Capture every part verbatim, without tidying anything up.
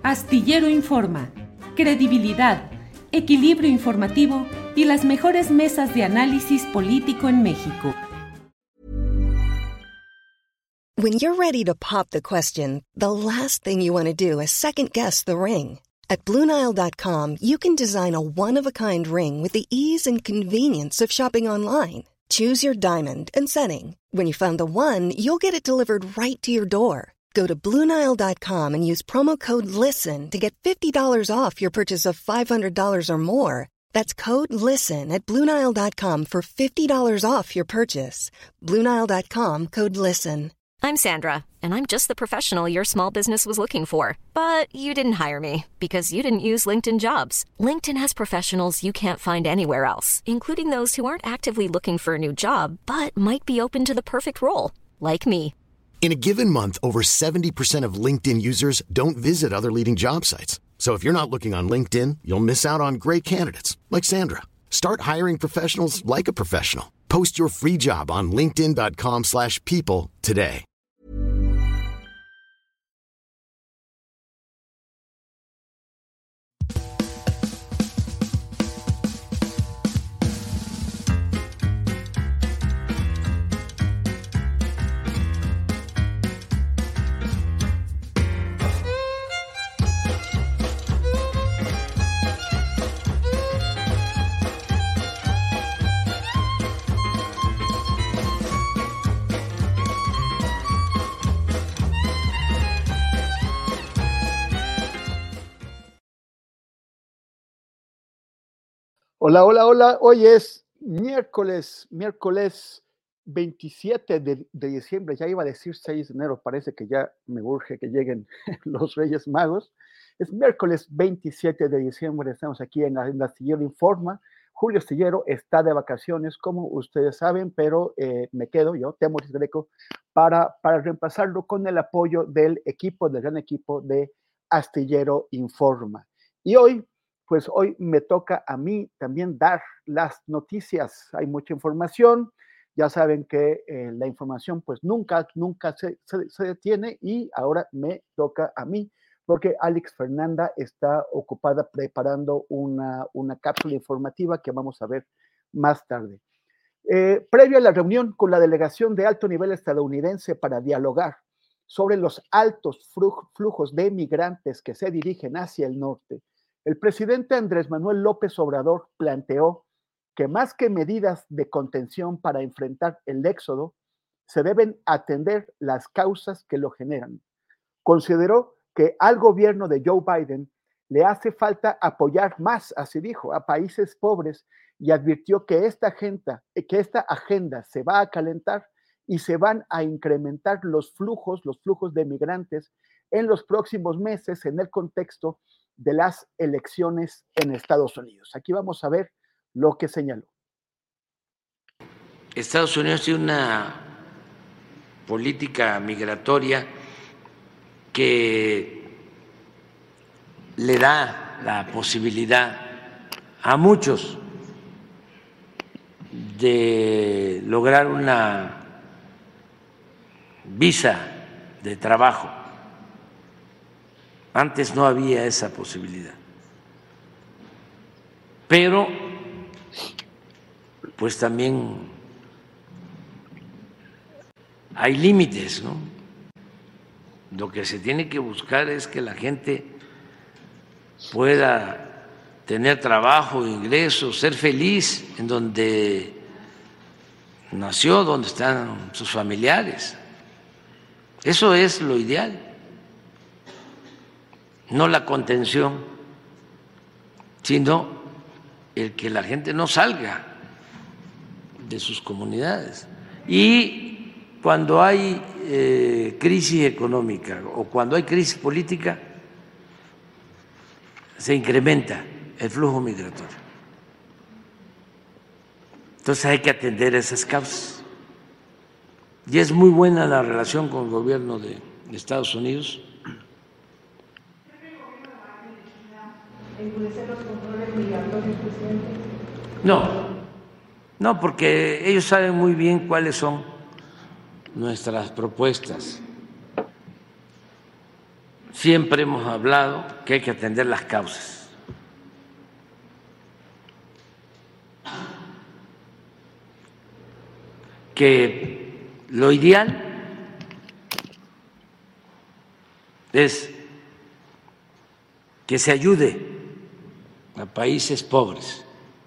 Astillero Informa, credibilidad, equilibrio informativo y las mejores mesas de análisis político en México. When you're ready to pop the question, the last thing you want to do is second-guess the ring. At Blue Nile dot com, you can design a one-of-a-kind ring with the ease and convenience of shopping online. Choose your diamond and setting. When you find the one, you'll get it delivered right to your door. Go to Blue Nile dot com and use promo code LISTEN to get fifty dollars off your purchase of five hundred dollars or more. That's code LISTEN at Blue Nile dot com for fifty dollars off your purchase. Blue Nile dot com, code LISTEN. I'm Sandra, and I'm just the professional your small business was looking for. But you didn't hire me because you didn't use LinkedIn Jobs. LinkedIn has professionals you can't find anywhere else, including those who aren't actively looking for a new job, but might be open to the perfect role, like me. In a given month, over seventy percent of LinkedIn users don't visit other leading job sites. So if you're not looking on LinkedIn, you'll miss out on great candidates like Sandra. Start hiring professionals like a professional. Post your free job on linkedin dot com slash people today. Hola, hola, hola. Hoy es miércoles, miércoles veintisiete de, de diciembre. Ya iba a decir seis de enero. Parece que ya me urge que lleguen los Reyes Magos. Es miércoles veintisiete de diciembre. Estamos aquí en, en Astillero Informa. Julio Astillero está de vacaciones, como ustedes saben, pero eh, me quedo yo, Temoris Greco, para, para reemplazarlo con el apoyo del equipo, del gran equipo de Astillero Informa. Y hoy, pues hoy me toca a mí también dar las noticias. Hay mucha información, ya saben que eh, la información pues nunca, nunca se, se, se detiene y ahora me toca a mí, porque Alex Fernanda está ocupada preparando una, una cápsula informativa que vamos a ver más tarde. Eh, previo a la reunión con la delegación de alto nivel estadounidense para dialogar sobre los altos flujos de migrantes que se dirigen hacia el norte, el presidente Andrés Manuel López Obrador planteó que más que medidas de contención para enfrentar el éxodo, se deben atender las causas que lo generan. Consideró que al gobierno de Joe Biden le hace falta apoyar más, así dijo, a países pobres y advirtió que esta agenda, que esta agenda se va a calentar y se van a incrementar los flujos, los flujos de migrantes en los próximos meses en el contexto de las elecciones en Estados Unidos. Aquí vamos a ver lo que señaló. Estados Unidos tiene una política migratoria que le da la posibilidad a muchos de lograr una visa de trabajo. Antes no había esa posibilidad. Pero, pues también hay límites, ¿no? Lo que se tiene que buscar es que la gente pueda tener trabajo, ingresos, ser feliz en donde nació, donde están sus familiares. Eso es lo ideal. No la contención, sino el que la gente no salga de sus comunidades. Y cuando hay eh, crisis económica o cuando hay crisis política, se incrementa el flujo migratorio. Entonces hay que atender esas causas. Y es muy buena la relación con el gobierno de Estados Unidos. ¿Endurecer los controles migratorios, presidente? No, no, porque ellos saben muy bien cuáles son nuestras propuestas. siempre hemos hablado que hay que atender las causas. Que lo ideal es que se ayude a países pobres.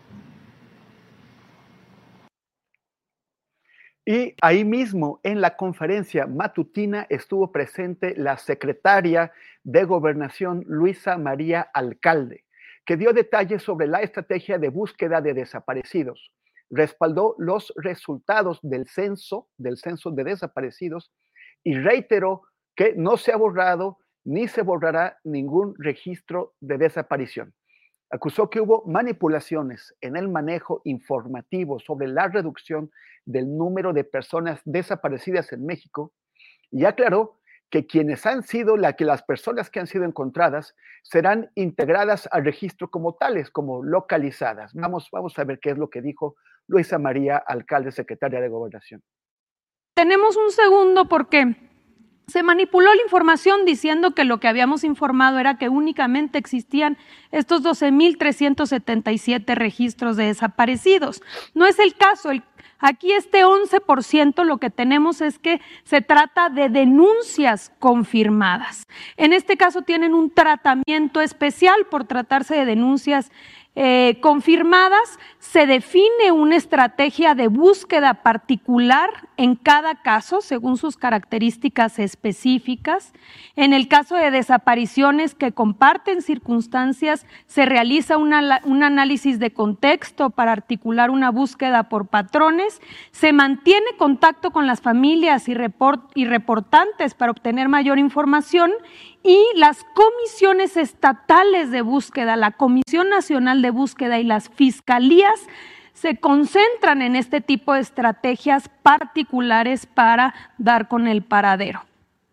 Y ahí mismo, en la conferencia matutina, estuvo presente la secretaria de Gobernación, Luisa María Alcalde, que dio detalles sobre la estrategia de búsqueda de desaparecidos. Respaldó los resultados del censo, del censo de desaparecidos, y reiteró que no se ha borrado ni se borrará ningún registro de desaparición. Acusó que hubo manipulaciones en el manejo informativo sobre la reducción del número de personas desaparecidas en México y aclaró que quienes han sido, la que las personas que han sido encontradas serán integradas al registro como tales, como localizadas. Vamos, vamos a ver qué es lo que dijo Luisa María Alcalde, secretaria de Gobernación. Tenemos un segundo porque se manipuló la información diciendo que lo que habíamos informado era que únicamente existían estos doce mil trescientos setenta y siete registros de desaparecidos. No es el caso. El, aquí este once por ciento lo que tenemos es que se trata de denuncias confirmadas. En este caso tienen un tratamiento especial por tratarse de denuncias Eh, confirmadas. Se define una estrategia de búsqueda particular en cada caso según sus características específicas. En el caso de desapariciones que comparten circunstancias, se realiza una, un análisis de contexto para articular una búsqueda por patrones. Se mantiene contacto con las familias y, report, y reportantes para obtener mayor información. Y las comisiones estatales de búsqueda, la Comisión Nacional de Búsqueda y las fiscalías se concentran en este tipo de estrategias particulares para dar con el paradero.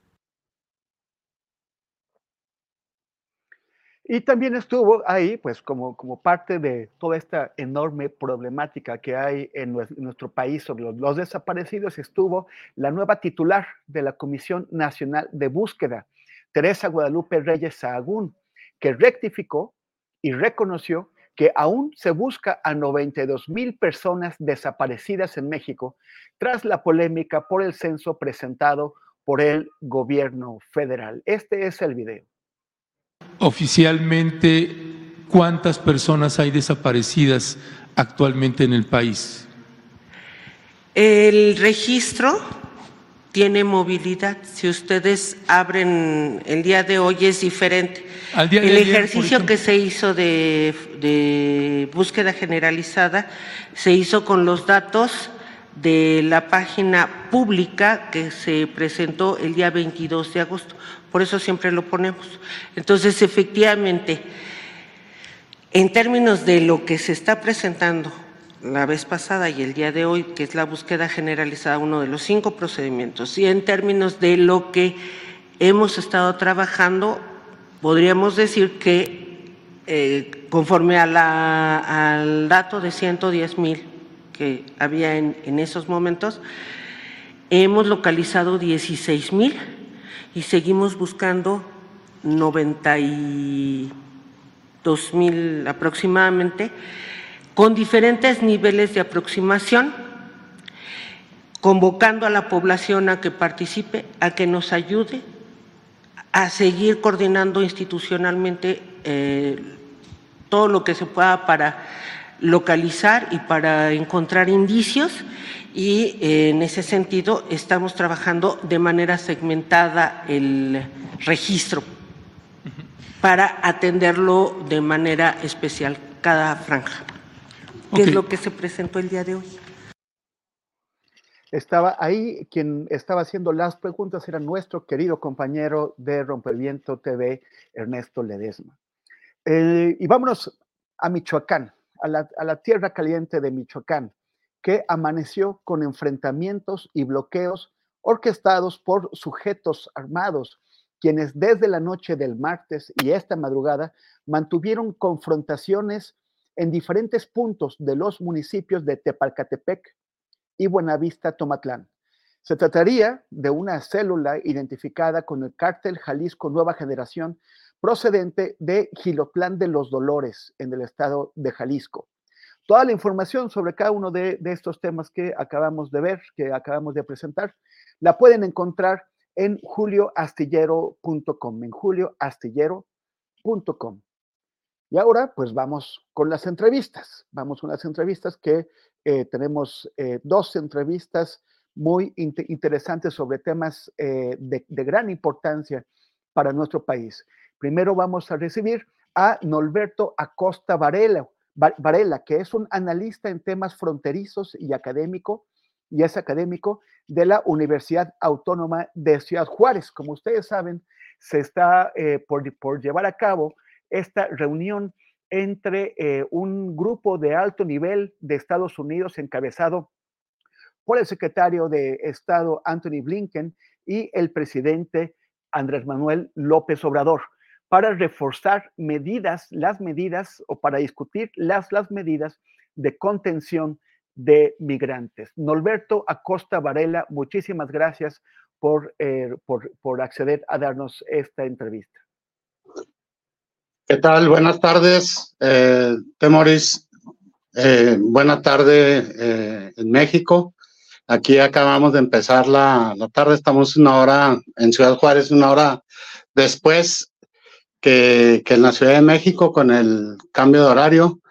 Y también estuvo ahí, pues como, como parte de toda esta enorme problemática que hay en nuestro país sobre los, los desaparecidos, estuvo la nueva titular de la Comisión Nacional de Búsqueda, Teresa Guadalupe Reyes Sahagún, que rectificó y reconoció que aún se busca a noventa y dos mil personas desaparecidas en México tras la polémica por el censo presentado por el gobierno federal. Este es el video. Oficialmente, ¿cuántas personas hay desaparecidas actualmente en el país? El registro tiene movilidad. Si ustedes abren el día de hoy es diferente. Al día de el ayer, ejercicio que se hizo de, de búsqueda generalizada se hizo con los datos de la página pública que se presentó el día veintidós de agosto. Por eso siempre lo ponemos. Entonces, efectivamente, en términos de lo que se está presentando la vez pasada y el día de hoy, que es la búsqueda generalizada, uno de los cinco procedimientos, y en términos de lo que hemos estado trabajando, podríamos decir que eh, conforme a la, al dato de ciento diez mil que había en, en esos momentos, hemos localizado dieciséis mil y seguimos buscando noventa y dos mil aproximadamente, con diferentes niveles de aproximación, convocando a la población a que participe, a que nos ayude a seguir coordinando institucionalmente eh, todo lo que se pueda para localizar y para encontrar indicios, y eh, en ese sentido estamos trabajando de manera segmentada el registro para atenderlo de manera especial cada franja. ¿Qué okay. es lo que se presentó el día de hoy? Estaba ahí, quien estaba haciendo las preguntas era nuestro querido compañero de Rompeviento T V, Ernesto Ledesma. Eh, y vámonos a Michoacán, a la, a la tierra caliente de Michoacán, que amaneció con enfrentamientos y bloqueos orquestados por sujetos armados, quienes desde la noche del martes y esta madrugada mantuvieron confrontaciones en diferentes puntos de los municipios de Tepalcatepec y Buenavista Tomatlán. Se trataría de una célula identificada con el cártel Jalisco Nueva Generación, procedente de Jilotlán de los Dolores, en el estado de Jalisco. Toda la información sobre cada uno de, de estos temas que acabamos de ver, que acabamos de presentar, la pueden encontrar en julio astillero punto com, en julio astillero punto com. Y ahora, pues vamos con las entrevistas. Vamos con las entrevistas que eh, tenemos eh, dos entrevistas muy inter interesantes sobre temas eh, de, de gran importancia para nuestro país. Primero vamos a recibir a Norberto Acosta Varela, Varela, que es un analista en temas fronterizos y académico, y es académico de la Universidad Autónoma de Ciudad Juárez. Como ustedes saben, se está eh, por, por llevar a cabo esta reunión entre eh, un grupo de alto nivel de Estados Unidos encabezado por el secretario de Estado Anthony Blinken y el presidente Andrés Manuel López Obrador, para reforzar medidas, las medidas, o para discutir las, las medidas de contención de migrantes. Norberto Acosta Varela, muchísimas gracias por, eh, por, por acceder a darnos esta entrevista. ¿Qué tal? Buenas tardes, eh, Temoris. Eh, buena tarde eh, en México. Aquí acabamos de empezar la, la tarde, estamos una hora en Ciudad Juárez, una hora después que, que en la Ciudad de México con el cambio de horario.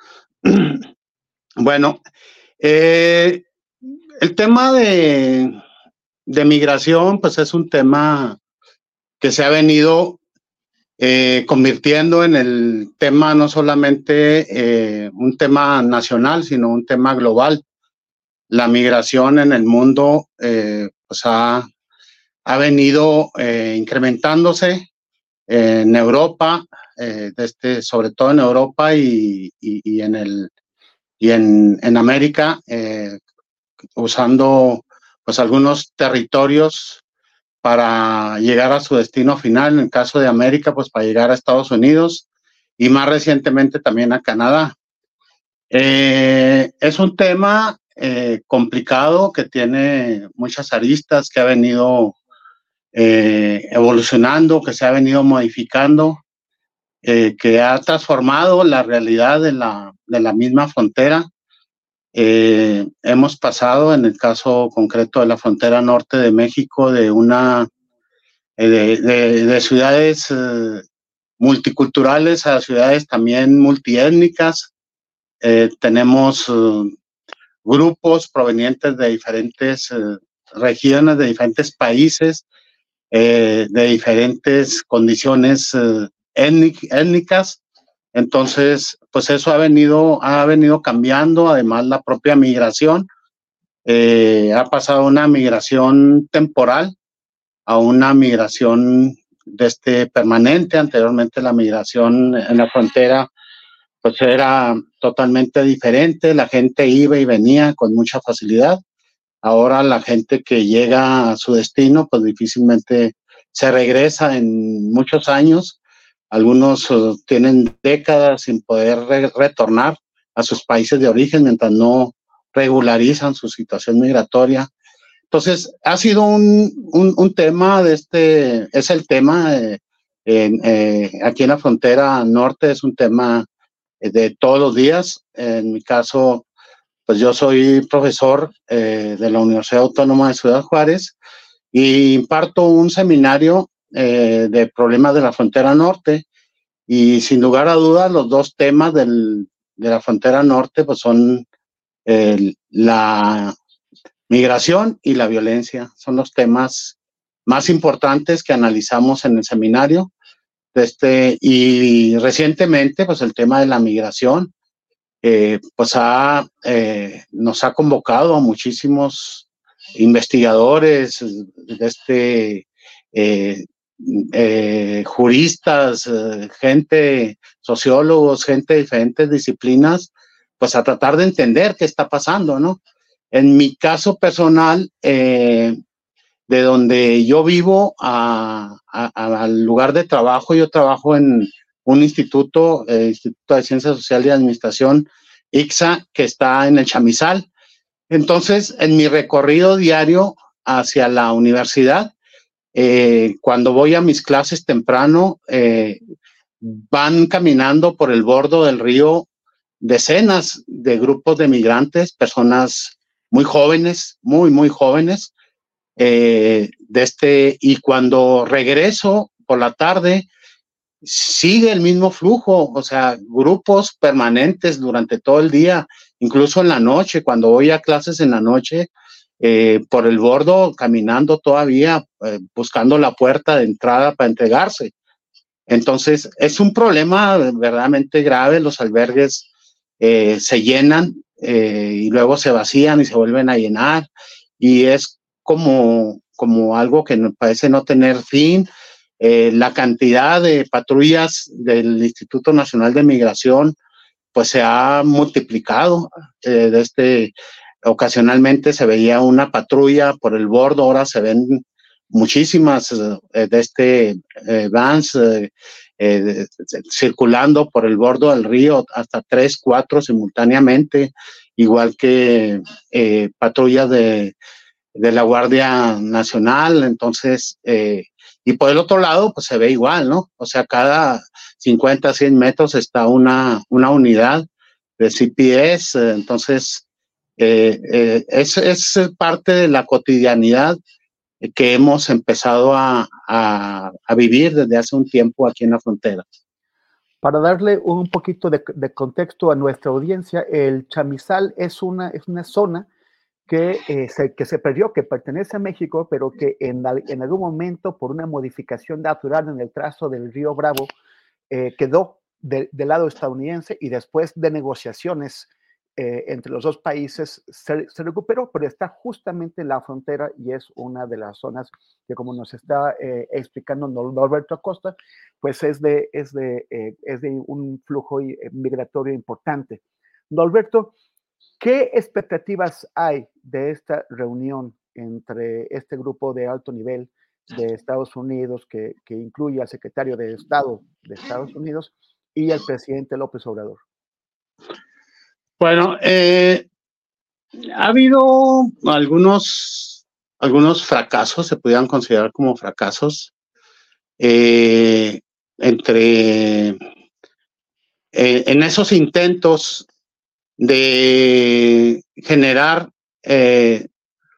Bueno, eh, el tema de, de migración, pues es un tema que se ha venido eh, convirtiendo en el tema, no solamente eh, un tema nacional, sino un tema global. La migración en el mundo eh, pues ha, ha venido eh, incrementándose en Europa, eh, desde, sobre todo en Europa y, y, y en, el, y en, en América, eh, usando pues algunos territorios para llegar a su destino final. En el caso de América, pues para llegar a Estados Unidos y más recientemente también a Canadá. Eh, es un tema Eh, complicado, que tiene muchas aristas, que ha venido eh, evolucionando, que se ha venido modificando, eh, que ha transformado la realidad de la, de la misma frontera. Eh, hemos pasado, en el caso concreto de la frontera norte de México, de una eh, de, de, de ciudades eh, multiculturales a ciudades también multiétnicas. Eh, tenemos eh, grupos provenientes de diferentes eh, regiones, de diferentes países, eh, de diferentes condiciones eh, étnicas. Entonces, pues eso ha venido, ha venido cambiando. Además, la propia migración eh, ha pasado una migración temporal a una migración de este permanente. Anteriormente, la migración en la frontera pues era totalmente diferente, la gente iba y venía con mucha facilidad. Ahora la gente que llega a su destino, pues difícilmente se regresa en muchos años. Algunos uh, tienen décadas sin poder re retornar a sus países de origen mientras no regularizan su situación migratoria. Entonces, ha sido un, un, un tema de este, es el tema eh, en, eh, aquí en la frontera norte, es un tema de todos los días. En mi caso, pues yo soy profesor eh, de la Universidad Autónoma de Ciudad Juárez y imparto un seminario eh, de problemas de la frontera norte, y sin lugar a dudas los dos temas del, de la frontera norte pues son eh, la migración y la violencia. Son los temas más importantes que analizamos en el seminario. Este, y recientemente, pues el tema de la migración, eh, pues ha, eh, nos ha convocado a muchísimos investigadores, este, eh, eh, juristas, eh, gente, sociólogos, gente de diferentes disciplinas, pues a tratar de entender qué está pasando, ¿no? En mi caso personal, eh, de donde yo vivo a, a, a, al lugar de trabajo, yo trabajo en un instituto, eh, Instituto de Ciencias Sociales y Administración, I C S A, que está en el Chamizal. Entonces, en mi recorrido diario hacia la universidad, eh, cuando voy a mis clases temprano, eh, van caminando por el borde del río decenas de grupos de migrantes, personas muy jóvenes, muy, muy jóvenes, eh, de este, y cuando regreso por la tarde, sigue el mismo flujo, o sea, grupos permanentes durante todo el día, incluso en la noche, cuando voy a clases en la noche, eh, por el bordo, caminando todavía, eh, buscando la puerta de entrada para entregarse. Entonces, es un problema verdaderamente grave. Los albergues eh, se llenan eh, y luego se vacían y se vuelven a llenar, y es como, como algo que me parece no tener fin. Eh, la cantidad de patrullas del Instituto Nacional de Migración pues se ha multiplicado. Eh, desde, ocasionalmente se veía una patrulla por el bordo, ahora se ven muchísimas eh, de este eh, vans eh, eh, circulando por el bordo del río, hasta tres, cuatro simultáneamente, igual que eh, patrullas de, de la Guardia Nacional. Entonces, eh, y por el otro lado, pues se ve igual, ¿no? O sea, cada cincuenta, cien metros está una, una unidad de C P S. Eh, entonces, eh, eh, es, es parte de la cotidianidad que hemos empezado a, a, a vivir desde hace un tiempo aquí en la frontera. Para darle un poquito de, de contexto a nuestra audiencia, el Chamizal es una, es una zona que, eh, se, que se perdió, que pertenece a México, pero que en, en algún momento, por una modificación natural en el trazo del río Bravo, eh, quedó de, del lado estadounidense, y después de negociaciones eh, entre los dos países se, se recuperó, pero está justamente en la frontera, y es una de las zonas que, como nos está eh, explicando Norberto Acosta, pues es de, es de, eh, es de un flujo migratorio importante. Norberto, ¿qué expectativas hay de esta reunión entre este grupo de alto nivel de Estados Unidos, que, que incluye al secretario de Estado de Estados Unidos y al presidente López Obrador? Bueno, eh, ha habido algunos, algunos fracasos, se podrían considerar como fracasos, eh, entre, eh, en esos intentos de generar eh,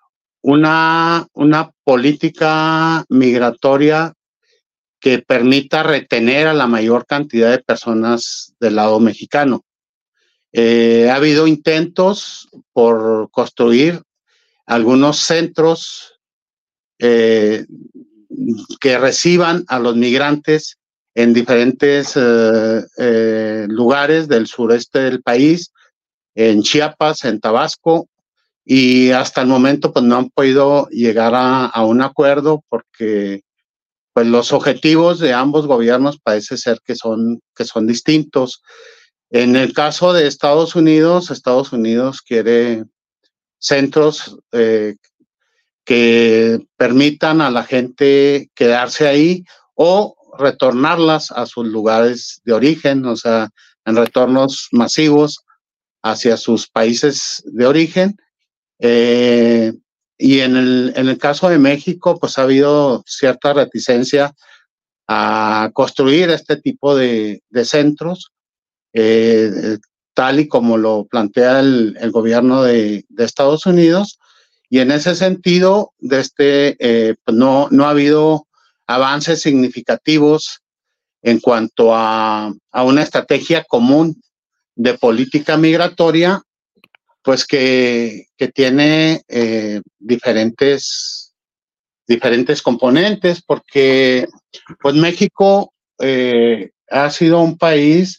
una, una política migratoria que permita retener a la mayor cantidad de personas del lado mexicano. Eh, ha habido intentos por construir algunos centros eh, que reciban a los migrantes en diferentes eh, eh, lugares del sureste del país, en Chiapas, en Tabasco, y hasta el momento pues no han podido llegar a, a un acuerdo, porque pues los objetivos de ambos gobiernos parece ser que son, que son distintos. En el caso de Estados Unidos, Estados Unidos quiere centros eh, que permitan a la gente quedarse ahí o retornarlas a sus lugares de origen, o sea, en retornos masivos hacia sus países de origen. Eh, y en el, en el caso de México, pues ha habido cierta reticencia a construir este tipo de, de centros, eh, tal y como lo plantea el, el gobierno de, de Estados Unidos. Y en ese sentido, de este, eh, pues no, no ha habido avances significativos en cuanto a, a una estrategia común de política migratoria, pues que, que tiene eh, diferentes, diferentes componentes, porque pues México eh, ha sido un país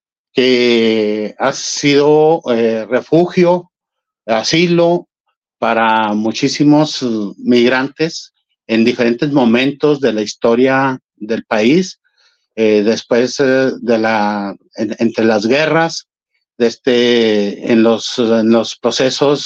que ha sido eh, refugio, asilo para muchísimos migrantes en diferentes momentos de la historia del país, eh, después eh, de la, en, entre las guerras, de este, en, los, en los procesos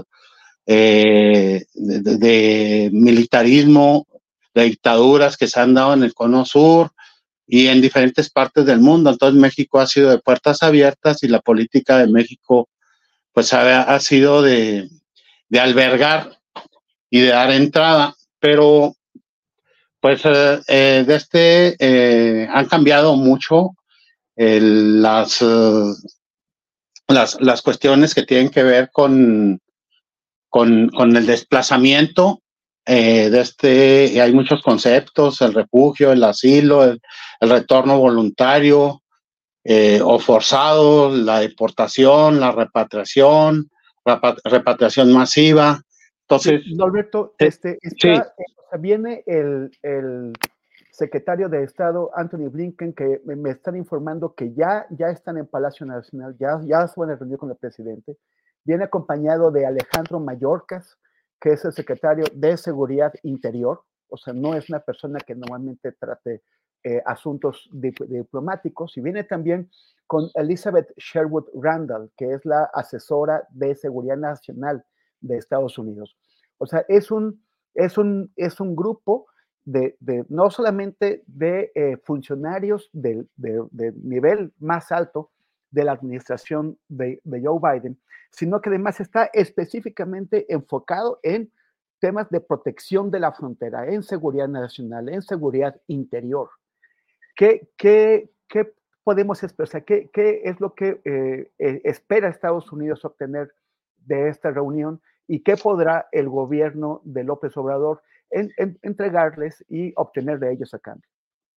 eh, de, de, de militarismo, de dictaduras que se han dado en el Cono Sur y en diferentes partes del mundo. Entonces México ha sido de puertas abiertas, y la política de México pues ha, ha sido de, de albergar y de dar entrada, pero pues eh, eh, de este eh, han cambiado mucho el, las, uh, las las cuestiones que tienen que ver con con, con el desplazamiento eh, de este, hay muchos conceptos, el refugio, el asilo, el, el retorno voluntario eh, o forzado, la deportación, la repatriación, repat repatriación masiva. Entonces, sí, Norberto, eh, este, está, sí. eh, o sea, viene el, el secretario de Estado, Anthony Blinken, que me, me están informando que ya, ya están en Palacio Nacional, ya, ya se van a reunir con el presidente. Viene acompañado de Alejandro Mayorkas, que es el secretario de Seguridad Interior, o sea, no es una persona que normalmente trate eh, asuntos dip diplomáticos, y viene también con Elizabeth Sherwood Randall, que es la asesora de Seguridad Nacional de Estados Unidos. O sea, es un, es un, es un grupo de, de no solamente de eh, funcionarios de, de, de nivel más alto de la administración de, de Joe Biden, sino que además está específicamente enfocado en temas de protección de la frontera, en seguridad nacional, en seguridad interior. ¿Qué, qué, qué podemos expresar? ¿Qué, qué es lo que eh, eh, espera Estados Unidos obtener de esta reunión y qué podrá el gobierno de López Obrador en, en, entregarles y obtener de ellos a cambio?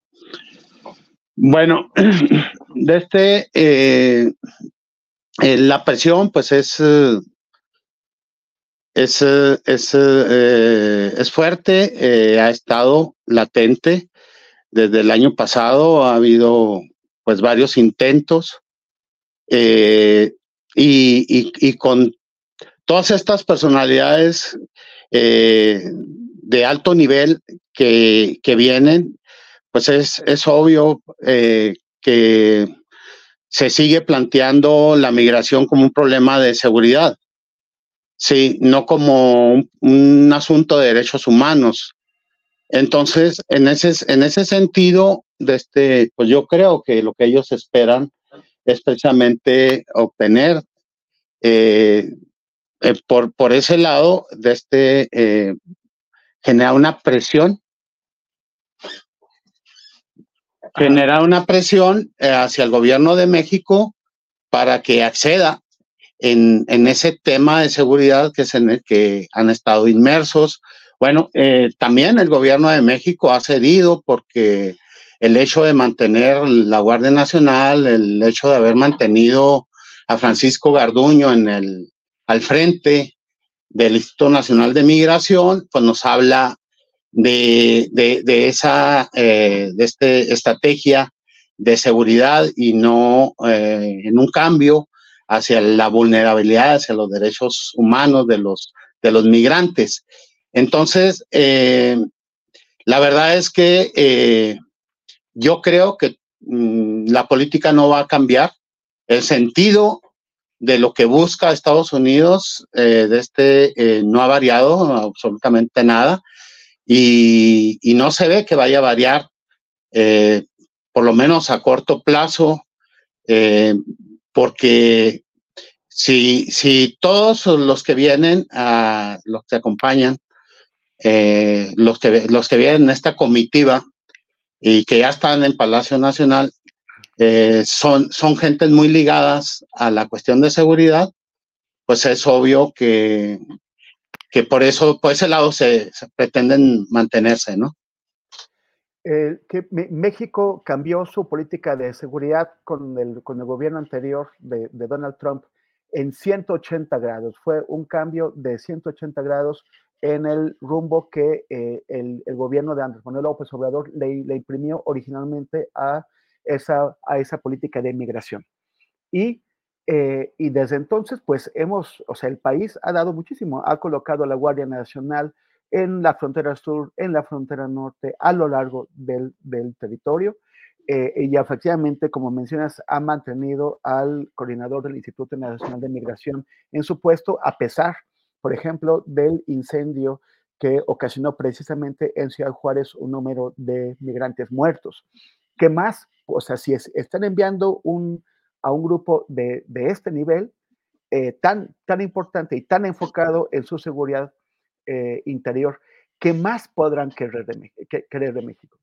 Bueno, de este, eh, eh, la presión pues es, es, es, eh, es fuerte, eh, ha estado latente desde el año pasado, ha habido pues varios intentos eh, y, y, y con todas estas personalidades eh, de alto nivel que, que vienen, pues es, es obvio eh, que se sigue planteando la migración como un problema de seguridad, sí, no como un, un asunto de derechos humanos. Entonces, en ese, en ese sentido, de este, pues yo creo que lo que ellos esperan es precisamente obtener eh, eh, por, por ese lado, de este, eh, generar una presión generar una presión eh, hacia el gobierno de México para que acceda en, en ese tema de seguridad que es en el que han estado inmersos. Bueno, eh, también el gobierno de México ha cedido porque el hecho de mantener la Guardia Nacional, el hecho de haber mantenido a Francisco Garduño en el, al frente del Instituto Nacional de Migración, pues nos habla de, de, de esa eh, de este estrategia de seguridad y no eh, en un cambio hacia la vulnerabilidad, hacia los derechos humanos de los, de los migrantes. Entonces, eh, la verdad es que eh, yo creo que mmm, la política no va a cambiar. El sentido de lo que busca Estados Unidos eh, de este eh, no ha variado absolutamente nada. Y, y no se ve que vaya a variar, eh, por lo menos a corto plazo, eh, porque si, si todos los que vienen, a, los que acompañan, eh, los, que, los que vienen en esta comitiva y que ya están en Palacio Nacional, eh, son, son gentes muy ligadas a la cuestión de seguridad, pues es obvio que que por eso, por ese lado se, se pretenden mantenerse, ¿no? Eh, que me, México cambió su política de seguridad con el, con el gobierno anterior de, de Donald Trump en ciento ochenta grados. Fue un cambio de ciento ochenta grados en el rumbo que eh, el, el gobierno de Andrés Manuel López Obrador le, le imprimió originalmente a esa, a esa política de inmigración. Y Eh, y desde entonces, pues hemos, o sea, el país ha dado muchísimo, ha colocado a la Guardia Nacional en la frontera sur, en la frontera norte, a lo largo del, del territorio, eh, y efectivamente, como mencionas, ha mantenido al coordinador del Instituto Nacional de Migración en su puesto, a pesar, por ejemplo, del incendio que ocasionó precisamente en Ciudad Juárez un número de migrantes muertos. ¿Qué más? O sea, si es, están enviando un a un grupo de, de este nivel eh, tan, tan importante y tan enfocado en su seguridad, eh, interior. ¿Qué más podrán querer de, que, querer de México?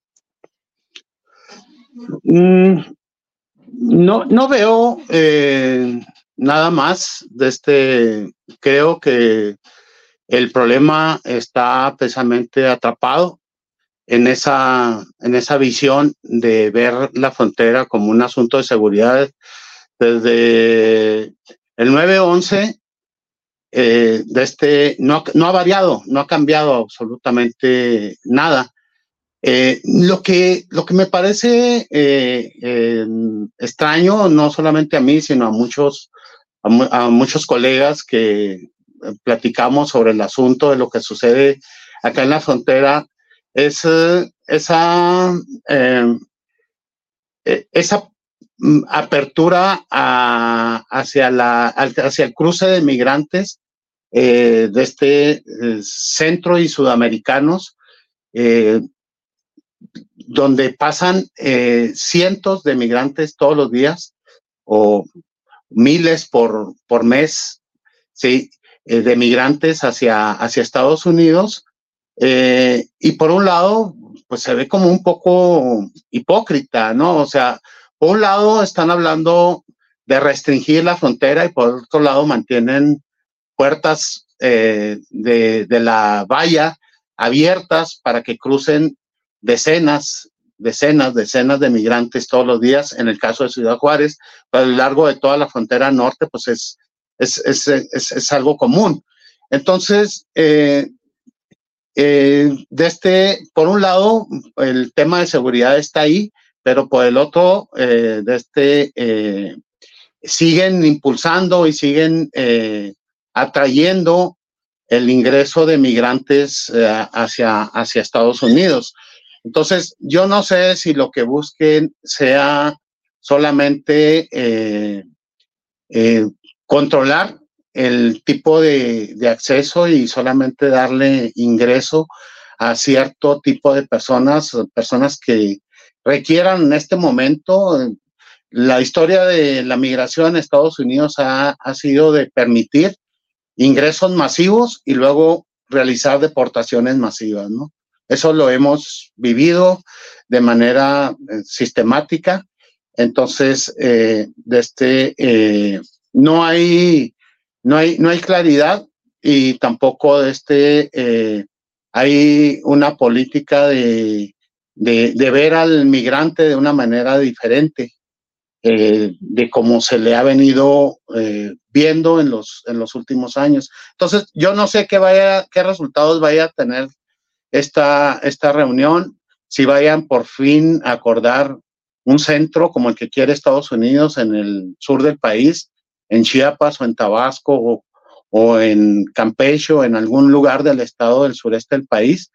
Mm, no, no veo eh, nada más de este. Creo que el problema está precisamente atrapado en esa, en esa visión de ver la frontera como un asunto de seguridad. Desde el nueve once, eh, de este, no, no ha variado, no ha cambiado absolutamente nada. Eh, lo, que, lo que me parece eh, eh, extraño, no solamente a mí, sino a muchos, a, mu a muchos colegas que platicamos sobre el asunto de lo que sucede acá en la frontera, es eh, esa, eh, esa apertura a, hacia, la, hacia el cruce de migrantes eh, de este eh, centro y sudamericanos, eh, donde pasan eh, cientos de migrantes todos los días o miles por, por mes, ¿sí? Eh, de migrantes hacia, hacia Estados Unidos. Eh, y por un lado, pues se ve como un poco hipócrita, ¿no? O sea, por un lado están hablando de restringir la frontera y por otro lado mantienen puertas eh, de, de la valla abiertas para que crucen decenas, decenas, decenas de migrantes todos los días. En el caso de Ciudad Juárez, a lo largo de toda la frontera norte, pues es, es, es, es, es algo común. Entonces, eh, eh, de este, por un lado, el tema de seguridad está ahí, pero por el otro, eh, de este, eh, siguen impulsando y siguen eh, atrayendo el ingreso de migrantes eh, hacia, hacia Estados Unidos. Entonces, yo no sé si lo que busquen sea solamente eh, eh, controlar el tipo de, de acceso y solamente darle ingreso a cierto tipo de personas, personas que requieran en este momento. La historia de la migración en Estados Unidos ha, ha sido de permitir ingresos masivos y luego realizar deportaciones masivas, ¿no? Eso lo hemos vivido de manera eh, sistemática. Entonces, eh, de este, eh, no hay, no hay, no hay claridad y tampoco de este, eh, hay una política de, de, de ver al migrante de una manera diferente. Eh, de cómo se le ha venido eh, viendo en los, en los últimos años. Entonces, yo no sé qué, vaya, qué resultados vaya a tener esta, esta reunión, si vayan por fin a acordar un centro como el que quiere Estados Unidos en el sur del país, en Chiapas o en Tabasco o, o en Campeche o en algún lugar del estado del sureste del país,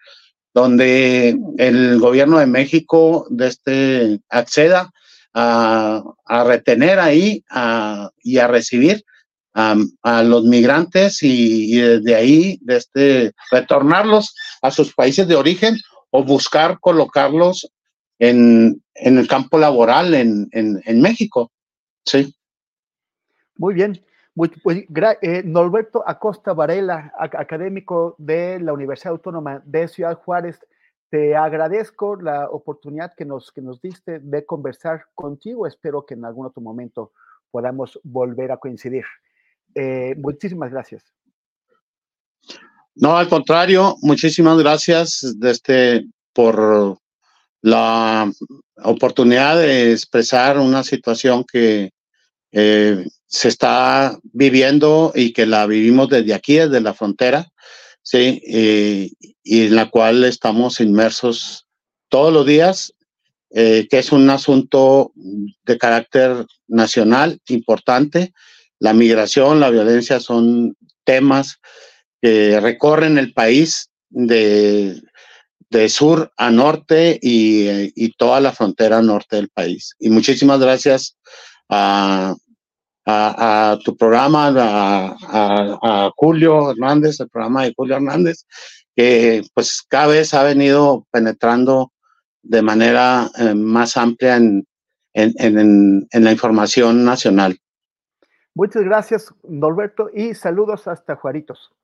donde el gobierno de México de este, acceda A, a retener ahí a, y a recibir a, a los migrantes y, y desde ahí desde retornarlos a sus países de origen o buscar colocarlos en, en el campo laboral en, en, en México. Sí. Muy bien. Muy, pues, eh, Norberto Acosta Varela, académico de la Universidad Autónoma de Ciudad Juárez, te agradezco la oportunidad que nos, que nos diste de conversar contigo. Espero que en algún otro momento podamos volver a coincidir. Eh, muchísimas gracias. No, al contrario, muchísimas gracias desde, por la oportunidad de expresar una situación que eh, se está viviendo y que la vivimos desde aquí, desde la frontera. Sí, eh, y en la cual estamos inmersos todos los días, eh, que es un asunto de carácter nacional importante. La migración, la violencia son temas que recorren el país de, de sur a norte y, y toda la frontera norte del país. Y muchísimas gracias a A, a tu programa, a, a, a Julio Hernández, el programa de Julio Hernández, que pues cada vez ha venido penetrando de manera eh, más amplia en, en, en, en la información nacional. Muchas gracias, Norberto, y saludos hasta Juaritos.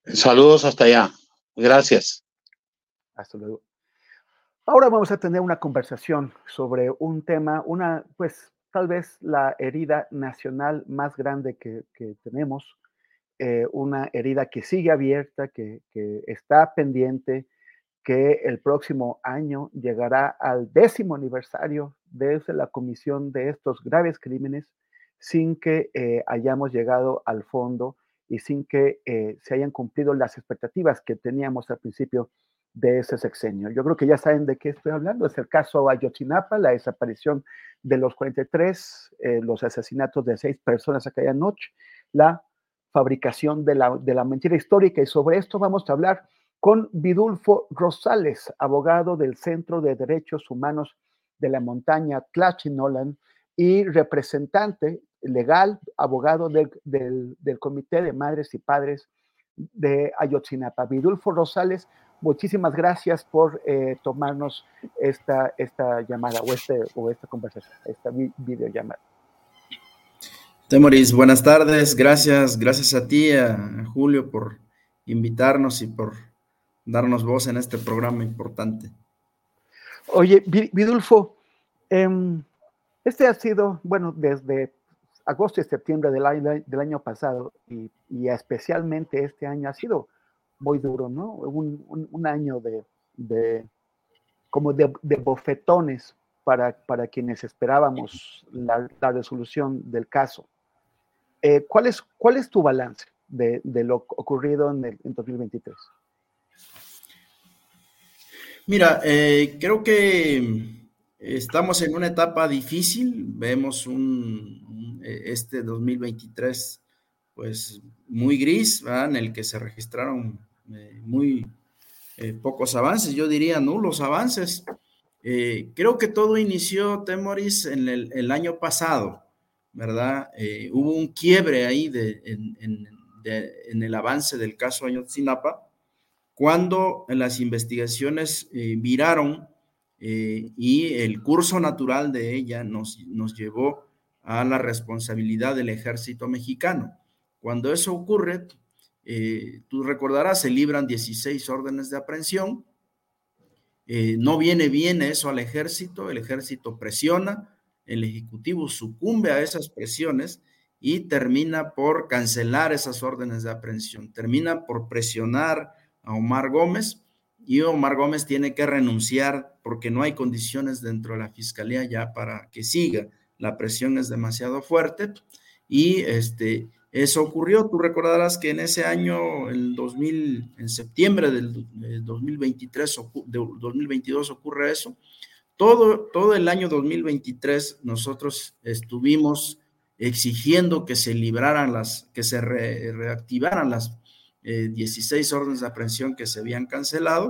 Saludos hasta allá. Gracias. Hasta luego. Ahora vamos a tener una conversación sobre un tema, una, pues, tal vez la herida nacional más grande que, que tenemos, eh, una herida que sigue abierta, que, que está pendiente, que el próximo año llegará al décimo aniversario desde la comisión de estos graves crímenes, sin que eh, hayamos llegado al fondo y sin que eh, se hayan cumplido las expectativas que teníamos al principio de ese sexenio. Yo creo que ya saben de qué estoy hablando. Es el caso Ayotzinapa, la desaparición de los cuarenta y tres, eh, los asesinatos de seis personas aquella noche, la fabricación de la, de la mentira histórica. Y sobre esto vamos a hablar con Vidulfo Rosales, abogado del Centro de Derechos Humanos de la Montaña Tlachinolan y representante legal, abogado del, del, del Comité de Madres y Padres de Ayotzinapa. Vidulfo Rosales, muchísimas gracias por eh, tomarnos esta, esta llamada o, este, o esta conversación, esta vi videollamada. Temoris, buenas tardes, gracias, gracias a ti, a Julio, por invitarnos y por darnos voz en este programa importante. Oye, Vidulfo, eh, este ha sido, bueno, desde agosto y septiembre del año, del año pasado y, y especialmente este año ha sido muy duro, ¿no? Un, un, un año de, de como de, de bofetones para, para quienes esperábamos la, la resolución del caso. Eh, ¿cuál, es, ¿Cuál es tu balance de, de lo ocurrido en, el, en dos mil veintitrés? Mira, eh, creo que estamos en una etapa difícil. Vemos un, este dos mil veintitrés pues muy gris, ¿verdad? En el que se registraron eh, muy eh, pocos avances, yo diría nulos avances. Eh, creo que todo inició, Temoris, en el, el año pasado, ¿verdad? Eh, hubo un quiebre ahí de, en, en, de, en el avance del caso Ayotzinapa, cuando las investigaciones eh, viraron eh, y el curso natural de ella nos, nos llevó a la responsabilidad del ejército mexicano. Cuando eso ocurre, eh, tú recordarás, se libran dieciséis órdenes de aprehensión, eh, no viene bien eso al ejército, el ejército presiona, el ejecutivo sucumbe a esas presiones y termina por cancelar esas órdenes de aprehensión, termina por presionar a Omar Gómez, y Omar Gómez tiene que renunciar porque no hay condiciones dentro de la fiscalía ya para que siga. La presión es demasiado fuerte y este, eso ocurrió. Tú recordarás que en ese año, el dos mil, en septiembre del dos mil veintitrés, de dos mil veintidós ocurre eso. Todo, todo el año dos mil veintitrés nosotros estuvimos exigiendo que se libraran las, que se re, reactivaran las Eh, dieciséis órdenes de aprehensión que se habían cancelado,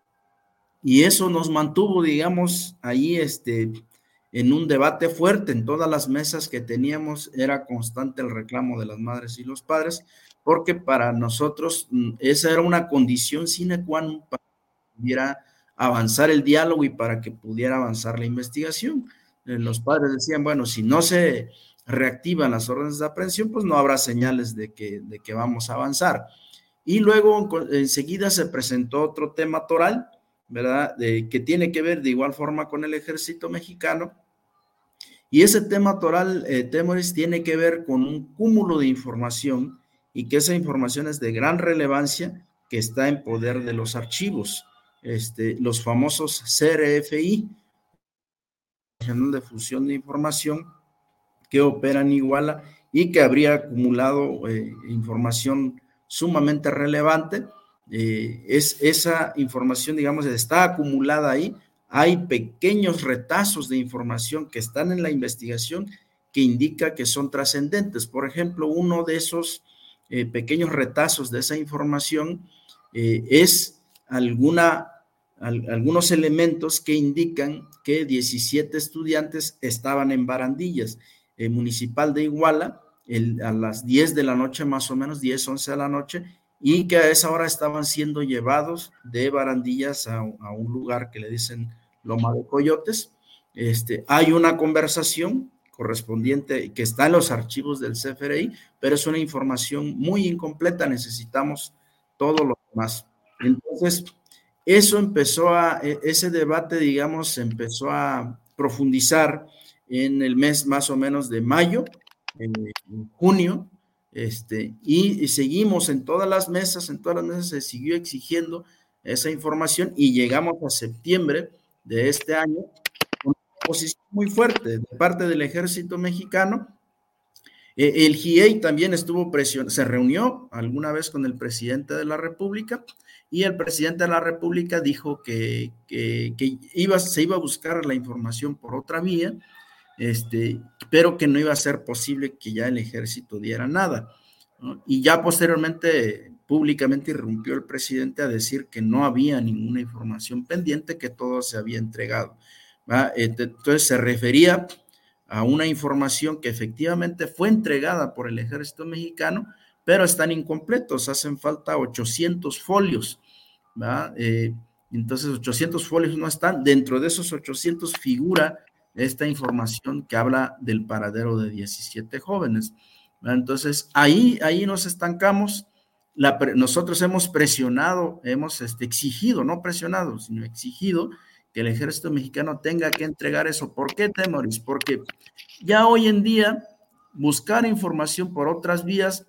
y eso nos mantuvo, digamos, ahí este, en un debate fuerte. En todas las mesas que teníamos era constante el reclamo de las madres y los padres, porque para nosotros esa era una condición sine qua non para que pudiera avanzar el diálogo y para que pudiera avanzar la investigación. Eh, los padres decían, bueno, si no se reactivan las órdenes de aprehensión, pues no habrá señales de que, de que vamos a avanzar. Y luego enseguida se presentó otro tema toral, ¿verdad? De, que tiene que ver de igual forma con el ejército mexicano. Y ese tema toral, eh, Temoris, tiene que ver con un cúmulo de información y que esa información es de gran relevancia que está en poder de los archivos, este, los famosos C R F I, Regional de Fusión de Información, que opera en Iguala y que habría acumulado eh, información sumamente relevante. Eh, es esa información, digamos, está acumulada ahí. Hay pequeños retazos de información que están en la investigación que indica que son trascendentes. Por ejemplo, uno de esos eh, pequeños retazos de esa información eh, es alguna, al, algunos elementos que indican que diecisiete estudiantes estaban en Barandillas, eh, municipal de Iguala, El, a las diez de la noche, más o menos, diez, once de la noche, y que a esa hora estaban siendo llevados de Barandillas a, a un lugar que le dicen Loma de Coyotes. Este, hay una conversación correspondiente que está en los archivos del C F R I, pero es una información muy incompleta. Necesitamos todo lo demás. Entonces, eso empezó a, ese debate, digamos, empezó a profundizar en el mes más o menos de mayo, en, en junio, este, y, y seguimos en todas las mesas, en todas las mesas se siguió exigiendo esa información y llegamos a septiembre de este año con una posición muy fuerte de parte del ejército mexicano. Eh, el G I E I también estuvo presionado, se reunió alguna vez con el presidente de la República y el presidente de la República dijo que, que, que iba, se iba a buscar la información por otra vía, este, pero que no iba a ser posible que ya el ejército diera nada, ¿no? Y ya posteriormente, públicamente irrumpió el presidente a decir que no había ninguna información pendiente, que todo se había entregado, ¿va? Entonces se refería a una información que efectivamente fue entregada por el ejército mexicano, pero están incompletos, hacen falta ochocientos folios, ¿verdad? Eh, entonces ochocientos folios no están, dentro de esos ochocientos figura esta información que habla del paradero de diecisiete jóvenes, ¿verdad? Entonces ahí, ahí nos estancamos, la, nosotros hemos presionado, hemos este, exigido, no presionado, sino exigido que el ejército mexicano tenga que entregar eso. ¿Por qué, Temoris? Porque ya hoy en día buscar información por otras vías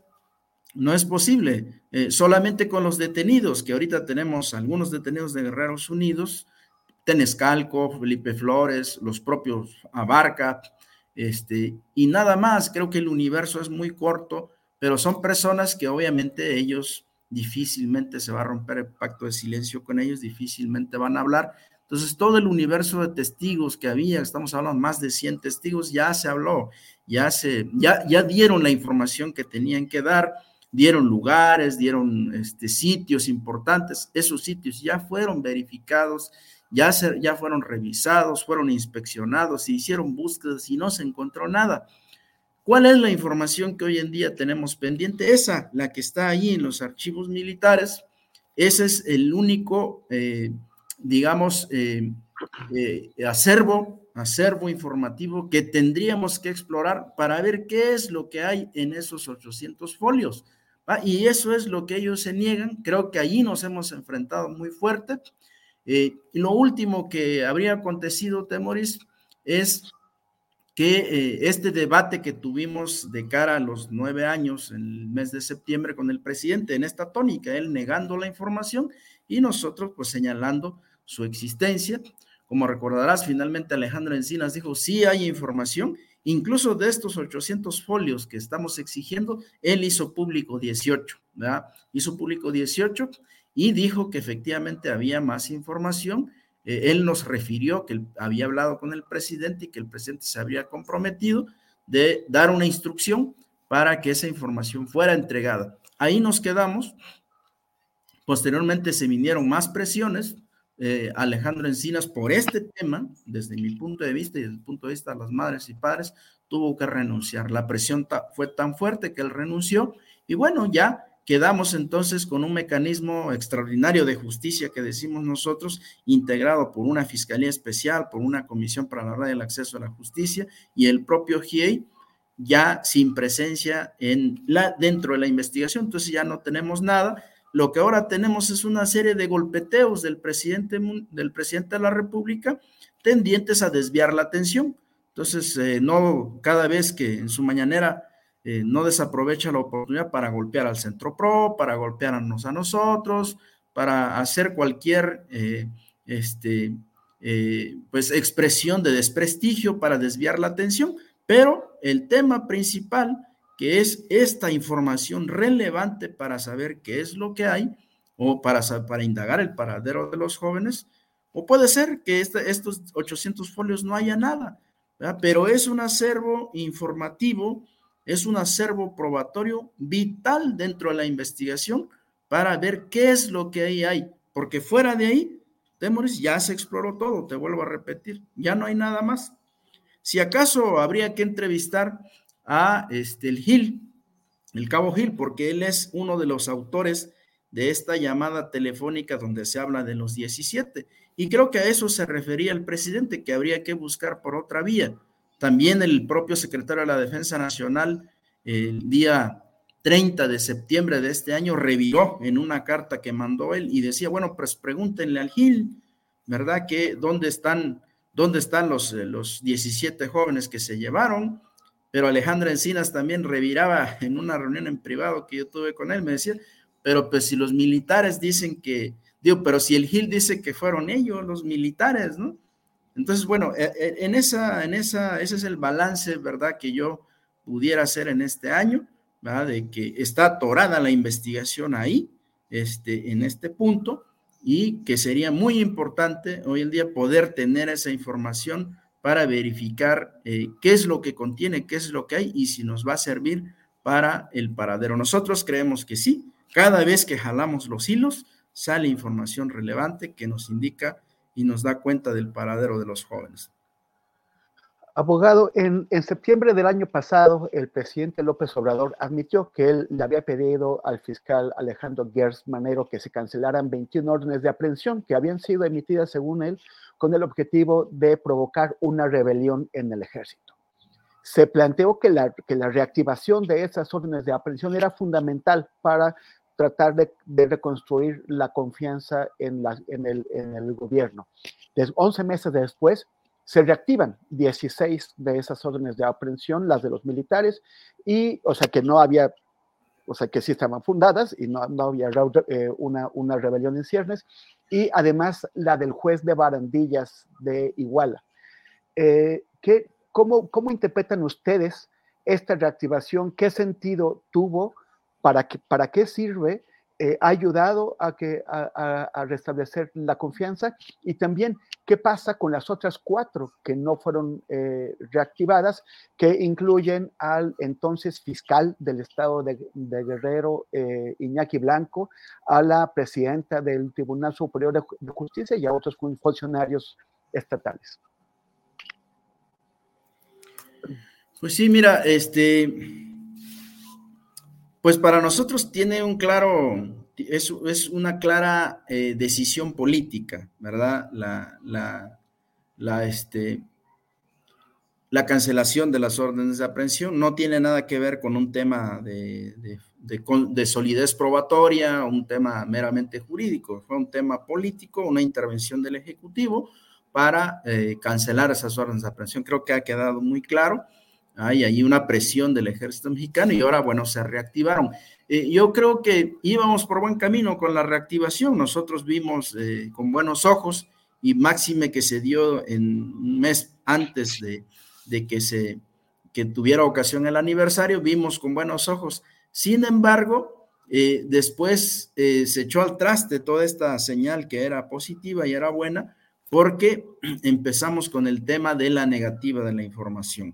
no es posible, eh, solamente con los detenidos, que ahorita tenemos algunos detenidos de Guerreros Unidos, Tenescalco, Felipe Flores, los propios Abarca, este, y nada más. Creo que el universo es muy corto, pero son personas que obviamente ellos difícilmente se va a romper el pacto de silencio con ellos, difícilmente van a hablar. Entonces todo el universo de testigos que había, estamos hablando más de cien testigos, ya se habló, ya, se, ya, ya dieron la información que tenían que dar, dieron lugares, dieron este, sitios importantes, esos sitios ya fueron verificados, ya, se, ya fueron revisados, fueron inspeccionados, se hicieron búsquedas y no se encontró nada. ¿Cuál es la información que hoy en día tenemos pendiente? Esa, la que está ahí en los archivos militares, ese es el único, eh, digamos, eh, eh, acervo, acervo informativo que tendríamos que explorar para ver qué es lo que hay en esos ochocientos folios. ¿Va? Y eso es lo que ellos se niegan. Creo que allí nos hemos enfrentado muy fuerte. Eh, y lo último que habría acontecido, Temoris, es que eh, este debate que tuvimos de cara a los nueve años en el mes de septiembre con el presidente, en esta tónica, él negando la información y nosotros pues señalando su existencia. Como recordarás, finalmente Alejandro Encinas dijo, sí hay información, incluso de estos ochocientos folios que estamos exigiendo, él hizo público dieciocho, ¿verdad? Hizo público dieciocho y dijo que efectivamente había más información. Eh, él nos refirió que él había hablado con el presidente y que el presidente se había comprometido de dar una instrucción para que esa información fuera entregada. Ahí nos quedamos. Posteriormente se vinieron más presiones. Eh, Alejandro Encinas, por este tema, desde mi punto de vista y desde el punto de vista de las madres y padres, tuvo que renunciar. La presión ta, fue tan fuerte que él renunció y bueno, ya quedamos entonces con un mecanismo extraordinario de justicia que decimos nosotros, integrado por una fiscalía especial, por una comisión para la verdad y el acceso a la justicia y el propio G I E I, ya sin presencia en la, dentro de la investigación. Entonces ya no tenemos nada. Lo que ahora tenemos es una serie de golpeteos del presidente, del presidente de la República tendientes a desviar la atención. Entonces, eh, no cada vez que en su mañanera eh, no desaprovecha la oportunidad para golpear al Centro Pro, para golpearnos a nosotros, para hacer cualquier eh, este, eh, pues expresión de desprestigio para desviar la atención. Pero el tema principal, que es esta información relevante para saber qué es lo que hay, o para, para indagar el paradero de los jóvenes, o puede ser que este, estos ochocientos folios no haya nada, ¿verdad? Pero es un acervo informativo, es un acervo probatorio vital dentro de la investigación para ver qué es lo que ahí hay, porque fuera de ahí, Temoris, ya se exploró todo, te vuelvo a repetir, ya no hay nada más. Si acaso habría que entrevistar a este, el Gil, el cabo Gil, porque él es uno de los autores de esta llamada telefónica donde se habla de los diecisiete, y creo que a eso se refería el presidente, que habría que buscar por otra vía. También el propio secretario de la Defensa Nacional, el día treinta de septiembre de este año reviró en una carta que mandó él y decía, bueno, pues pregúntenle al Gil, ¿verdad? Que dónde están, dónde están los, los diecisiete jóvenes que se llevaron. Pero Alejandra Encinas también reviraba en una reunión en privado que yo tuve con él, me decía, pero pues si los militares dicen que, digo, pero si el Gil dice que fueron ellos, los militares, ¿no? Entonces, bueno, en esa, en esa, ese es el balance, ¿verdad?, que yo pudiera hacer en este año, ¿verdad?, de que está atorada la investigación ahí, este, en este punto, y que sería muy importante hoy en día poder tener esa información para verificar eh, qué es lo que contiene, qué es lo que hay y si nos va a servir para el paradero. Nosotros creemos que sí, cada vez que jalamos los hilos sale información relevante que nos indica y nos da cuenta del paradero de los jóvenes. Abogado, en, en septiembre del año pasado, el presidente López Obrador admitió que él le había pedido al fiscal Alejandro Gertz Manero que se cancelaran veintiuna órdenes de aprehensión que habían sido emitidas, según él, con el objetivo de provocar una rebelión en el ejército. Se planteó que la, que la reactivación de esas órdenes de aprehensión era fundamental para tratar de, de reconstruir la confianza en, la, en, el, en el gobierno. Desde once meses después, se reactivan dieciséis de esas órdenes de aprehensión, las de los militares, y, o sea, que no había, o sea, que sí estaban fundadas y no, no había eh, una, una rebelión en ciernes, y además la del juez de Barandillas de Iguala. Eh, ¿qué, cómo, ¿Cómo interpretan ustedes esta reactivación? ¿Qué sentido tuvo? ¿Para qué, para qué sirve? Eh, ¿Ha ayudado a, que, a, a, a restablecer la confianza? Y también, ¿qué pasa con las otras cuatro que no fueron eh, reactivadas, que incluyen al entonces fiscal del estado de, de Guerrero, eh, Iñaki Blanco, a la presidenta del Tribunal Superior de, de Justicia y a otros funcionarios estatales? Pues sí, mira, este... pues para nosotros tiene un claro, es, es una clara eh, decisión política, ¿verdad? La, la, la, este, la cancelación de las órdenes de aprehensión no tiene nada que ver con un tema de, de, de, de solidez probatoria, un tema meramente jurídico, fue un tema político, una intervención del Ejecutivo para eh, cancelar esas órdenes de aprehensión. Creo que ha quedado muy claro. Hay ahí una presión del ejército mexicano y ahora, bueno, se reactivaron. Eh, yo creo que íbamos por buen camino con la reactivación. Nosotros vimos eh, con buenos ojos y máxime que se dio en un mes antes de, de que se que tuviera ocasión el aniversario, vimos con buenos ojos. Sin embargo, eh, después eh, se echó al traste toda esta señal que era positiva y era buena porque empezamos con el tema de la negativa de la información.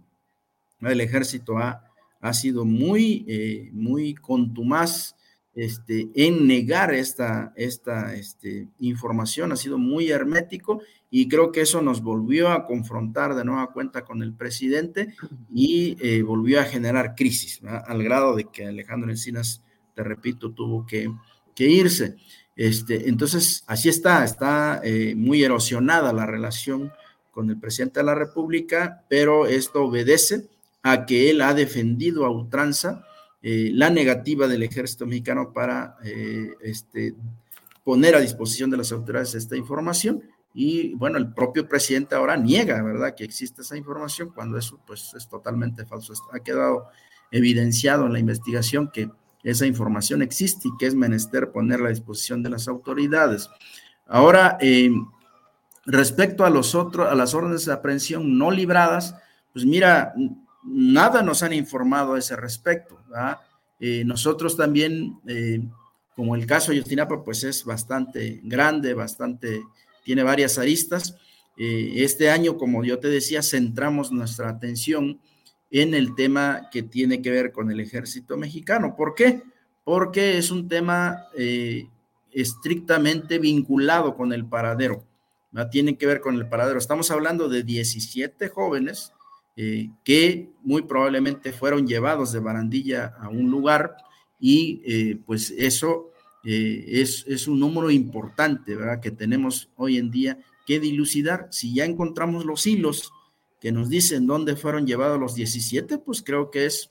El ejército ha, ha sido muy, eh, muy contumaz este, en negar esta, esta este, información, ha sido muy hermético y creo que eso nos volvió a confrontar de nueva cuenta con el presidente y eh, volvió a generar crisis, ¿verdad? Al grado de que Alejandro Encinas, te repito, tuvo que, que irse. Este, entonces, así está, está eh, muy erosionada la relación con el presidente de la República, pero esto obedece a que él ha defendido a ultranza eh, la negativa del ejército mexicano para eh, este, poner a disposición de las autoridades esta información y bueno, el propio presidente ahora niega, ¿verdad?, que existe esa información cuando eso pues es totalmente falso. Ha quedado evidenciado en la investigación que esa información existe y que es menester ponerla a disposición de las autoridades. Ahora, eh, respecto a, los otros, a las órdenes de aprehensión no libradas, pues mira, nada nos han informado a ese respecto, ¿verdad? Eh, nosotros también, eh, como el caso de Ayotzinapa, pues es bastante grande, bastante, tiene varias aristas. Eh, este año, como yo te decía, centramos nuestra atención en el tema que tiene que ver con el ejército mexicano. ¿Por qué? Porque es un tema eh, estrictamente vinculado con el paradero, ¿verdad? Tiene que ver con el paradero. Estamos hablando de diecisiete jóvenes Eh, que muy probablemente fueron llevados de Barandilla a un lugar y eh, pues eso eh, es, es un número importante, ¿verdad?, que tenemos hoy en día que dilucidar. Si ya encontramos los hilos que nos dicen dónde fueron llevados los diecisiete, pues creo que es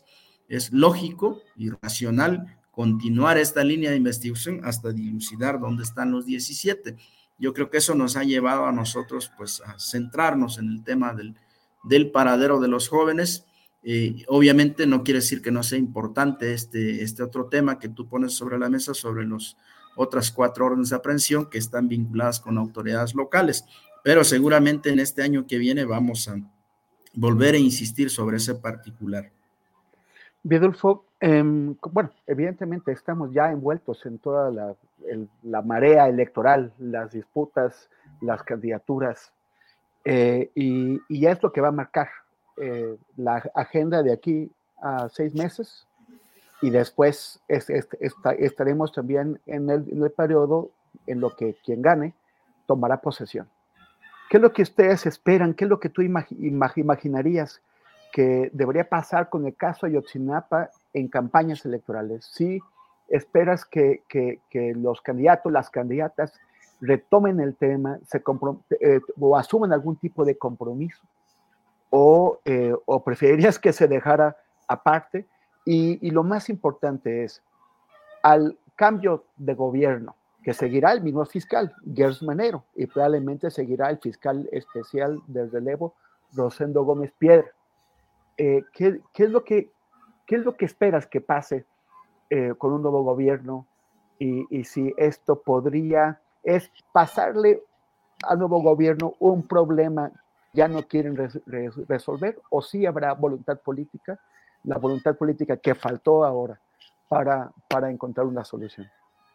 es lógico y racional continuar esta línea de investigación hasta dilucidar dónde están los diecisiete. Yo creo que eso nos ha llevado a nosotros pues a centrarnos en el tema del, del paradero de los jóvenes. Eh, obviamente no quiere decir que no sea importante este, este otro tema que tú pones sobre la mesa, sobre las otras cuatro órdenes de aprehensión que están vinculadas con autoridades locales, pero seguramente en este año que viene vamos a volver a insistir sobre ese particular. Vidulfo, eh, bueno, evidentemente estamos ya envueltos en toda la, el, la marea electoral, las disputas, las candidaturas, eh, y, y ya es lo que va a marcar eh, la agenda de aquí a seis meses, y después es, es, está, estaremos también en el, en el periodo en lo que quien gane tomará posesión. ¿Qué es lo que ustedes esperan? ¿Qué es lo que tú imag, imag, imaginarías que debería pasar con el caso Ayotzinapa en campañas electorales? ¿Sí esperas que, que, que los candidatos, las candidatas retomen el tema, se eh, o asumen algún tipo de compromiso? ¿O, eh, o preferirías que se dejara aparte? Y, y lo más importante es, al cambio de gobierno, que seguirá el mismo fiscal, Gers Manero, y probablemente seguirá el fiscal especial del relevo, Rosendo Gómez Piedra. Eh, ¿qué, qué, es lo que, ¿Qué es lo que esperas que pase eh, con un nuevo gobierno? Y, y si esto podría, es pasarle al nuevo gobierno un problema ya no quieren res, res, resolver, o sí habrá voluntad política, la voluntad política que faltó ahora para, para encontrar una solución.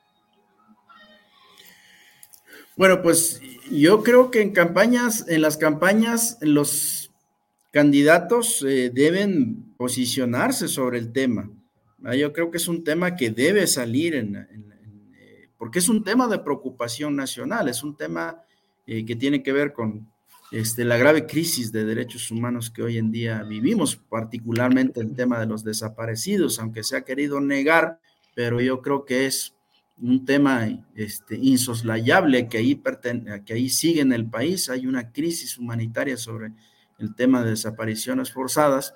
Bueno, pues yo creo que en campañas, en las campañas, los candidatos eh, deben posicionarse sobre el tema. ¿Verdad? Yo creo que es un tema que debe salir, en, en, en, eh, porque es un tema de preocupación nacional, es un tema eh, que tiene que ver con este, la grave crisis de derechos humanos que hoy en día vivimos, particularmente el tema de los desaparecidos, aunque se ha querido negar, pero yo creo que es un tema este, insoslayable que ahí, perten- que ahí sigue en el país. Hay una crisis humanitaria sobre el tema de desapariciones forzadas,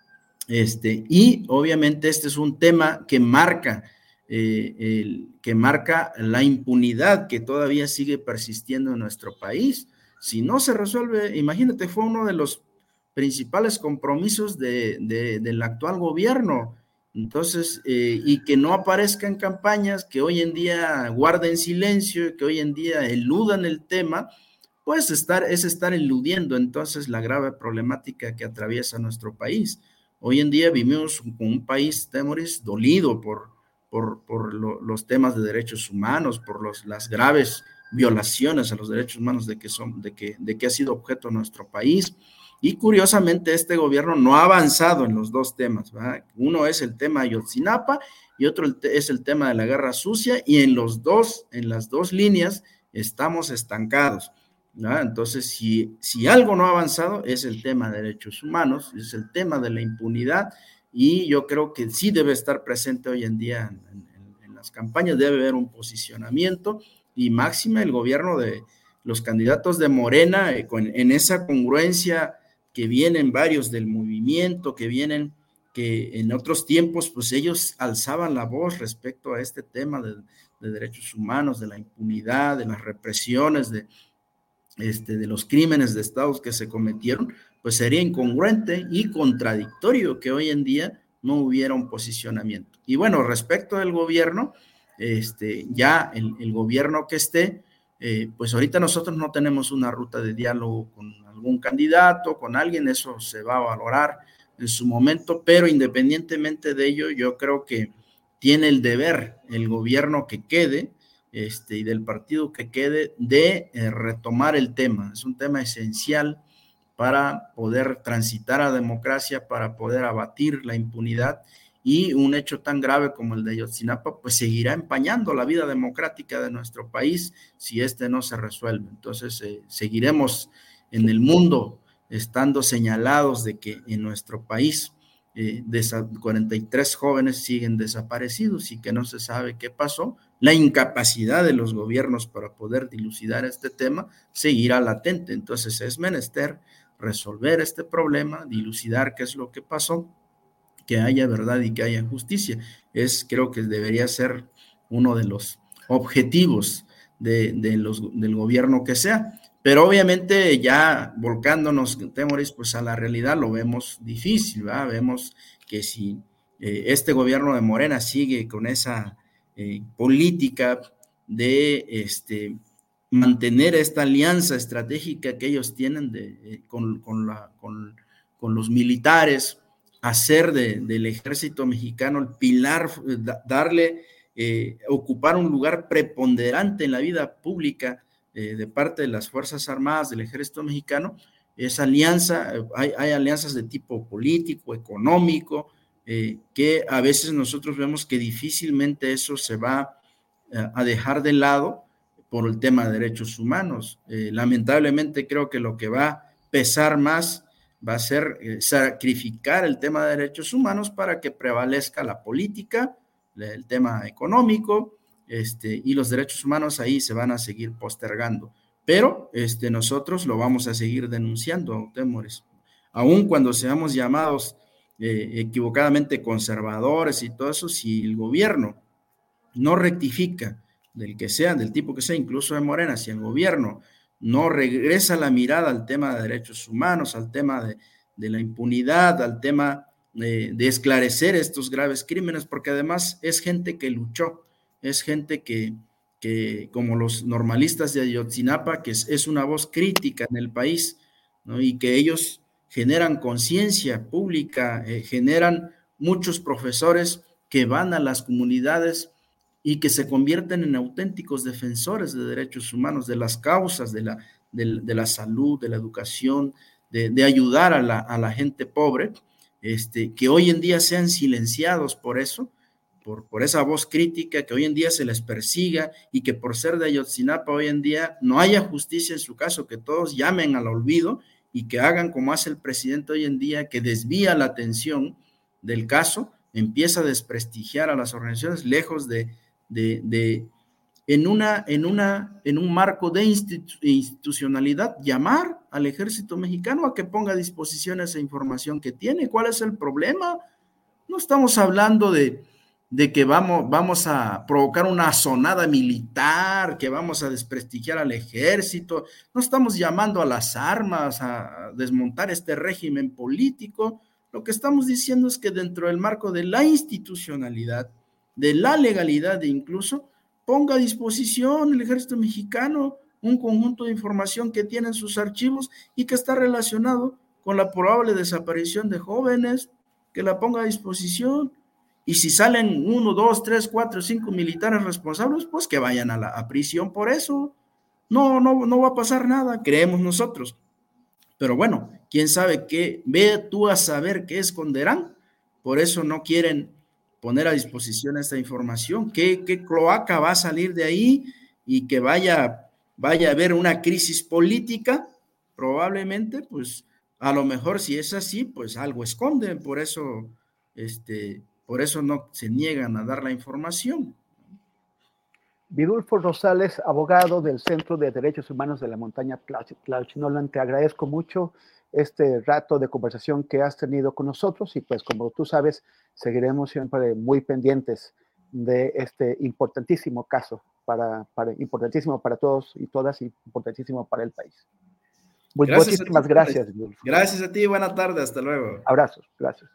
este, y obviamente este es un tema que marca, eh, el, que marca la impunidad que todavía sigue persistiendo en nuestro país. Si no se resuelve, imagínate, fue uno de los principales compromisos de, de, del actual gobierno. Entonces, eh, y que no aparezca en campañas, que hoy en día guarden silencio, que hoy en día eludan el tema, pues estar, es estar eludiendo entonces la grave problemática que atraviesa nuestro país. Hoy en día vivimos con un país, Temoris, dolido por, por, por lo, los temas de derechos humanos, por los, las graves violaciones a los derechos humanos de que, son, de que, de que ha sido objeto nuestro país. Y curiosamente este gobierno no ha avanzado en los dos temas, ¿verdad? Uno es el tema de Ayotzinapa y otro es el tema de la guerra sucia, y en los dos, en las dos líneas estamos estancados, ¿verdad? Entonces, si, si algo no ha avanzado es el tema de derechos humanos, es el tema de la impunidad, y yo creo que sí debe estar presente hoy en día en, en, en las campañas, debe haber un posicionamiento, y máxima el gobierno de los candidatos de Morena, eh, con, en esa congruencia que vienen varios del movimiento, que vienen, que en otros tiempos, pues ellos alzaban la voz respecto a este tema de, de derechos humanos, de la impunidad, de las represiones, de, este, de los crímenes de estados que se cometieron, pues sería incongruente y contradictorio que hoy en día no hubiera un posicionamiento. Y bueno, respecto del gobierno, este, ya el, el gobierno que esté, eh, pues ahorita nosotros no tenemos una ruta de diálogo con algún candidato, con alguien, eso se va a valorar en su momento, pero independientemente de ello, yo creo que tiene el deber el gobierno que quede, este, y del partido que quede, de eh, retomar el tema. Es un tema esencial para poder transitar a la democracia, para poder abatir la impunidad, y un hecho tan grave como el de Ayotzinapa, pues seguirá empañando la vida democrática de nuestro país si este no se resuelve. Entonces, eh, seguiremos en el mundo estando señalados de que en nuestro país eh, cuarenta y tres jóvenes siguen desaparecidos y que no se sabe qué pasó. La incapacidad de los gobiernos para poder dilucidar este tema seguirá latente. Entonces es menester resolver este problema, dilucidar qué es lo que pasó, que haya verdad y que haya justicia. Es, creo que debería ser uno de los objetivos de, de los, del gobierno que sea. Pero obviamente ya volcándonos, Temoris, pues a la realidad lo vemos difícil, ¿verdad? Vemos que si eh, este gobierno de Morena sigue con esa eh, política de este, mantener esta alianza estratégica que ellos tienen de, eh, con, con, la, con, con los militares, hacer de, del ejército mexicano el pilar, darle, eh, ocupar un lugar preponderante en la vida pública eh, de parte de las Fuerzas Armadas del ejército mexicano. Esa alianza, hay, hay alianzas de tipo político, económico, eh, que a veces nosotros vemos que difícilmente eso se va eh, a dejar de lado por el tema de derechos humanos. Eh, lamentablemente creo que lo que va a pesar más va a ser eh, sacrificar el tema de derechos humanos para que prevalezca la política, el tema económico, este, y los derechos humanos ahí se van a seguir postergando. Pero este, nosotros lo vamos a seguir denunciando, Temores. Aun cuando seamos llamados eh, equivocadamente conservadores y todo eso, si el gobierno no rectifica, del que sea, del tipo que sea, incluso de Morena, si el gobierno no regresa la mirada al tema de derechos humanos, al tema de, de la impunidad, al tema de, de esclarecer estos graves crímenes, porque además es gente que luchó, es gente que, que como los normalistas de Ayotzinapa, que es, es una voz crítica en el país, ¿no? Y que ellos generan conciencia pública, eh, generan muchos profesores que van a las comunidades y que se convierten en auténticos defensores de derechos humanos, de las causas de la, de, de la salud, de la educación, de, de ayudar a la, a la gente pobre, este, que hoy en día sean silenciados por eso, por, por esa voz crítica, que hoy en día se les persiga y que por ser de Ayotzinapa hoy en día no haya justicia en su caso, que todos llamen al olvido y que hagan como hace el presidente hoy en día, que desvía la atención del caso, empieza a desprestigiar a las organizaciones, lejos de De, de en, una, en, una, en un marco de institu institucionalidad, llamar al ejército mexicano a que ponga a disposición esa información que tiene. ¿Cuál es el problema? No estamos hablando de, de que vamos, vamos a provocar una asonada militar, que vamos a desprestigiar al ejército, no estamos llamando a las armas, a desmontar este régimen político. Lo que estamos diciendo es que dentro del marco de la institucionalidad, de la legalidad e incluso ponga a disposición el ejército mexicano un conjunto de información que tiene en sus archivos y que está relacionado con la probable desaparición de jóvenes, que la ponga a disposición, y si salen uno, dos, tres, cuatro, cinco militares responsables, pues que vayan a la a prisión por eso. No, no, no va a pasar nada, creemos nosotros. Pero bueno, quién sabe qué, ve tú a saber qué esconderán, por eso no quieren poner a disposición esta información, qué, qué cloaca va a salir de ahí y que vaya, vaya a haber una crisis política, probablemente, pues a lo mejor si es así, pues algo esconden, por eso, este, por eso no se niegan a dar la información. Vidulfo Rosales, abogado del Centro de Derechos Humanos de la Montaña Tlauchinolan, te agradezco mucho este rato de conversación que has tenido con nosotros y pues como tú sabes, seguiremos siempre muy pendientes de este importantísimo caso, para, para, importantísimo para todos y todas y importantísimo para el país. Muy, gracias muchísimas a ti, gracias. Vidulfo. Gracias a ti, buena tarde, hasta luego. Abrazos, gracias.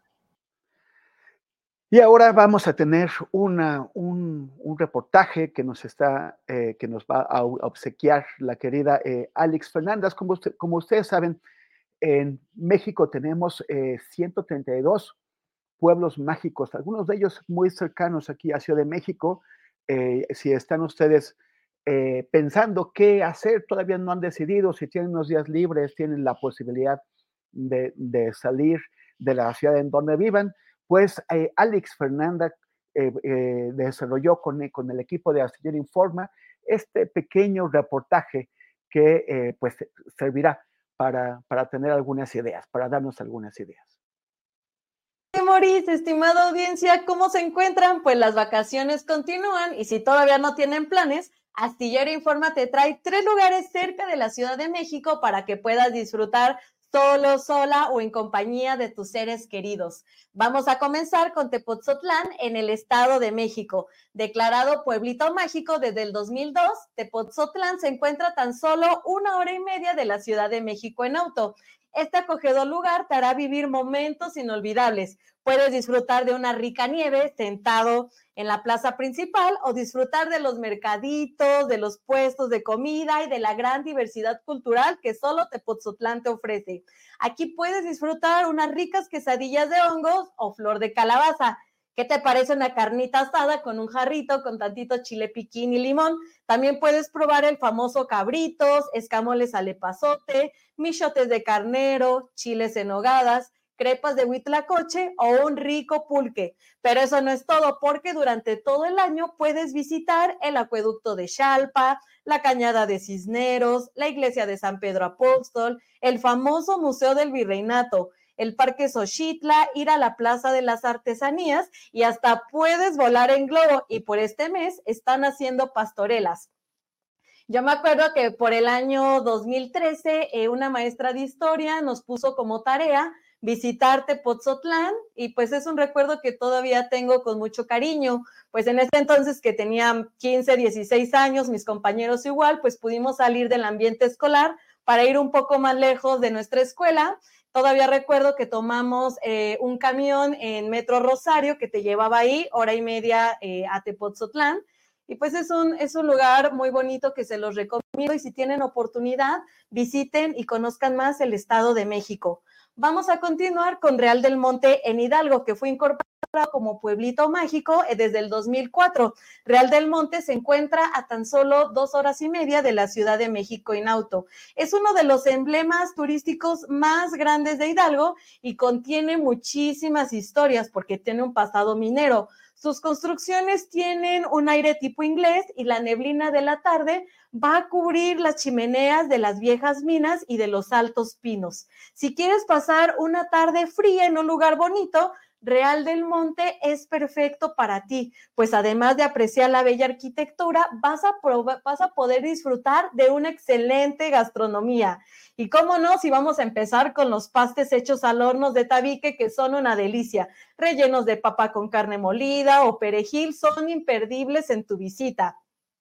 Y ahora vamos a tener una, un, un reportaje que nos, está, eh, que nos va a obsequiar la querida eh, Alex Fernández. Como, usted, como ustedes saben, en México tenemos eh, ciento treinta y dos pueblos mágicos, algunos de ellos muy cercanos aquí a Ciudad de México. Eh, si están ustedes eh, pensando qué hacer, todavía no han decidido, si tienen unos días libres, tienen la posibilidad de, de salir de la ciudad en donde vivan, pues eh, Alex Fernández eh, eh, desarrolló con, con el equipo de Astillero Informa este pequeño reportaje que eh, pues servirá Para, para tener algunas ideas, para darnos algunas ideas. Maurice, estimada audiencia, ¿cómo se encuentran? Pues las vacaciones continúan y si todavía no tienen planes, Astillero Informa te trae tres lugares cerca de la Ciudad de México para que puedas disfrutar solo, sola o en compañía de tus seres queridos. Vamos a comenzar con Tepoztlán en el Estado de México. Declarado pueblito mágico desde el dos mil dos, Tepoztlán se encuentra tan solo una hora y media de la Ciudad de México en auto. Este acogedor lugar te hará vivir momentos inolvidables. Puedes disfrutar de una rica nieve sentado en la plaza principal o disfrutar de los mercaditos, de los puestos de comida y de la gran diversidad cultural que solo Tepoztlán te ofrece. Aquí puedes disfrutar unas ricas quesadillas de hongos o flor de calabaza. ¿Qué te parece una carnita asada con un jarrito con tantito chile piquín y limón? También puedes probar el famoso cabritos, escamoles al epazote, michotes de carnero, chiles en nogadas, crepas de huitlacoche o un rico pulque. Pero eso no es todo, porque durante todo el año puedes visitar el acueducto de Xalpa, la Cañada de Cisneros, la iglesia de San Pedro Apóstol, el famoso Museo del Virreinato, el Parque Xochitla, ir a la Plaza de las Artesanías y hasta puedes volar en globo. Y por este mes están haciendo pastorelas. Yo me acuerdo que por el año dos mil trece eh, una maestra de historia nos puso como tarea visitar Tepoztlán y pues es un recuerdo que todavía tengo con mucho cariño. Pues en ese entonces que tenía quince, dieciséis años, mis compañeros igual, pues pudimos salir del ambiente escolar para ir un poco más lejos de nuestra escuela. Todavía recuerdo que tomamos eh, un camión en Metro Rosario que te llevaba ahí hora y media eh, a Tepoztlán. Y pues es un, es un lugar muy bonito que se los recomiendo y si tienen oportunidad, visiten y conozcan más el Estado de México. Vamos a continuar con Real del Monte en Hidalgo, que fue incorporado como pueblito mágico desde el dos mil cuatro. Real del Monte se encuentra a tan solo dos horas y media de la Ciudad de México en auto. Es uno de los emblemas turísticos más grandes de Hidalgo y contiene muchísimas historias porque tiene un pasado minero. Sus construcciones tienen un aire tipo inglés y la neblina de la tarde va a cubrir las chimeneas de las viejas minas y de los altos pinos. Si quieres pasar una tarde fría en un lugar bonito, Real del Monte es perfecto para ti, pues además de apreciar la bella arquitectura, vas a, probar, vas a poder disfrutar de una excelente gastronomía. Y cómo no, si vamos a empezar con los pastes hechos al horno de tabique, que son una delicia, rellenos de papa con carne molida o perejil, son imperdibles en tu visita.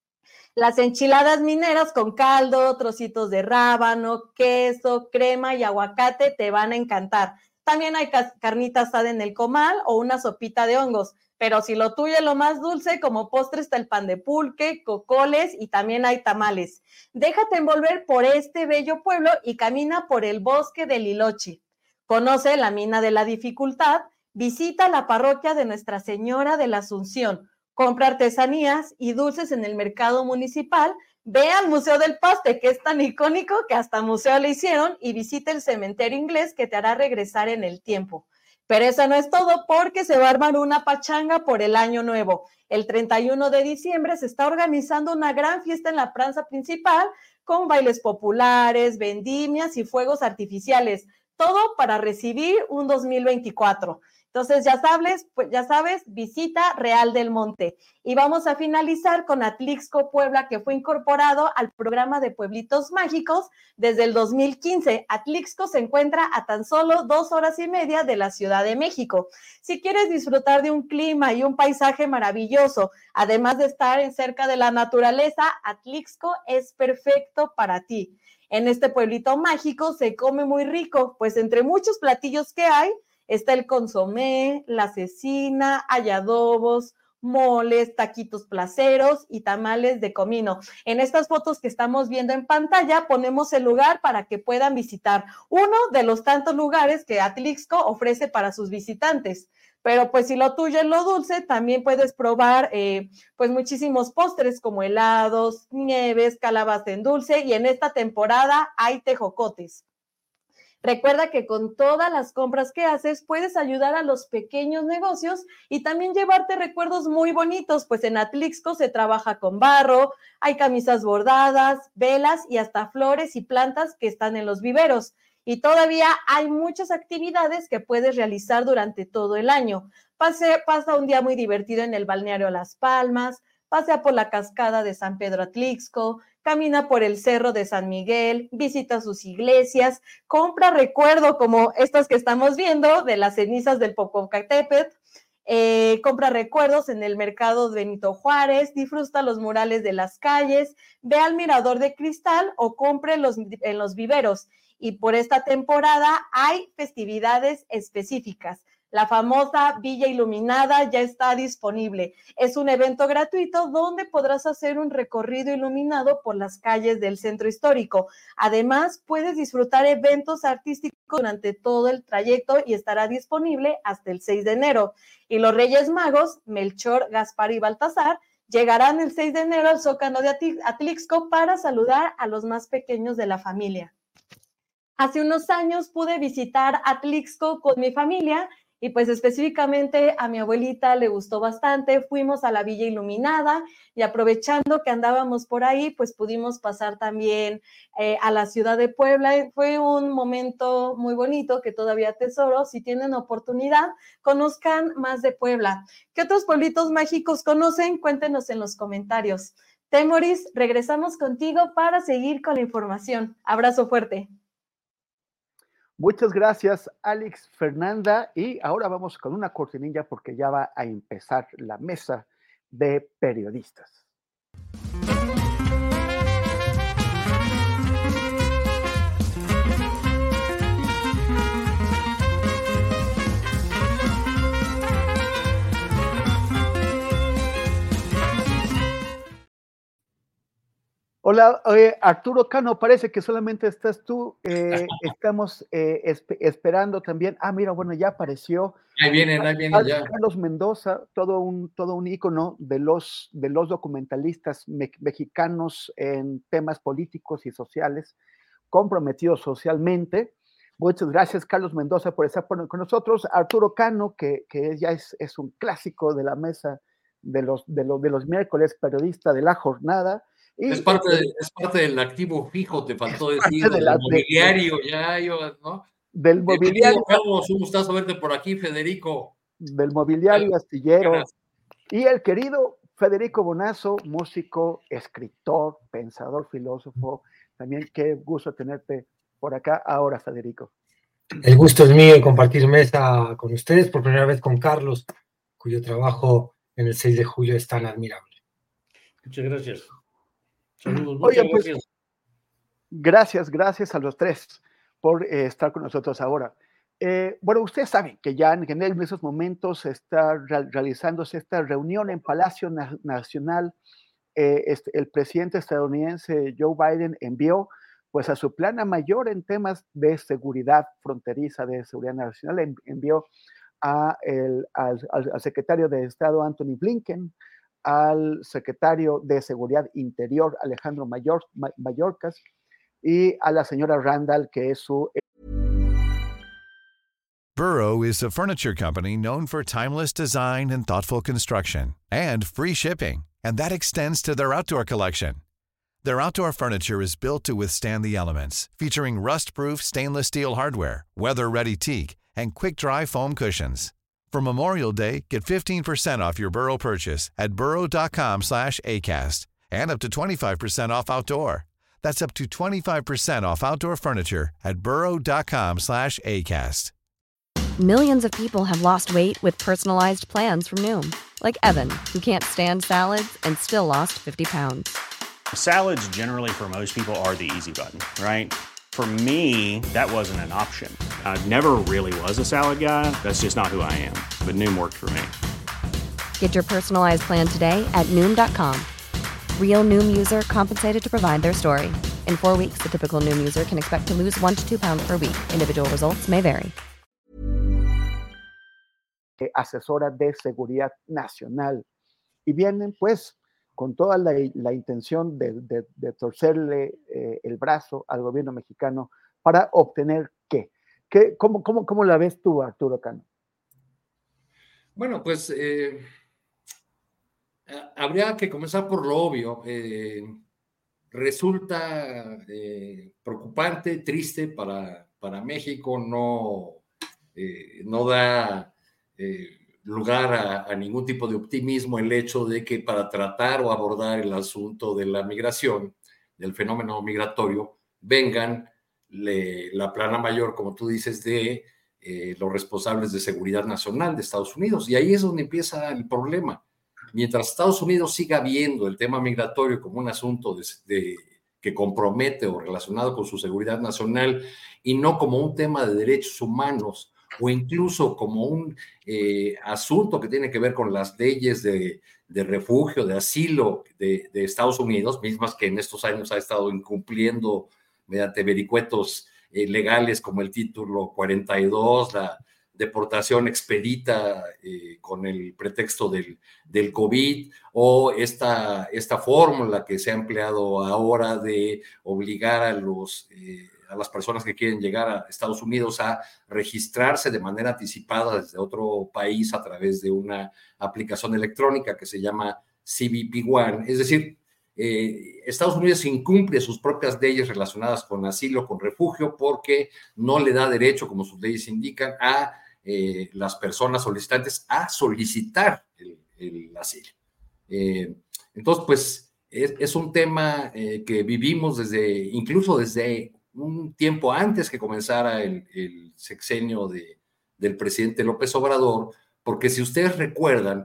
Las enchiladas mineras con caldo, trocitos de rábano, queso, crema y aguacate te van a encantar. También hay carnita asada en el comal o una sopita de hongos, pero si lo tuyo es lo más dulce, como postre está el pan de pulque, cocoles y también hay tamales. Déjate envolver por este bello pueblo y camina por el bosque de Lilochi. Conoce la mina de la dificultad, visita la parroquia de Nuestra Señora de la Asunción, compra artesanías y dulces en el mercado municipal, ve al Museo del Paste, que es tan icónico que hasta museo le hicieron, y visita el cementerio inglés que te hará regresar en el tiempo. Pero eso no es todo, porque se va a armar una pachanga por el año nuevo. El treinta y uno de diciembre se está organizando una gran fiesta en la plaza principal con bailes populares, vendimias y fuegos artificiales, todo para recibir un dos mil veinticuatro. Entonces, ya sabes, pues ya sabes, visita Real del Monte. Y vamos a finalizar con Atlixco, Puebla, que fue incorporado al programa de Pueblitos Mágicos desde el dos mil quince. Atlixco se encuentra a tan solo dos horas y media de la Ciudad de México. Si quieres disfrutar de un clima y un paisaje maravilloso, además de estar en cerca de la naturaleza, Atlixco es perfecto para ti. En este pueblito mágico se come muy rico, pues entre muchos platillos que hay, está el consomé, la cecina, hay adobos, moles, taquitos placeros y tamales de comino. En estas fotos que estamos viendo en pantalla ponemos el lugar para que puedan visitar uno de los tantos lugares que Atlixco ofrece para sus visitantes. Pero pues si lo tuyo es lo dulce, también puedes probar eh, pues muchísimos postres como helados, nieves, calabaza en dulce y en esta temporada hay tejocotes. Recuerda que con todas las compras que haces puedes ayudar a los pequeños negocios y también llevarte recuerdos muy bonitos, pues en Atlixco se trabaja con barro, hay camisas bordadas, velas y hasta flores y plantas que están en los viveros. Y todavía hay muchas actividades que puedes realizar durante todo el año. Pase, pasa un día muy divertido en el balneario Las Palmas, pasea por la cascada de San Pedro Atlixco, camina por el Cerro de San Miguel, visita sus iglesias, compra recuerdo como estas que estamos viendo de las cenizas del Popocatépetl, eh, compra recuerdos en el mercado Benito Juárez, disfruta los murales de las calles, ve al mirador de cristal o compre los, en los viveros. Y por esta temporada hay festividades específicas. La famosa Villa Iluminada ya está disponible. Es un evento gratuito donde podrás hacer un recorrido iluminado por las calles del centro histórico. Además, puedes disfrutar eventos artísticos durante todo el trayecto y estará disponible hasta el seis de enero. Y los Reyes Magos, Melchor, Gaspar y Baltasar, llegarán el seis de enero al Zócalo de Atlixco para saludar a los más pequeños de la familia. Hace unos años pude visitar Atlixco con mi familia y pues específicamente a mi abuelita le gustó bastante. Fuimos a la Villa Iluminada y aprovechando que andábamos por ahí, pues pudimos pasar también eh, a la ciudad de Puebla. Fue un momento muy bonito que todavía atesoro. Si tienen oportunidad, conozcan más de Puebla. ¿Qué otros pueblitos mágicos conocen? Cuéntenos en los comentarios. Temoris, regresamos contigo para seguir con la información. Abrazo fuerte. Muchas gracias, Alex, Fernanda, y ahora vamos con una cortinilla porque ya va a empezar la mesa de periodistas. Hola, eh, Arturo Cano, parece que solamente estás tú. Eh, estamos eh, esp- esperando también. Ah, mira, bueno, ya apareció. Ahí vienen, ahí vienen ya. Carlos Mendoza, todo un, todo un ícono de los, de los documentalistas me- mexicanos en temas políticos y sociales, comprometidos socialmente. Muchas gracias, Carlos Mendoza, por estar con nosotros. Arturo Cano, que, que ya es, es un clásico de la mesa de los, de los, de los miércoles, periodista de La Jornada. Y, es, parte eh, de, es parte del activo fijo, te faltó decir, de del la- mobiliario, ya, yo, ¿no? del mobiliario, Carlos, un gustazo verte por aquí, Federico. del mobiliario astillero. Gracias. Y el querido Federico Bonazo, músico, escritor, pensador, filósofo. También qué gusto tenerte por acá ahora, Federico. El gusto es mío de compartir mesa con ustedes, por primera vez con Carlos, cuyo trabajo en el seis de julio es tan admirable. Muchas gracias. Saludos, Oye, muchas pues, gracias. Gracias, gracias a los tres por eh, estar con nosotros ahora. Eh, bueno, ustedes saben que ya en, en esos momentos está re- realizándose esta reunión en Palacio Na- Nacional. Eh, este, el presidente estadounidense Joe Biden envió pues a su plana mayor en temas de seguridad fronteriza, de seguridad nacional, en- envió a el, al, al- al secretario de Estado Anthony Blinken, al secretario de Seguridad Interior Alejandro Mayor, Ma- Mayorkas y a la señora Randall, que es su... Burrow is a furniture company known for timeless design and thoughtful construction, and free shipping, and that extends to their outdoor collection. Their outdoor furniture is built to withstand the elements, featuring rust-proof stainless steel hardware, weather-ready teak, and quick-dry foam cushions. For Memorial Day, get fifteen percent off your Burrow purchase at burrow.com slash ACAST and up to twenty-five percent off outdoor. That's up to twenty-five percent off outdoor furniture at burrow.com slash ACAST. Millions of people have lost weight with personalized plans from Noom, like Evan, who can't stand salads and still lost fifty pounds. Salads generally for most people are the easy button, right? For me, that wasn't an option. I never really was a salad guy. That's just not who I am. But Noom worked for me. Get your personalized plan today at Noom dot com. Real Noom user compensated to provide their story. In four weeks, the typical Noom user can expect to lose one to two pounds per week. Individual results may vary. asesora de seguridad nacional y vienen pues con toda la, la intención de, de, de torcerle eh, el brazo al gobierno mexicano para obtener qué. ¿Qué cómo, cómo, ¿Cómo la ves tú, Arturo Cano? Bueno, pues eh, habría que comenzar por lo obvio. Eh, resulta eh, preocupante, triste para, para México, no, eh, no da eh, lugar a, a ningún tipo de optimismo el hecho de que para tratar o abordar el asunto de la migración del fenómeno migratorio, vengan le, la plana mayor, como tú dices, de eh, los responsables de seguridad nacional de Estados Unidos. Y ahí es donde empieza el problema. Mientras Estados Unidos siga viendo el tema migratorio como un asunto de, de, que compromete o relacionado con su seguridad nacional y no como un tema de derechos humanos o incluso como un eh, asunto que tiene que ver con las leyes de, de refugio, de asilo de, de Estados Unidos, mismas que en estos años ha estado incumpliendo mediante vericuetos eh, legales como el título cuarenta y dos, la deportación expedita eh, con el pretexto del, del COVID, o esta, esta fórmula que se ha empleado ahora de obligar a, los, eh, a las personas que quieren llegar a Estados Unidos a registrarse de manera anticipada desde otro país a través de una aplicación electrónica que se llama C B P One. Es decir, eh, Estados Unidos incumple sus propias leyes relacionadas con asilo, con refugio, porque no le da derecho, como sus leyes indican, a Eh, las personas solicitantes a solicitar el, el asilo. Eh, entonces, pues, es, es un tema eh, que vivimos desde, incluso desde un tiempo antes que comenzara el, el sexenio de, del presidente López Obrador, porque si ustedes recuerdan,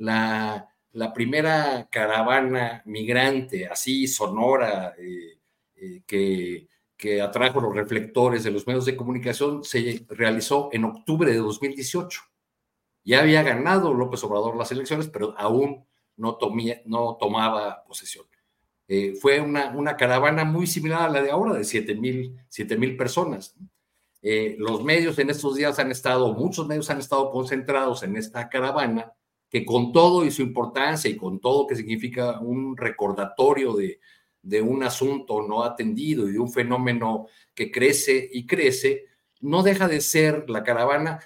la, la primera caravana migrante, así sonora, eh, eh, que... que atrajo los reflectores de los medios de comunicación, se realizó en octubre de dos mil dieciocho. Ya había ganado López Obrador las elecciones, pero aún no, tomía, no tomaba posesión. Eh, fue una, una caravana muy similar a la de ahora, de siete mil personas. Eh, los medios en estos días han estado, muchos medios han estado concentrados en esta caravana, que con todo y su importancia y con todo que significa un recordatorio de de un asunto no atendido y de un fenómeno que crece y crece, no deja de ser la caravana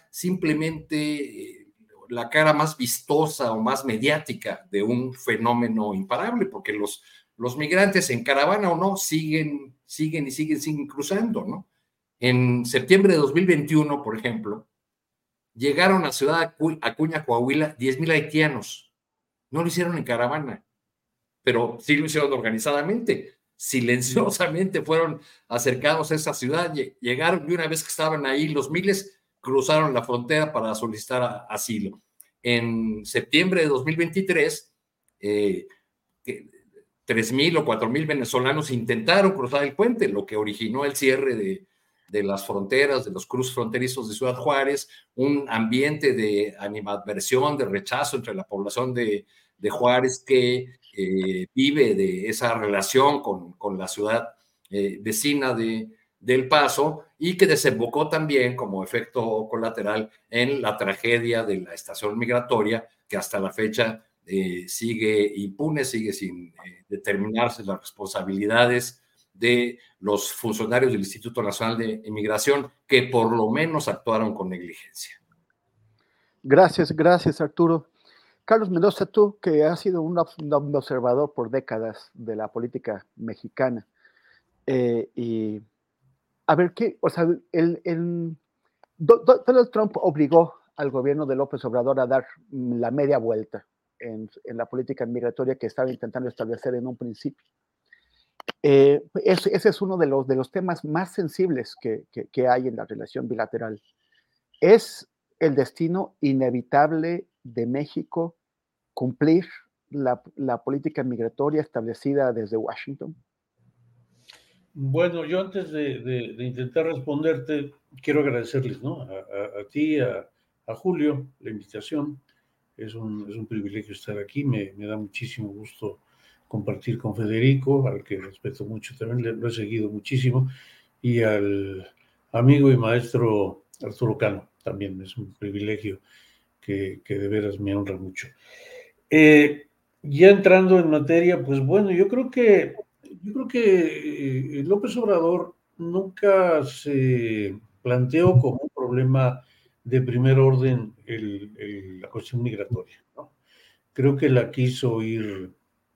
simplemente la cara más vistosa o más mediática de un fenómeno imparable, porque los, los migrantes en caravana o no siguen, siguen y siguen, siguen cruzando, ¿no? En septiembre de dos mil veintiuno, por ejemplo, llegaron a Ciudad Acuña, Coahuila, diez mil haitianos. No lo hicieron en caravana, pero sí lo hicieron organizadamente, silenciosamente fueron acercados a esa ciudad, llegaron y una vez que estaban ahí los miles, cruzaron la frontera para solicitar asilo. En septiembre de dos mil veintitrés, eh, tres mil o cuatro mil venezolanos intentaron cruzar el puente, lo que originó el cierre de, de las fronteras, de los cruces fronterizos de Ciudad Juárez, un ambiente de animadversión, de rechazo entre la población de, de Juárez que eh, vive de esa relación con, con la ciudad eh, vecina de, de El Paso, y que desembocó también como efecto colateral en la tragedia de la estación migratoria, que hasta la fecha eh, sigue impune, sigue sin eh, determinarse las responsabilidades de los funcionarios del Instituto Nacional de Inmigración, que por lo menos actuaron con negligencia. Gracias, gracias, Arturo. Carlos Mendoza, tú que has sido un, un observador por décadas de la política mexicana, eh, y a ver, ¿qué? O sea, el, el, Donald Trump obligó al gobierno de López Obrador a dar la media vuelta en, en la política migratoria que estaba intentando establecer en un principio. Eh, ese, ese es uno de los, de los temas más sensibles que, que, que hay en la relación bilateral. ¿Es el destino inevitable de México cumplir la, la política migratoria establecida desde Washington? Bueno, yo antes de, de, de intentar responderte, quiero agradecerles, ¿no? A, a, a ti, a, a Julio, la invitación. Es un, es un privilegio estar aquí, me, me da muchísimo gusto compartir con Federico, al que respeto mucho también, lo he seguido muchísimo, y al amigo y maestro Arturo Cano, también es un privilegio que, que de veras me honra mucho. Eh, ya entrando en materia, pues bueno, yo creo que yo creo que eh, López Obrador nunca se planteó como un problema de primer orden el, el, la cuestión migratoria, ¿no? Creo que la quiso ir,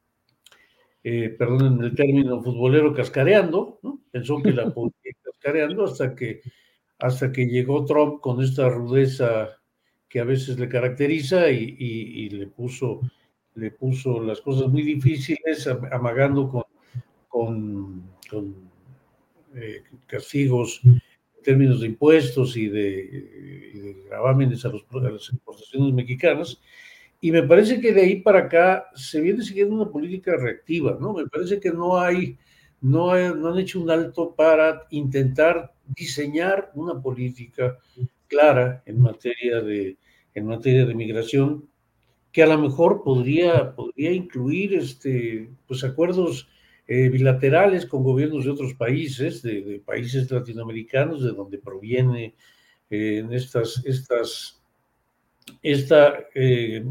eh, perdonen el término futbolero, cascareando, ¿no? Pensó que la podía ir cascareando hasta que, hasta que llegó Trump con esta rudeza que a veces le caracteriza y, y, y le puso, le puso las cosas muy difíciles, amagando con con, con eh, castigos en términos de impuestos y de, y de gravámenes a, los, a las exportaciones mexicanas. Y me parece que de ahí para acá se viene siguiendo una política reactiva, ¿no? Me parece que no hay, no, hay, no han hecho un alto para intentar diseñar una política clara en materia de, en materia de migración, que a lo mejor podría, podría incluir este, pues acuerdos eh, bilaterales con gobiernos de otros países, de, de países latinoamericanos, de donde proviene eh, estas, estas, esta... Eh,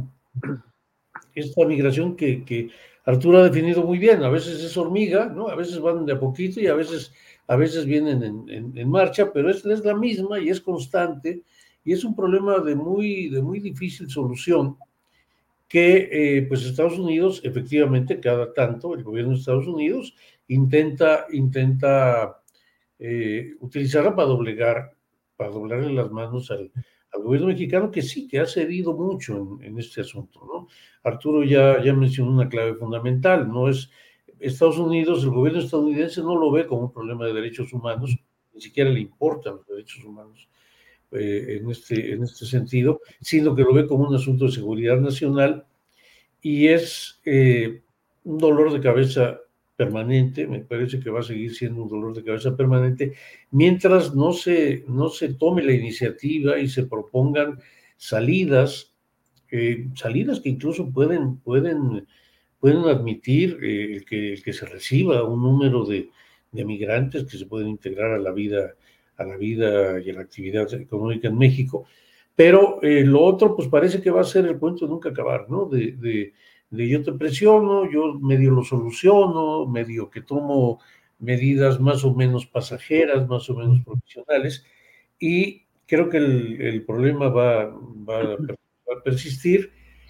esta migración que, que Arturo ha definido muy bien. A veces es hormiga, ¿no? A veces van de a poquito y a veces, a veces vienen en, en, en marcha, pero es, es la misma y es constante, y es un problema de muy, de muy difícil solución que eh, pues Estados Unidos, efectivamente, cada tanto, el gobierno de Estados Unidos intenta, intenta eh, utilizarla para doblegar, para doblarle las manos al al gobierno mexicano, que sí, que ha cedido mucho en, en este asunto, ¿no? Arturo ya, ya mencionó una clave fundamental, no es Estados Unidos, el gobierno estadounidense no lo ve como un problema de derechos humanos, ni siquiera le importan los derechos humanos eh, en, este, en este sentido, sino que lo ve como un asunto de seguridad nacional, y es eh, un dolor de cabeza permanente. Me parece que va a seguir siendo un dolor de cabeza permanente mientras no se, no se tome la iniciativa y se propongan salidas, eh, salidas que incluso pueden, pueden, pueden admitir eh, el, que, el que se reciba un número de, de migrantes que se pueden integrar a la vida, a la vida y a la actividad económica en México. Pero eh, lo otro, pues parece que va a ser el cuento de nunca acabar, ¿no? De, de de yo te presiono, yo medio lo soluciono, medio que tomo medidas más o menos pasajeras, más o menos profesionales, y creo que el, el problema va, va, va a persistir.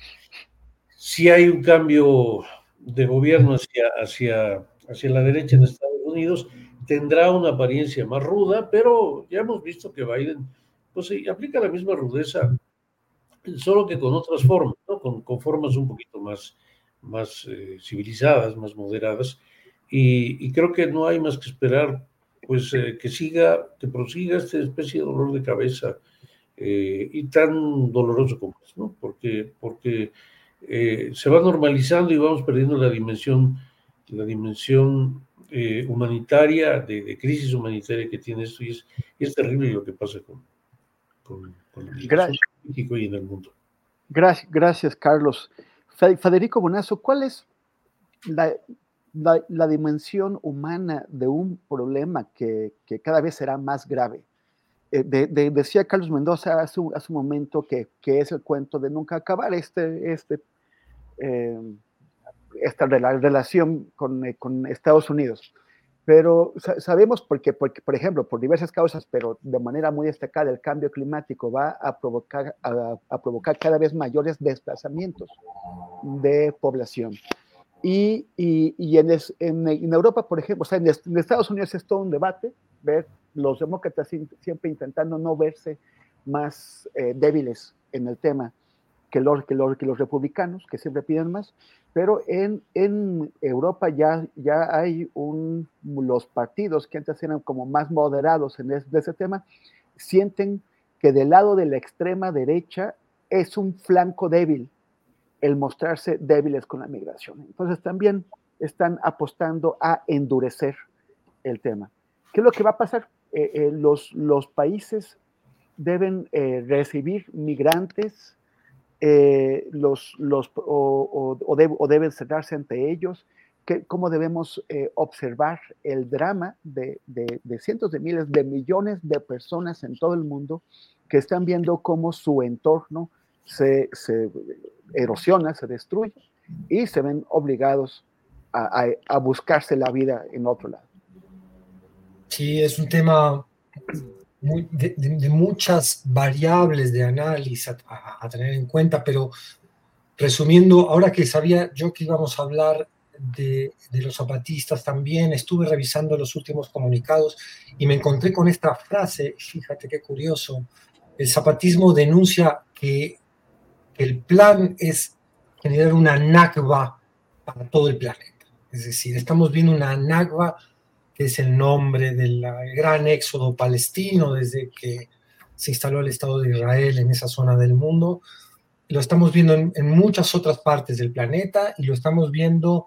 Si hay un cambio de gobierno hacia, hacia, hacia la derecha en Estados Unidos, tendrá una apariencia más ruda, pero ya hemos visto que Biden pues, sí, aplica la misma rudeza, solo que con otras formas, ¿no? con, con formas un poquito más, más eh, civilizadas, más moderadas, y, y creo que no hay más que esperar pues eh, que siga, que prosiga esta especie de dolor de cabeza eh, y tan doloroso como es, ¿no? Porque, porque eh, se va normalizando y vamos perdiendo la dimensión, la dimensión eh, humanitaria, de, de crisis humanitaria que tiene esto, y es, y es terrible lo que pasa con, con, con la migración en México y en el mundo. Gracias, gracias Carlos. Federico Bonazo, ¿cuál es la, la, la dimensión humana de un problema que, que cada vez será más grave? Eh, de, de, decía Carlos Mendoza hace un, hace un momento que, que es el cuento de nunca acabar este, este, eh, esta relación con, eh, con Estados Unidos. Pero sabemos porque, porque, por ejemplo, por diversas causas, pero de manera muy destacada, el cambio climático va a provocar, a, a provocar cada vez mayores desplazamientos de población. Y, y, y en, es, en, en Europa, por ejemplo, o sea, en, en Estados Unidos es todo un debate, ver los demócratas siempre intentando no verse más eh, débiles en el tema que los, que, los, que los republicanos, que siempre piden más. Pero en, en Europa ya, ya hay un, los partidos que antes eran como más moderados en es, de ese tema, sienten que del lado de la extrema derecha es un flanco débil el mostrarse débiles con la migración. Entonces también están apostando a endurecer el tema. ¿Qué es lo que va a pasar? Eh, eh, los, los países deben eh, recibir migrantes, Eh, los, los, o, o, o, de, o deben cerrarse ante ellos, que, cómo debemos eh, observar el drama de, de, de cientos de miles, de millones de personas en todo el mundo que están viendo cómo su entorno se, se erosiona, se destruye y se ven obligados a, a, a buscarse la vida en otro lado. Sí, es un tema Muy, de, de, de muchas variables de análisis a, a, a tener en cuenta, pero resumiendo, ahora que sabía yo que íbamos a hablar de, de los zapatistas también, estuve revisando los últimos comunicados y me encontré con esta frase, fíjate qué curioso, el zapatismo denuncia que, que el plan es generar una nakba para todo el planeta. Es decir, estamos viendo una Nakba, que es el nombre del gran éxodo palestino desde que se instaló el Estado de Israel en esa zona del mundo. Lo estamos viendo en, en muchas otras partes del planeta y lo estamos viendo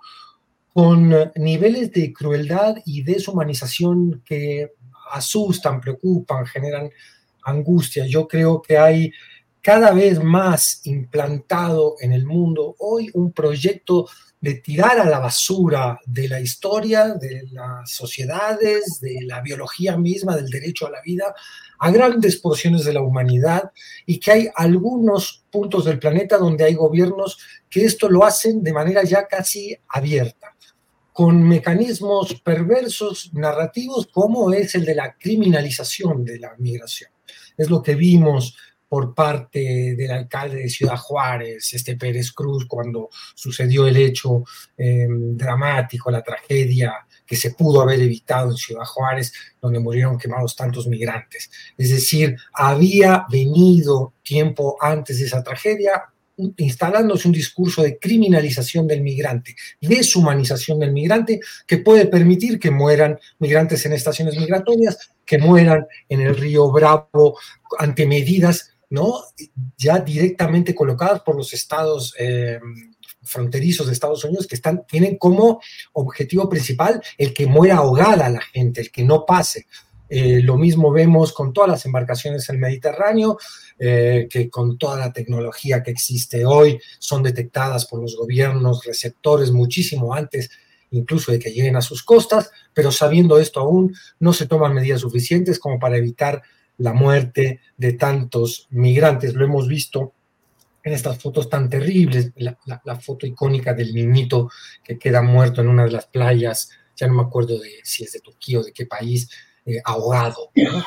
con niveles de crueldad y deshumanización que asustan, preocupan, generan angustia. Yo creo que hay cada vez más implantado en el mundo hoy un proyecto de tirar a la basura de la historia, de las sociedades, de la biología misma, del derecho a la vida, a grandes porciones de la humanidad, y que hay algunos puntos del planeta donde hay gobiernos que esto lo hacen de manera ya casi abierta, con mecanismos perversos narrativos como es el de la criminalización de la migración. Es lo que vimos por parte del alcalde de Ciudad Juárez, este Pérez Cruz, cuando sucedió el hecho eh, dramático, la tragedia que se pudo haber evitado en Ciudad Juárez, donde murieron quemados tantos migrantes. Es decir, había venido tiempo antes de esa tragedia instalándose un discurso de criminalización del migrante, deshumanización del migrante, que puede permitir que mueran migrantes en estaciones migratorias, que mueran en el río Bravo ante medidas, ¿no?, ya directamente colocadas por los estados eh, fronterizos de Estados Unidos, que están, tienen como objetivo principal el que muera ahogada la gente, el que no pase. Eh, lo mismo vemos con todas las embarcaciones en el Mediterráneo, eh, que con toda la tecnología que existe hoy son detectadas por los gobiernos receptores muchísimo antes incluso de que lleguen a sus costas, pero sabiendo esto aún no se toman medidas suficientes como para evitar la muerte de tantos migrantes. Lo hemos visto en estas fotos tan terribles, la, la, la foto icónica del niñito que queda muerto en una de las playas, ya no me acuerdo de si es de Turquía o de qué país, eh, ahogado, ¿no?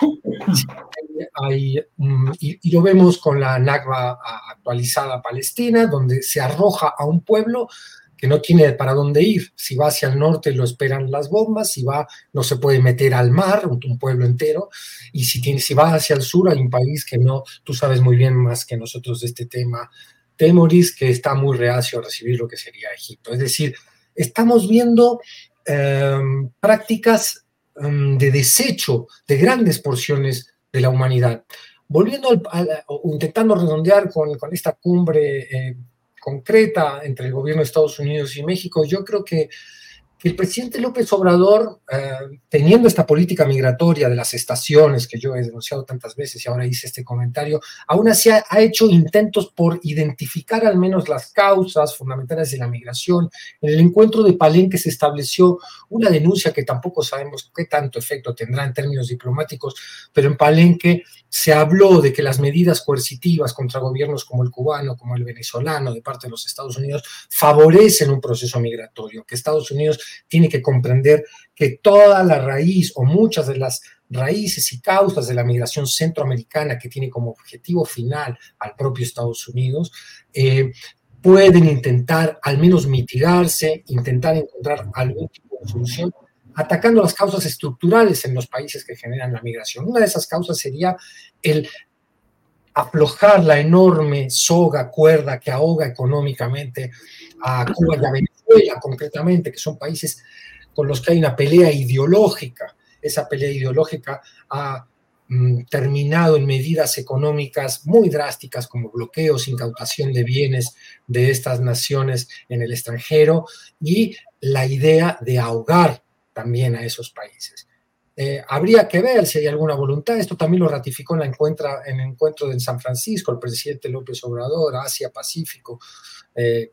Hay, um, y, y lo vemos con la Nakba actualizada palestina, donde se arroja a un pueblo que no tiene para dónde ir. Si va hacia el norte lo esperan las bombas, si va no se puede meter al mar, un, un pueblo entero, y si, tiene, si va hacia el sur hay un país que no, tú sabes muy bien más que nosotros de este tema, Temoris, que está muy reacio a recibir lo que sería Egipto. Es decir, estamos viendo eh, prácticas um, de desecho de grandes porciones de la humanidad. Volviendo al, al, intentando redondear con, con esta cumbre eh, concreta entre el gobierno de Estados Unidos y México, yo creo que, que el presidente López Obrador, eh, teniendo esta política migratoria de las estaciones que yo he denunciado tantas veces y ahora hice este comentario, aún así ha, ha hecho intentos por identificar al menos las causas fundamentales de la migración. En el encuentro de Palenque se estableció una denuncia que tampoco sabemos qué tanto efecto tendrá en términos diplomáticos, pero en Palenque se habló de que las medidas coercitivas contra gobiernos como el cubano, como el venezolano, de parte de los Estados Unidos, favorecen un proceso migratorio, que Estados Unidos tiene que comprender que toda la raíz o muchas de las raíces y causas de la migración centroamericana, que tiene como objetivo final al propio Estados Unidos, eh, pueden intentar al menos mitigarse, intentar encontrar algún tipo de solución, atacando las causas estructurales en los países que generan la migración. Una de esas causas sería el aflojar la enorme soga, cuerda que ahoga económicamente a Cuba y a Venezuela, concretamente, que son países con los que hay una pelea ideológica. Esa pelea ideológica ha mm, terminado en medidas económicas muy drásticas como bloqueos, incautación de bienes de estas naciones en el extranjero y la idea de ahogar también a esos países. Eh, habría que ver si hay alguna voluntad. Esto también lo ratificó en, la encuentra, en el encuentro de San Francisco el presidente López Obrador, Asia-Pacífico, eh,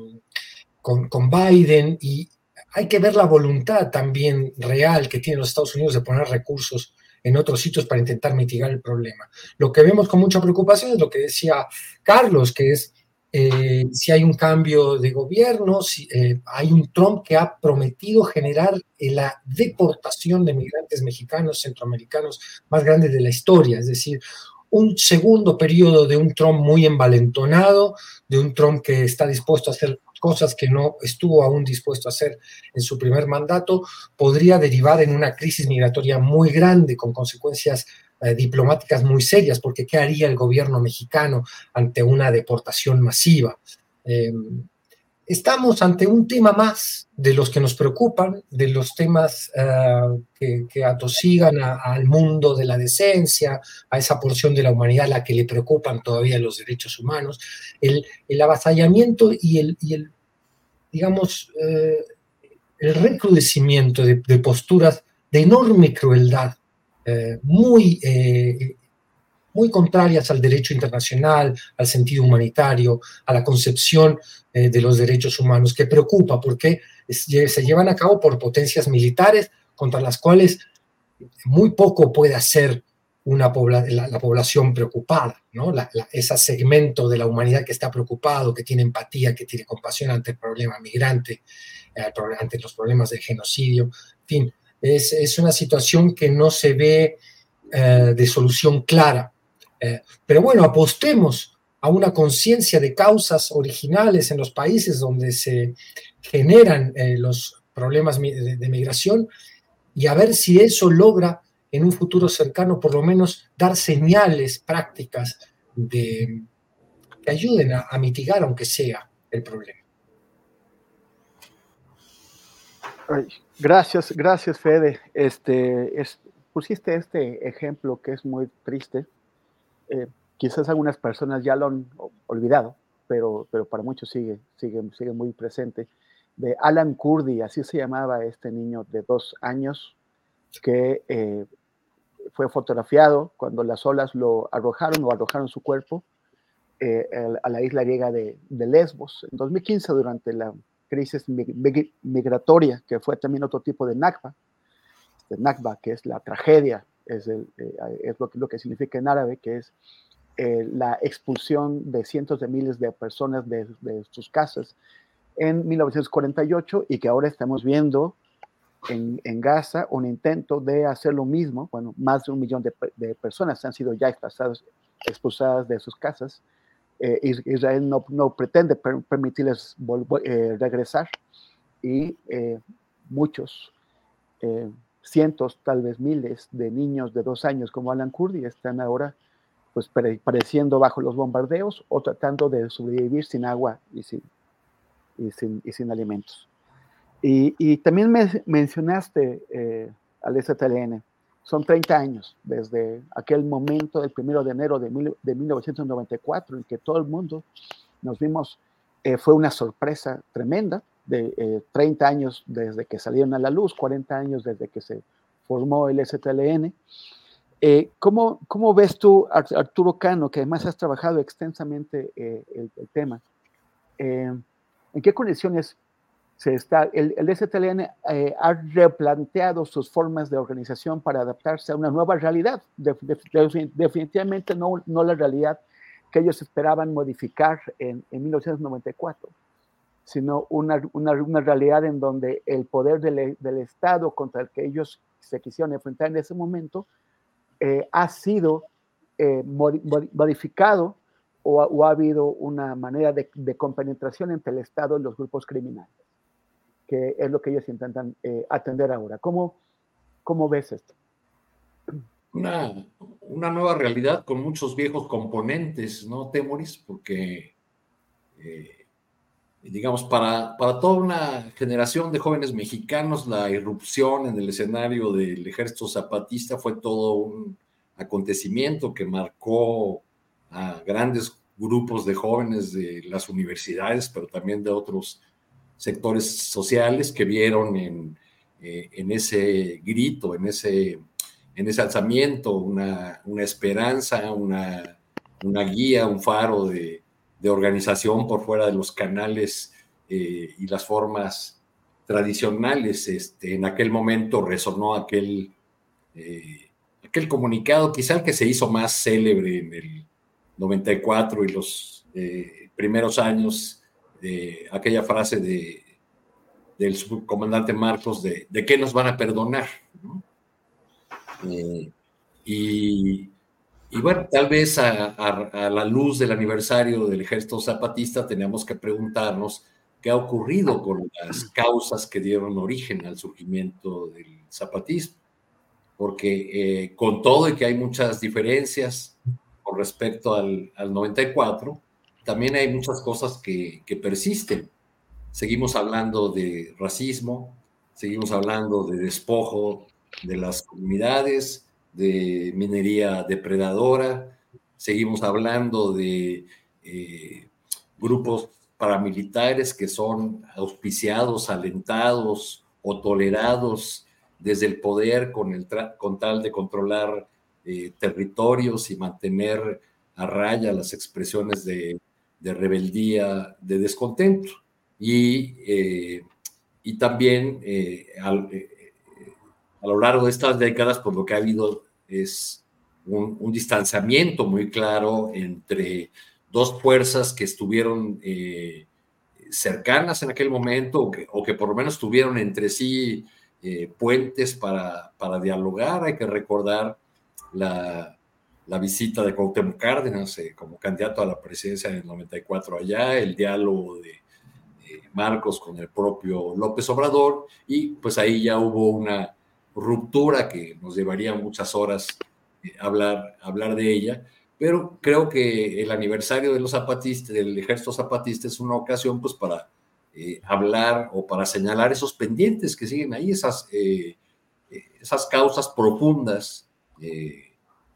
con, con Biden, y hay que ver la voluntad también real que tienen los Estados Unidos de poner recursos en otros sitios para intentar mitigar el problema. Lo que vemos con mucha preocupación es lo que decía Carlos, que es Eh, si hay un cambio de gobierno, si eh, hay un Trump que ha prometido generar eh, la deportación de migrantes mexicanos, centroamericanos más grande de la historia, es decir, un segundo periodo de un Trump muy envalentonado, de un Trump que está dispuesto a hacer cosas que no estuvo aún dispuesto a hacer en su primer mandato, podría derivar en una crisis migratoria muy grande con consecuencias Eh, diplomáticas muy serias, porque ¿qué haría el gobierno mexicano ante una deportación masiva? Eh, estamos ante un tema más de los que nos preocupan, de los temas uh, que, que atosigan a, al mundo de la decencia, a esa porción de la humanidad a la que le preocupan todavía los derechos humanos, el, el avasallamiento y el, y el digamos, eh, el recrudecimiento de, de posturas de enorme crueldad, eh, muy, eh, muy contrarias al derecho internacional, al sentido humanitario, a la concepción eh, de los derechos humanos, que preocupa porque es, se llevan a cabo por potencias militares contra las cuales muy poco puede hacer una pobla, la, la población preocupada, ¿no? La, la, ese segmento de la humanidad que está preocupado, que tiene empatía, que tiene compasión ante el problema migrante, eh, ante los problemas de genocidio, en fin, es, es una situación que no se ve eh, de solución clara. Eh, pero bueno, apostemos a una conciencia de causas originales en los países donde se generan eh, los problemas de, de migración y a ver si eso logra en un futuro cercano por lo menos dar señales prácticas de, que ayuden a, a mitigar, aunque sea, el problema. Ay, gracias, gracias Fede. Este, es, pusiste este ejemplo que es muy triste. Eh, quizás algunas personas ya lo han olvidado, pero, pero para muchos sigue, sigue, sigue muy presente, de Alan Kurdi, así se llamaba este niño de dos años, que eh, fue fotografiado cuando las olas lo arrojaron o arrojaron su cuerpo eh, a la isla griega de, de Lesbos en dos mil quince durante la crisis mig migratoria, que fue también otro tipo de Nakba, de Nakba, que es la tragedia, es, el, eh, es lo, que, lo que significa en árabe, que es eh, la expulsión de cientos de miles de personas de, de sus casas en mil novecientos cuarenta y ocho, y que ahora estamos viendo En, en Gaza un intento de hacer lo mismo. Bueno, más de un millón de, de personas han sido ya expulsadas, expulsadas de sus casas. Eh, Israel no, no pretende per, permitirles eh, regresar y eh, muchos, eh, cientos, tal vez miles de niños de dos años como Alan Kurdi están ahora pues pereciendo bajo los bombardeos o tratando de sobrevivir sin agua y sin, y sin, y sin alimentos. Y, y también me mencionaste eh, al S T L N, son treinta años desde aquel momento del primero de enero de, mil, de mil novecientos noventa y cuatro en que todo el mundo nos vimos, eh, fue una sorpresa tremenda, de eh, treinta años desde que salieron a la luz, cuarenta años desde que se formó el S T L N. Eh, ¿cómo, ¿Cómo ves tú, Arturo Cano, que además has trabajado extensamente eh, el, el tema? Eh, ¿En qué condiciones se está, el, el S T L N eh, ha replanteado sus formas de organización para adaptarse a una nueva realidad? De, de, de, definitivamente no, no la realidad que ellos esperaban modificar en, en mil novecientos noventa y cuatro, sino una, una, una realidad en donde el poder del, del Estado contra el que ellos se quisieron enfrentar en ese momento eh, ha sido eh, modificado o, o ha habido una manera de, de compenetración entre el Estado y los grupos criminales, que es lo que ellos intentan eh, atender ahora. ¿Cómo, cómo ves esto? Una, una nueva realidad con muchos viejos componentes, ¿no, Temoris? Porque, eh, digamos, para, para toda una generación de jóvenes mexicanos, la irrupción en el escenario del Ejército Zapatista fue todo un acontecimiento que marcó a grandes grupos de jóvenes de las universidades, pero también de otros sectores sociales que vieron en, eh, en ese grito, en ese, en ese alzamiento, una, una esperanza, una, una guía, un faro de, de organización por fuera de los canales eh, y las formas tradicionales. Este, en aquel momento resonó aquel, eh, aquel comunicado, quizá el que se hizo más célebre en el noventa y cuatro y los eh, primeros años, de aquella frase de, del subcomandante Marcos de, de qué nos van a perdonar, ¿no? Eh, y, y bueno, tal vez a, a, a la luz del aniversario del Ejército Zapatista tenemos que preguntarnos qué ha ocurrido con las causas que dieron origen al surgimiento del zapatismo, porque eh, con todo y que hay muchas diferencias con respecto al, al noventa y cuatro, también hay muchas cosas que, que persisten. seguimos hablando de racismo, seguimos hablando de despojo de las comunidades, de minería depredadora, seguimos hablando de eh, grupos paramilitares que son auspiciados, alentados o tolerados desde el poder con, el con tal de controlar eh, territorios y mantener a raya las expresiones de, de rebeldía, de descontento. Y, eh, y también eh, al, eh, a lo largo de estas décadas, pues lo que ha habido es un, un distanciamiento muy claro entre dos fuerzas que estuvieron eh, cercanas en aquel momento, o que, o que por lo menos tuvieron entre sí eh, puentes para, para dialogar. Hay que recordar la, la visita de Cuauhtémoc Cárdenas eh, como candidato a la presidencia en el noventa y cuatro allá, el diálogo de eh, Marcos con el propio López Obrador, y pues ahí ya hubo una ruptura que nos llevaría muchas horas eh, hablar, hablar de ella. Pero creo que el aniversario de los zapatistas, del Ejército Zapatista, es una ocasión pues para eh, hablar o para señalar esos pendientes que siguen ahí, esas, eh, esas causas profundas. Eh,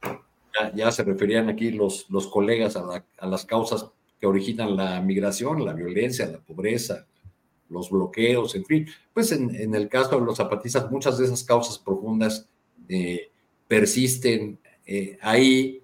ya, ya se referían aquí los, los colegas a, la, a las causas que originan la migración, la violencia, la pobreza, los bloqueos, en fin. Pues en, en el caso de los zapatistas, muchas de esas causas profundas eh, persisten eh, ahí.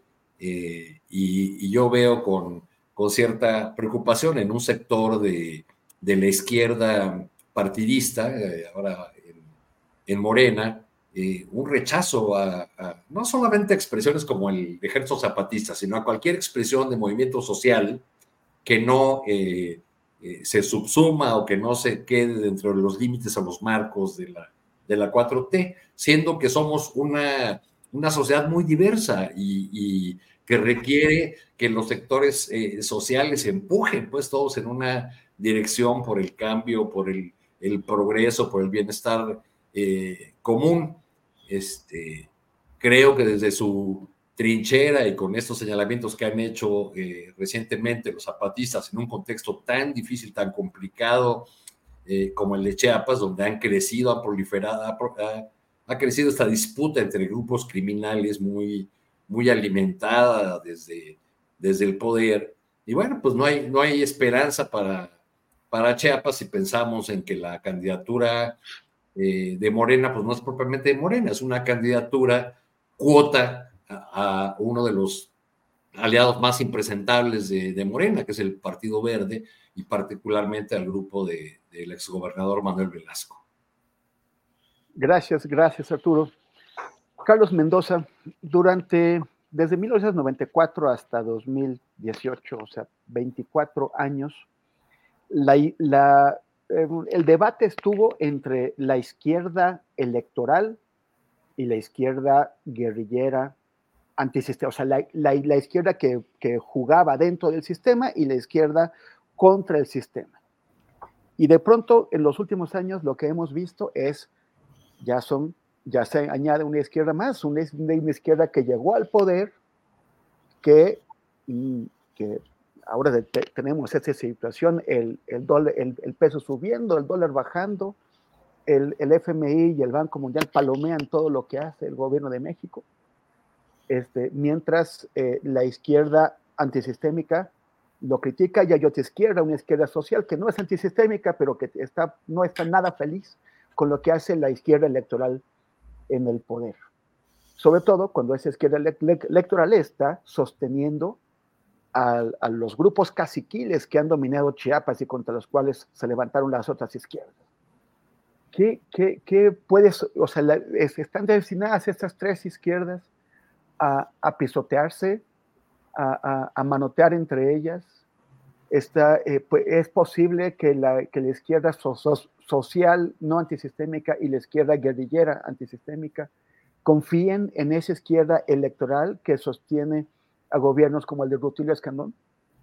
Eh, y, y yo veo con, con cierta preocupación en un sector de, de la izquierda partidista, eh, ahora en, en Morena, eh, un rechazo a, a no solamente a expresiones como el Ejército Zapatista, sino a cualquier expresión de movimiento social que no eh, eh, se subsuma o que no se quede dentro de los límites o los marcos de la, de la cuatro T, siendo que somos una, una sociedad muy diversa y, y que requiere que los sectores eh, sociales empujen pues todos en una dirección por el cambio, por el, el progreso, por el bienestar eh, común. Este, creo que desde su trinchera y con estos señalamientos que han hecho eh, recientemente los zapatistas en un contexto tan difícil, tan complicado eh, como el de Chiapas, donde han crecido, ha proliferado, ha, ha, ha crecido esta disputa entre grupos criminales muy muy alimentada desde, desde el poder, y bueno, pues no hay, no hay esperanza para, para Chiapas si pensamos en que la candidatura eh, de Morena, pues no es propiamente de Morena, es una candidatura cuota a, a uno de los aliados más impresentables de, de Morena, que es el Partido Verde, y particularmente al grupo de, del exgobernador Manuel Velasco. Gracias, gracias Arturo. Carlos Mendoza, durante, desde mil novecientos noventa y cuatro hasta dos mil dieciocho, o sea, veinticuatro años, la, la, eh, el debate estuvo entre la izquierda electoral y la izquierda guerrillera antisistema, o sea, la, la, la izquierda que, que jugaba dentro del sistema y la izquierda contra el sistema. Y de pronto, en los últimos años, lo que hemos visto es, ya son ya se añade una izquierda más, una, una izquierda que llegó al poder, que, que ahora de, de, tenemos esta situación, el, el, dólar, el, el peso subiendo, el dólar bajando, el, el F M I y el Banco Mundial palomean todo lo que hace el gobierno de México, este, mientras eh, la izquierda antisistémica lo critica, y hay otra izquierda, una izquierda social que no es antisistémica, pero que está, no está nada feliz con lo que hace la izquierda electoral en el poder, sobre todo cuando esa izquierda electoral está sosteniendo a, a los grupos caciquiles que han dominado Chiapas y contra los cuales se levantaron las otras izquierdas. ¿Qué, qué, qué puedes, o sea, la, es, están destinadas estas tres izquierdas a, a pisotearse, a, a, a manotear entre ellas? Está, eh, pues, es posible que la, que la izquierda so, so, social no antisistémica y la izquierda guerrillera antisistémica confíen en esa izquierda electoral que sostiene a gobiernos como el de Rutilio Escandón.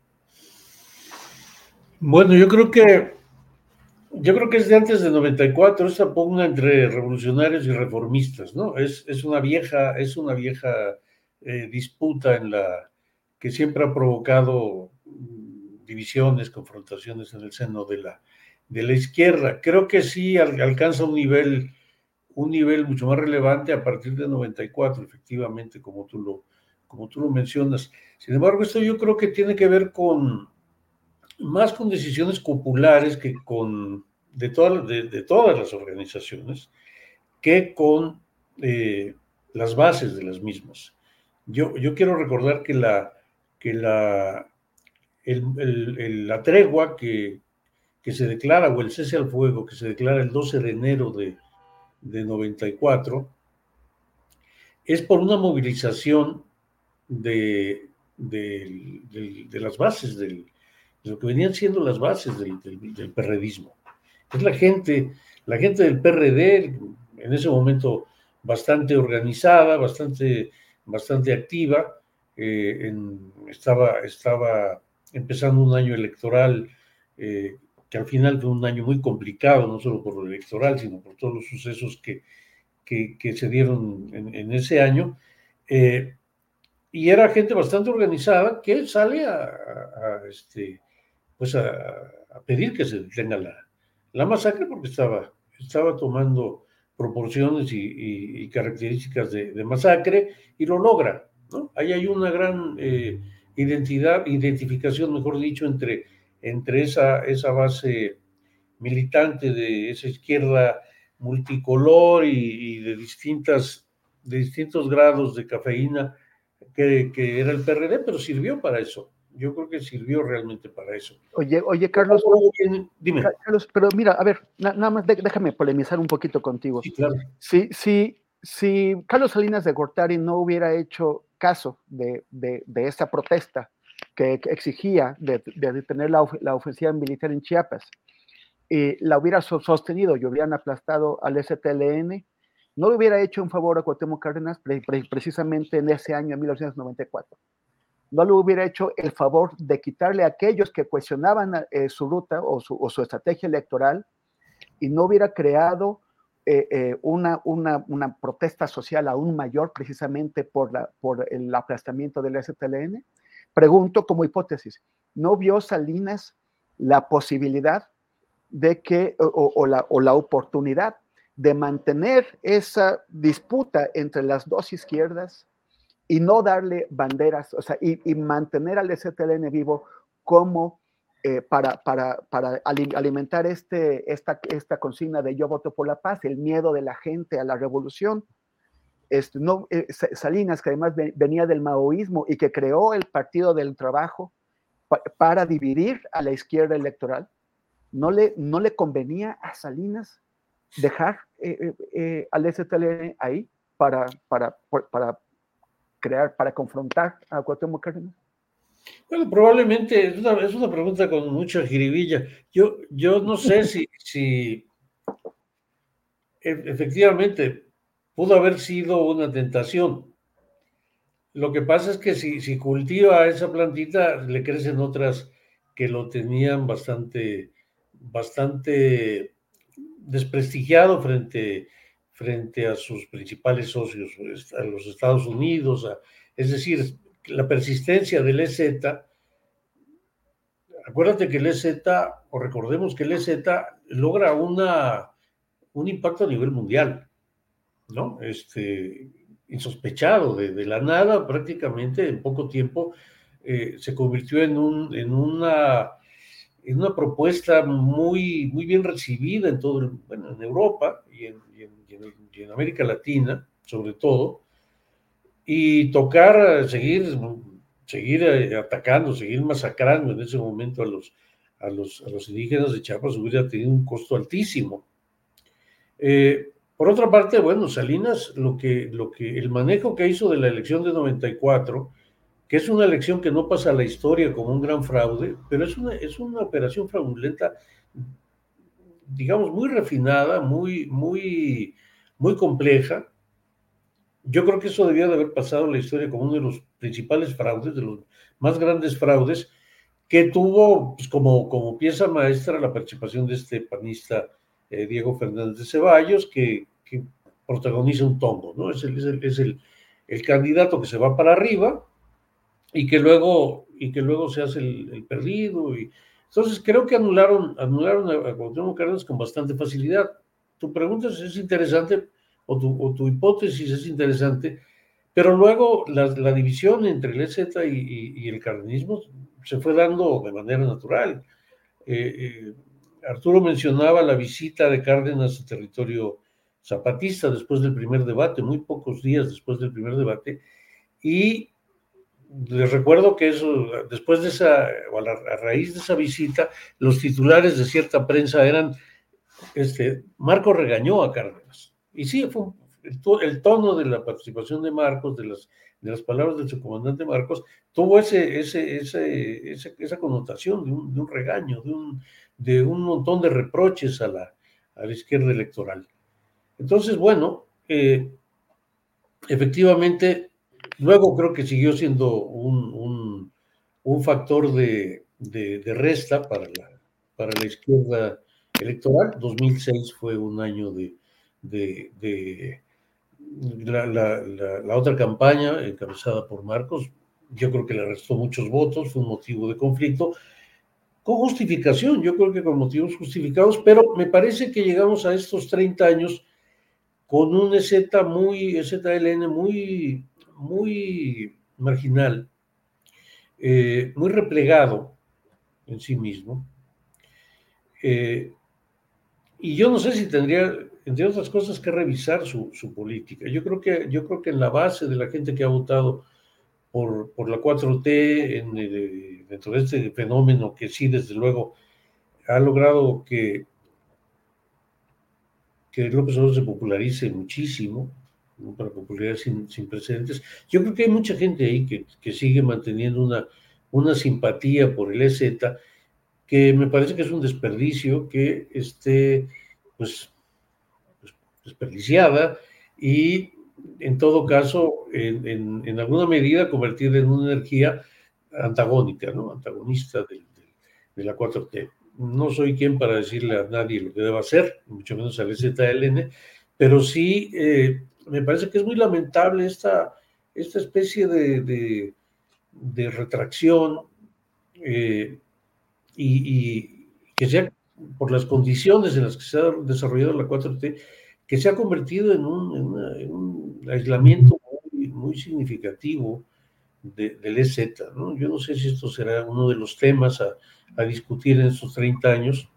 Bueno, yo creo que yo creo que es de antes de noventa y cuatro, esta pugna entre revolucionarios y reformistas, ¿no? Es, es una vieja, es una vieja eh, disputa en la que siempre ha provocado divisiones, confrontaciones en el seno de la, de la izquierda. Creo que sí al, alcanza un nivel, un nivel mucho más relevante a partir de noventa y cuatro, efectivamente, como tú lo, como tú lo mencionas. Sin embargo, esto yo creo que tiene que ver con, más con decisiones populares que con, de, todas, de, de todas las organizaciones, que con eh, las bases de las mismas. Yo, yo quiero recordar que la, que la, el, el, el, la tregua que, que se declara, o el cese al fuego que se declara el doce de enero de, de noventa y cuatro, es por una movilización de, de, de, de las bases, del, de lo que venían siendo las bases del, del, del perredismo. Es la gente, la gente del P R D, en ese momento bastante organizada, bastante, bastante activa, eh, en, estaba, estaba empezando un año electoral eh, que al final fue un año muy complicado, no solo por lo electoral, sino por todos los sucesos que, que, que se dieron en, en ese año, eh, y era gente bastante organizada que sale a, a, a este, pues a, a pedir que se detenga la, la masacre, porque estaba, estaba tomando proporciones y, y, y características de, de masacre, y lo logra, ¿no? Ahí hay una gran eh, identidad, identificación, mejor dicho, entre, entre esa, esa base militante de esa izquierda multicolor y, y de, distintas, de distintos grados de cafeína que, que era el P R D, pero sirvió para eso. Yo creo que sirvió realmente para eso. Oye, oye, Carlos, dime. Carlos, pero mira, a ver, na, nada más de, déjame polemizar un poquito contigo. Sí, claro. Si, si, si Carlos Salinas de Gortari no hubiera hecho caso de, de, de esa protesta que, que exigía de, de detener la, la ofensiva militar en Chiapas, y la hubiera sostenido y hubieran aplastado al S T L N, no le hubiera hecho un favor a Cuauhtémoc Cárdenas pre, pre, precisamente en ese año, en mil novecientos noventa y cuatro. No le hubiera hecho el favor de quitarle a aquellos que cuestionaban eh, su ruta o su, o su estrategia electoral, y no hubiera creado eh, eh, una, una, una protesta social aún mayor precisamente por, la, por el aplastamiento del S T L N. Pregunto como hipótesis, ¿no vio Salinas la posibilidad de que, o, o, la, o la oportunidad de mantener esa disputa entre las dos izquierdas y no darle banderas, o sea, y, y mantener al S T L N vivo como eh, para, para, para alimentar este, esta, esta consigna de yo voto por la paz, el miedo de la gente a la revolución? Este, no, eh, Salinas, que además venía del maoísmo y que creó el Partido del Trabajo pa, para dividir a la izquierda electoral, ¿no le, no le convenía a Salinas dejar eh, eh, al S T L N ahí para, para, para crear, para confrontar a Cuauhtémoc Cárdenas? Bueno, probablemente es una, es una pregunta con mucha jiribilla. Yo, yo no sé si, si efectivamente pudo haber sido una tentación. Lo que pasa es que si, si cultiva esa plantita, le crecen otras que lo tenían bastante, bastante desprestigiado frente, frente a sus principales socios, a los Estados Unidos, a, es decir, la persistencia del E Z. Acuérdate que el E Z, o recordemos que el E Z logra una, un impacto a nivel mundial, ¿no? Este, insospechado, de, de la nada, prácticamente en poco tiempo, eh, se convirtió en, un, en, una, en una propuesta muy, muy bien recibida en todo el, bueno, en Europa y en, y, en, y, en, y en América Latina, sobre todo, y tocar, seguir, seguir atacando, seguir masacrando en ese momento a los, a los, a los indígenas de Chiapas hubiera tenido un costo altísimo. Eh, Por otra parte, bueno, Salinas, lo que, lo que, el manejo que hizo de la elección de noventa y cuatro, que es una elección que no pasa a la historia como un gran fraude, pero es una, es una operación fraudulenta, digamos, muy refinada, muy, muy, muy compleja. Yo creo que eso debía de haber pasado a la historia como uno de los principales fraudes, de los más grandes fraudes, que tuvo pues, como, como pieza maestra la participación de este panista Eh, Diego Fernández de Ceballos, que, que protagoniza un tongo, ¿no? Es, el, es, el, es el, el candidato que se va para arriba y que luego, y que luego se hace el, el perdido y Entonces, creo que anularon, anularon a, a Cuauhtémoc Cárdenas con bastante facilidad. Tu pregunta es interesante, o tu, o tu hipótesis es interesante, pero luego la, la división entre el E Z y, y, y el cardenismo se fue dando de manera natural. Eh, eh, Arturo mencionaba la visita de Cárdenas a territorio zapatista después del primer debate, muy pocos días después del primer debate, y les recuerdo que eso, después de esa, o a, la, a raíz de esa visita, los titulares de cierta prensa eran, este, Marcos regañó a Cárdenas. Y sí, fue el, el tono de la participación de Marcos, de las, de las palabras del subcomandante Marcos, tuvo ese, ese, ese, ese, esa connotación de un, de un regaño, de un, de un montón de reproches a la, a la izquierda electoral. Entonces, bueno, eh, efectivamente, luego creo que siguió siendo un, un, un factor de, de, de resta para la, para la izquierda electoral. dos mil seis fue un año de, de, de la, la, la, la otra campaña encabezada por Marcos, yo creo que le restó muchos votos, fue un motivo de conflicto, con justificación, yo creo que con motivos justificados, pero me parece que llegamos a estos treinta años con un E Z muy, E Z L N muy, muy marginal, eh, muy replegado en sí mismo, eh, y yo no sé si tendría, entre otras cosas, que revisar su, su política. Yo creo que, yo creo que en la base de la gente que ha votado por, por la cuatro T, en el, dentro de este fenómeno que sí, desde luego, ha logrado que, que López Obrador se popularice muchísimo, una popularidad sin, sin precedentes. Yo creo que hay mucha gente ahí que, que sigue manteniendo una, una simpatía por el E Z, que me parece que es un desperdicio que esté, pues, pues desperdiciada y, en todo caso, en, en, en alguna medida convertida en una energía antagónica, ¿no? Antagonista de, de, de la cuatro T. No soy quien para decirle a nadie lo que deba hacer, mucho menos al E Z L N, pero sí eh, me parece que es muy lamentable esta, esta especie de, de, de retracción eh, y, y que sea por las condiciones en las que se ha desarrollado la cuatro T, que se ha convertido en un, en una, en un aislamiento muy, muy significativo de, del E Z, ¿no? Yo no sé si esto será uno de los temas a, a discutir en estos treinta años.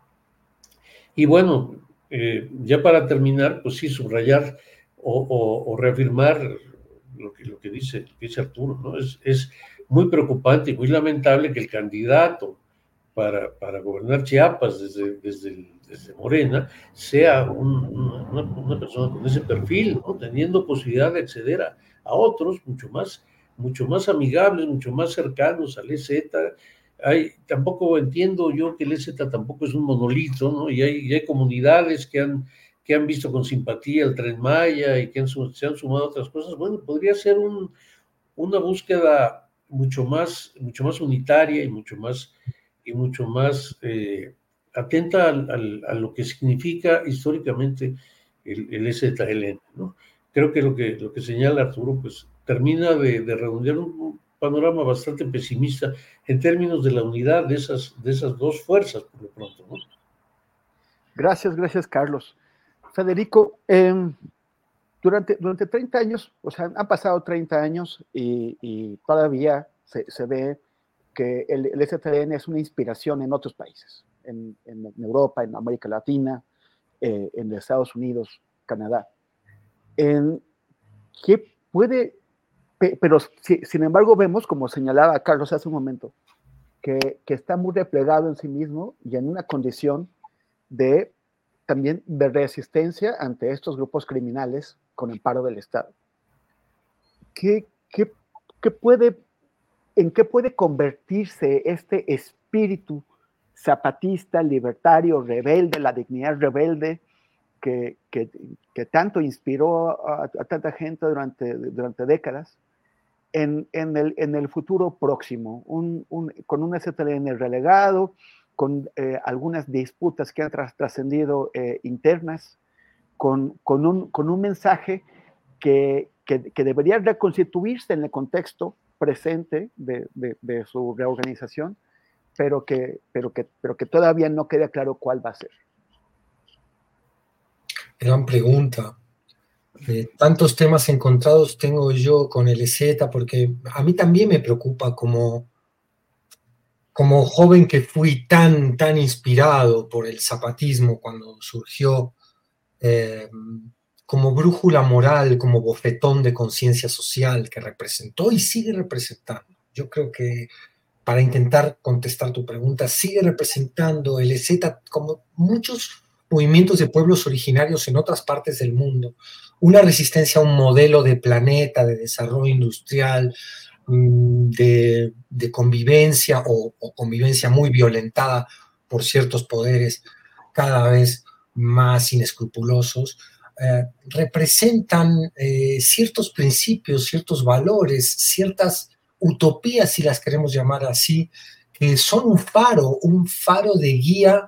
Y bueno, eh, ya para terminar, pues sí, subrayar o, o, o reafirmar lo que, lo que dice, dice Arturo, ¿no? Es, es muy preocupante y muy lamentable que el candidato para, para gobernar Chiapas desde, desde, desde Morena sea un, una, una persona con ese perfil, ¿no? Teniendo posibilidad de acceder a, a otros mucho más, mucho más amigables, mucho más cercanos al E Z. Hay, tampoco entiendo yo que el E Z tampoco es un monolito, ¿no? Y hay, y hay comunidades que han, que han visto con simpatía el Tren Maya y que han, se han sumado a otras cosas. Bueno, podría ser un, una búsqueda mucho más, mucho más unitaria y mucho más, y mucho más eh, atenta al, al, a lo que significa históricamente el, el E Z L N, ¿no? Creo que lo que, lo que señala Arturo, pues termina de, de redondear un panorama bastante pesimista en términos de la unidad de esas, de esas dos fuerzas, por lo pronto, ¿no? Gracias, gracias, Carlos. Federico, eh, durante, durante treinta años, o sea, han pasado treinta años y, y todavía se, se ve que el, el E Z L N es una inspiración en otros países, en, en, en Europa, en América Latina, eh, en Estados Unidos, Canadá. En, ¿Qué puede, pero si, sin embargo vemos, como señalaba Carlos hace un momento, que, que está muy replegado en sí mismo y en una condición de también de resistencia ante estos grupos criminales con amparo del Estado? ¿Qué, qué, qué puede, ¿En qué puede convertirse este espíritu zapatista, libertario, rebelde, la dignidad rebelde que, que, que tanto inspiró a, a tanta gente durante, durante décadas en, en, el, en el futuro próximo, un, un, con un E Z L N relegado, con eh, algunas disputas que han tras, trascendido eh, internas, con, con, un, con un mensaje que, que, que debería reconstituirse en el contexto presente de, de, de su reorganización, pero que, pero que, pero que todavía no queda claro cuál va a ser. Gran pregunta. Eh, tantos temas encontrados tengo yo con el E Z, porque a mí también me preocupa como, como joven que fui tan, tan inspirado por el zapatismo cuando surgió, eh, como brújula moral, como bofetón de conciencia social que representó y sigue representando. Yo creo que, para intentar contestar tu pregunta, sigue representando el E Z, como muchos movimientos de pueblos originarios en otras partes del mundo, una resistencia a un modelo de planeta, de desarrollo industrial, de, de convivencia o, o convivencia muy violentada por ciertos poderes cada vez más inescrupulosos. Eh, representan eh, ciertos principios, ciertos valores, ciertas utopías, si las queremos llamar así, que son un faro, un faro de guía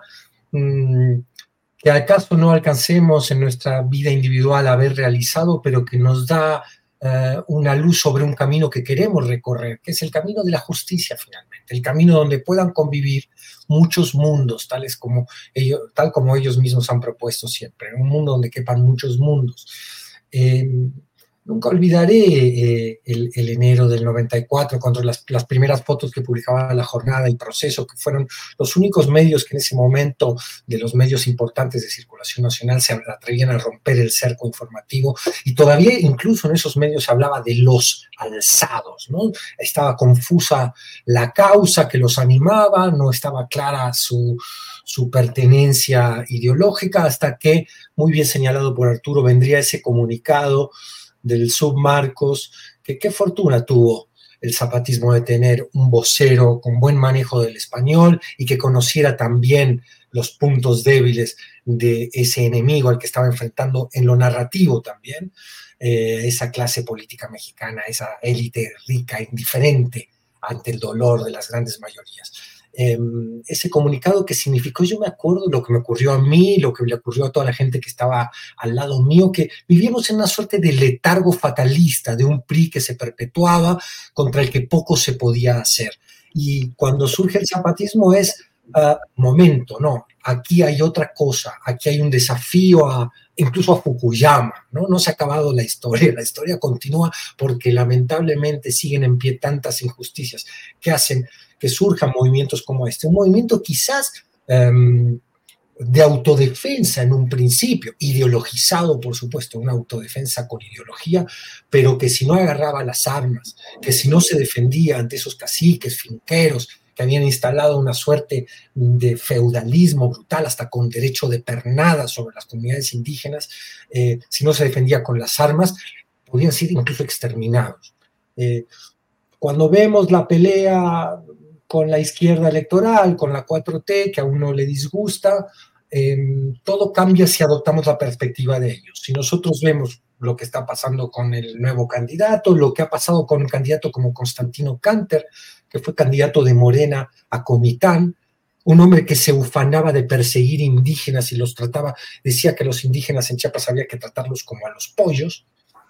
mmm, que acaso no alcancemos en nuestra vida individual a haber realizado, pero que nos da uh, una luz sobre un camino que queremos recorrer, que es el camino de la justicia finalmente, el camino donde puedan convivir muchos mundos, tales como ellos, tal como ellos mismos han propuesto siempre, un mundo donde quepan muchos mundos. Eh, Nunca olvidaré eh, el, el enero del noventa y cuatro, cuando las, las primeras fotos que publicaba La Jornada y Proceso, que fueron los únicos medios que en ese momento, de los medios importantes de circulación nacional, se atrevían a romper el cerco informativo, y todavía incluso en esos medios se hablaba de los alzados, ¿no? Estaba confusa la causa que los animaba, no estaba clara su, su pertenencia ideológica, hasta que, muy bien señalado por Arturo, vendría ese comunicado del Submarcos, que qué fortuna tuvo el zapatismo de tener un vocero con buen manejo del español y que conociera también los puntos débiles de ese enemigo al que estaba enfrentando en lo narrativo también, eh, esa clase política mexicana, esa élite rica, indiferente ante el dolor de las grandes mayorías. Eh, ese comunicado que significó, yo me acuerdo lo que me ocurrió a mí, lo que le ocurrió a toda la gente que estaba al lado mío, que vivíamos en una suerte de letargo fatalista, de un P R I que se perpetuaba, contra el que poco se podía hacer. Y cuando surge el zapatismo es, uh, momento, no, aquí hay otra cosa, aquí hay un desafío a, incluso a Fukuyama, ¿no? No se ha acabado la historia, la historia continúa, porque lamentablemente siguen en pie tantas injusticias que hacen que surjan movimientos como este, un movimiento quizás um, de autodefensa en un principio, ideologizado por supuesto, una autodefensa con ideología, pero que si no agarraba las armas, que si no se defendía ante esos caciques, finqueros, que habían instalado una suerte de feudalismo brutal, hasta con derecho de pernada sobre las comunidades indígenas, eh, si no se defendía con las armas, podían ser incluso exterminados. Eh, cuando vemos la pelea con la izquierda electoral, con la cuatro T, que a uno le disgusta, eh, todo cambia si adoptamos la perspectiva de ellos. Si nosotros vemos lo que está pasando con el nuevo candidato, lo que ha pasado con un candidato como Constantino Canter, que fue candidato de Morena a Comitán, un hombre que se ufanaba de perseguir indígenas y los trataba, decía que los indígenas en Chiapas había que tratarlos como a los pollos,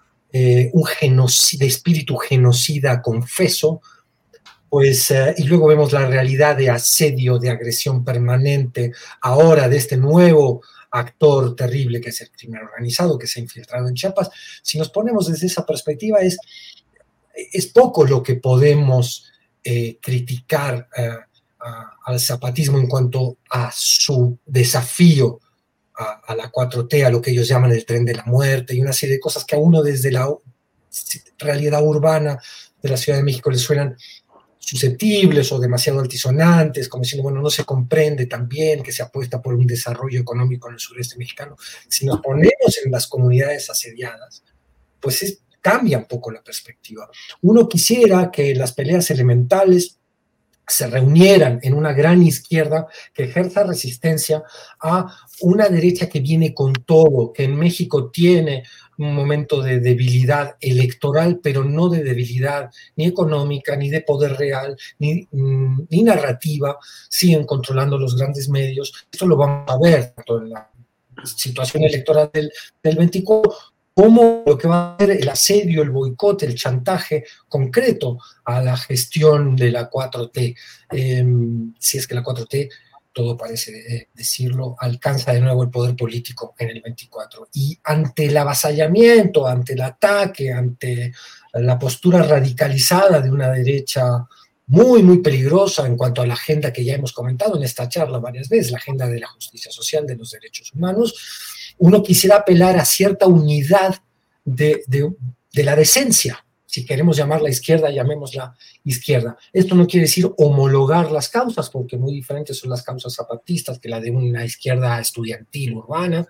eh, un genocida, espíritu genocida confeso, pues, eh, y luego vemos la realidad de asedio, de agresión permanente, ahora de este nuevo actor terrible que es el crimen organizado, que se ha infiltrado en Chiapas. Si nos ponemos desde esa perspectiva, es, es poco lo que podemos eh, criticar eh, a, al zapatismo en cuanto a su desafío a, a la cuatro T, a lo que ellos llaman el tren de la muerte, y una serie de cosas que a uno desde la realidad urbana de la Ciudad de México le suenan susceptibles o demasiado altisonantes, como diciendo, bueno, no se comprende también que se apuesta por un desarrollo económico en el sureste mexicano. Si nos ponemos en las comunidades asediadas, pues es, cambia un poco la perspectiva. Uno quisiera que las peleas elementales se reunieran en una gran izquierda que ejerza resistencia a una derecha que viene con todo, que en México tiene un momento de debilidad electoral, pero no de debilidad ni económica, ni de poder real, ni, ni narrativa. Siguen controlando los grandes medios. Esto lo vamos a ver tanto en la situación electoral del, del veinticuatro como lo que va a ser el asedio, el boicot, el chantaje concreto a la gestión de la cuatro T. Eh, si es que la cuatro T, todo parece decirlo, alcanza de nuevo el poder político en el veinticuatro. Y ante el avasallamiento, ante el ataque, ante la postura radicalizada de una derecha muy, muy peligrosa en cuanto a la agenda que ya hemos comentado en esta charla varias veces, la agenda de la justicia social, de los derechos humanos, uno quisiera apelar a cierta unidad de, de, de la decencia. Si queremos llamarla izquierda, llamémosla izquierda. Esto no quiere decir homologar las causas, porque muy diferentes son las causas zapatistas que la de una izquierda estudiantil urbana,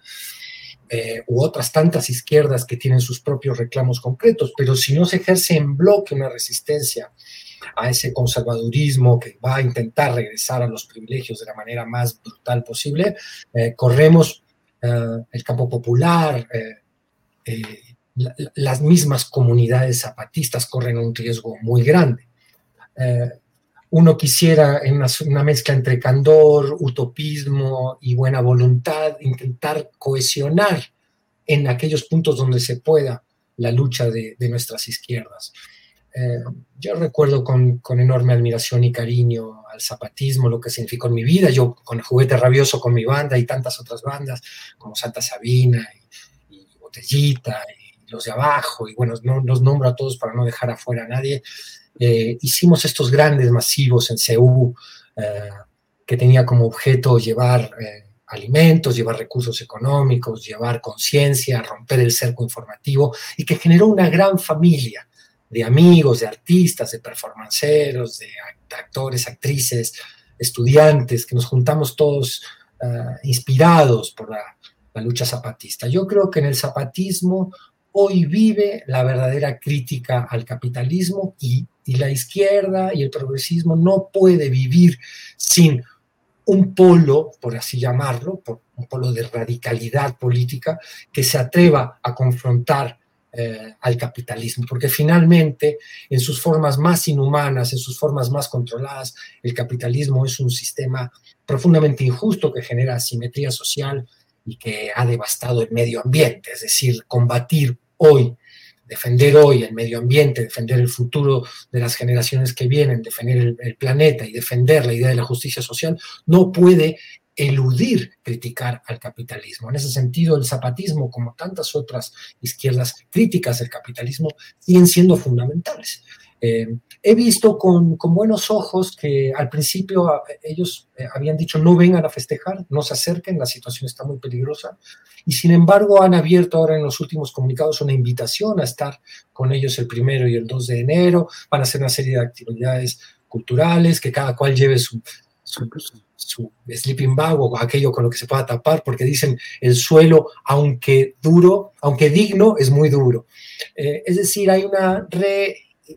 eh, u otras tantas izquierdas que tienen sus propios reclamos concretos, pero si no se ejerce en bloque una resistencia a ese conservadurismo que va a intentar regresar a los privilegios de la manera más brutal posible, eh, corremos eh, el campo popular, eh, eh, la, las mismas comunidades zapatistas corren un riesgo muy grande. Eh, uno quisiera, en una, una mezcla entre candor, utopismo y buena voluntad, intentar cohesionar en aquellos puntos donde se pueda la lucha de, de nuestras izquierdas. Eh, yo recuerdo con, con enorme admiración y cariño al zapatismo, lo que significó en mi vida. Yo con el Juguete Rabioso, con mi banda y tantas otras bandas como Santa Sabina y, y Botellita y Los de Abajo, y bueno, no los nombro a todos para no dejar afuera a nadie. Eh, hicimos estos grandes masivos en C U eh, que tenía como objeto llevar eh, alimentos, llevar recursos económicos, llevar conciencia, romper el cerco informativo, y que generó una gran familia de amigos, de artistas, de performanceros, de actores, actrices, estudiantes, que nos juntamos todos uh, inspirados por la, la lucha zapatista. Yo creo que en el zapatismo hoy vive la verdadera crítica al capitalismo, y, y la izquierda y el progresismo no puede vivir sin un polo, por así llamarlo, por un polo de radicalidad política que se atreva a confrontar Eh, al capitalismo, porque finalmente en sus formas más inhumanas, en sus formas más controladas, el capitalismo es un sistema profundamente injusto que genera asimetría social y que ha devastado el medio ambiente. Es decir, combatir hoy, defender hoy el medio ambiente, defender el futuro de las generaciones que vienen, defender el, el planeta y defender la idea de la justicia social no puede eludir criticar al capitalismo. En ese sentido, el zapatismo, como tantas otras izquierdas críticas del capitalismo, siguen siendo fundamentales. Eh, he visto con, con buenos ojos que al principio ellos eh, habían dicho no vengan a festejar, no se acerquen, la situación está muy peligrosa, y sin embargo han abierto ahora en los últimos comunicados una invitación a estar con ellos el primero y el dos de enero, van a hacer una serie de actividades culturales, que cada cual lleve su Su, su sleeping bag o aquello con lo que se pueda tapar, porque dicen el suelo, aunque duro, aunque digno, es muy duro. Eh, es decir, hay una re,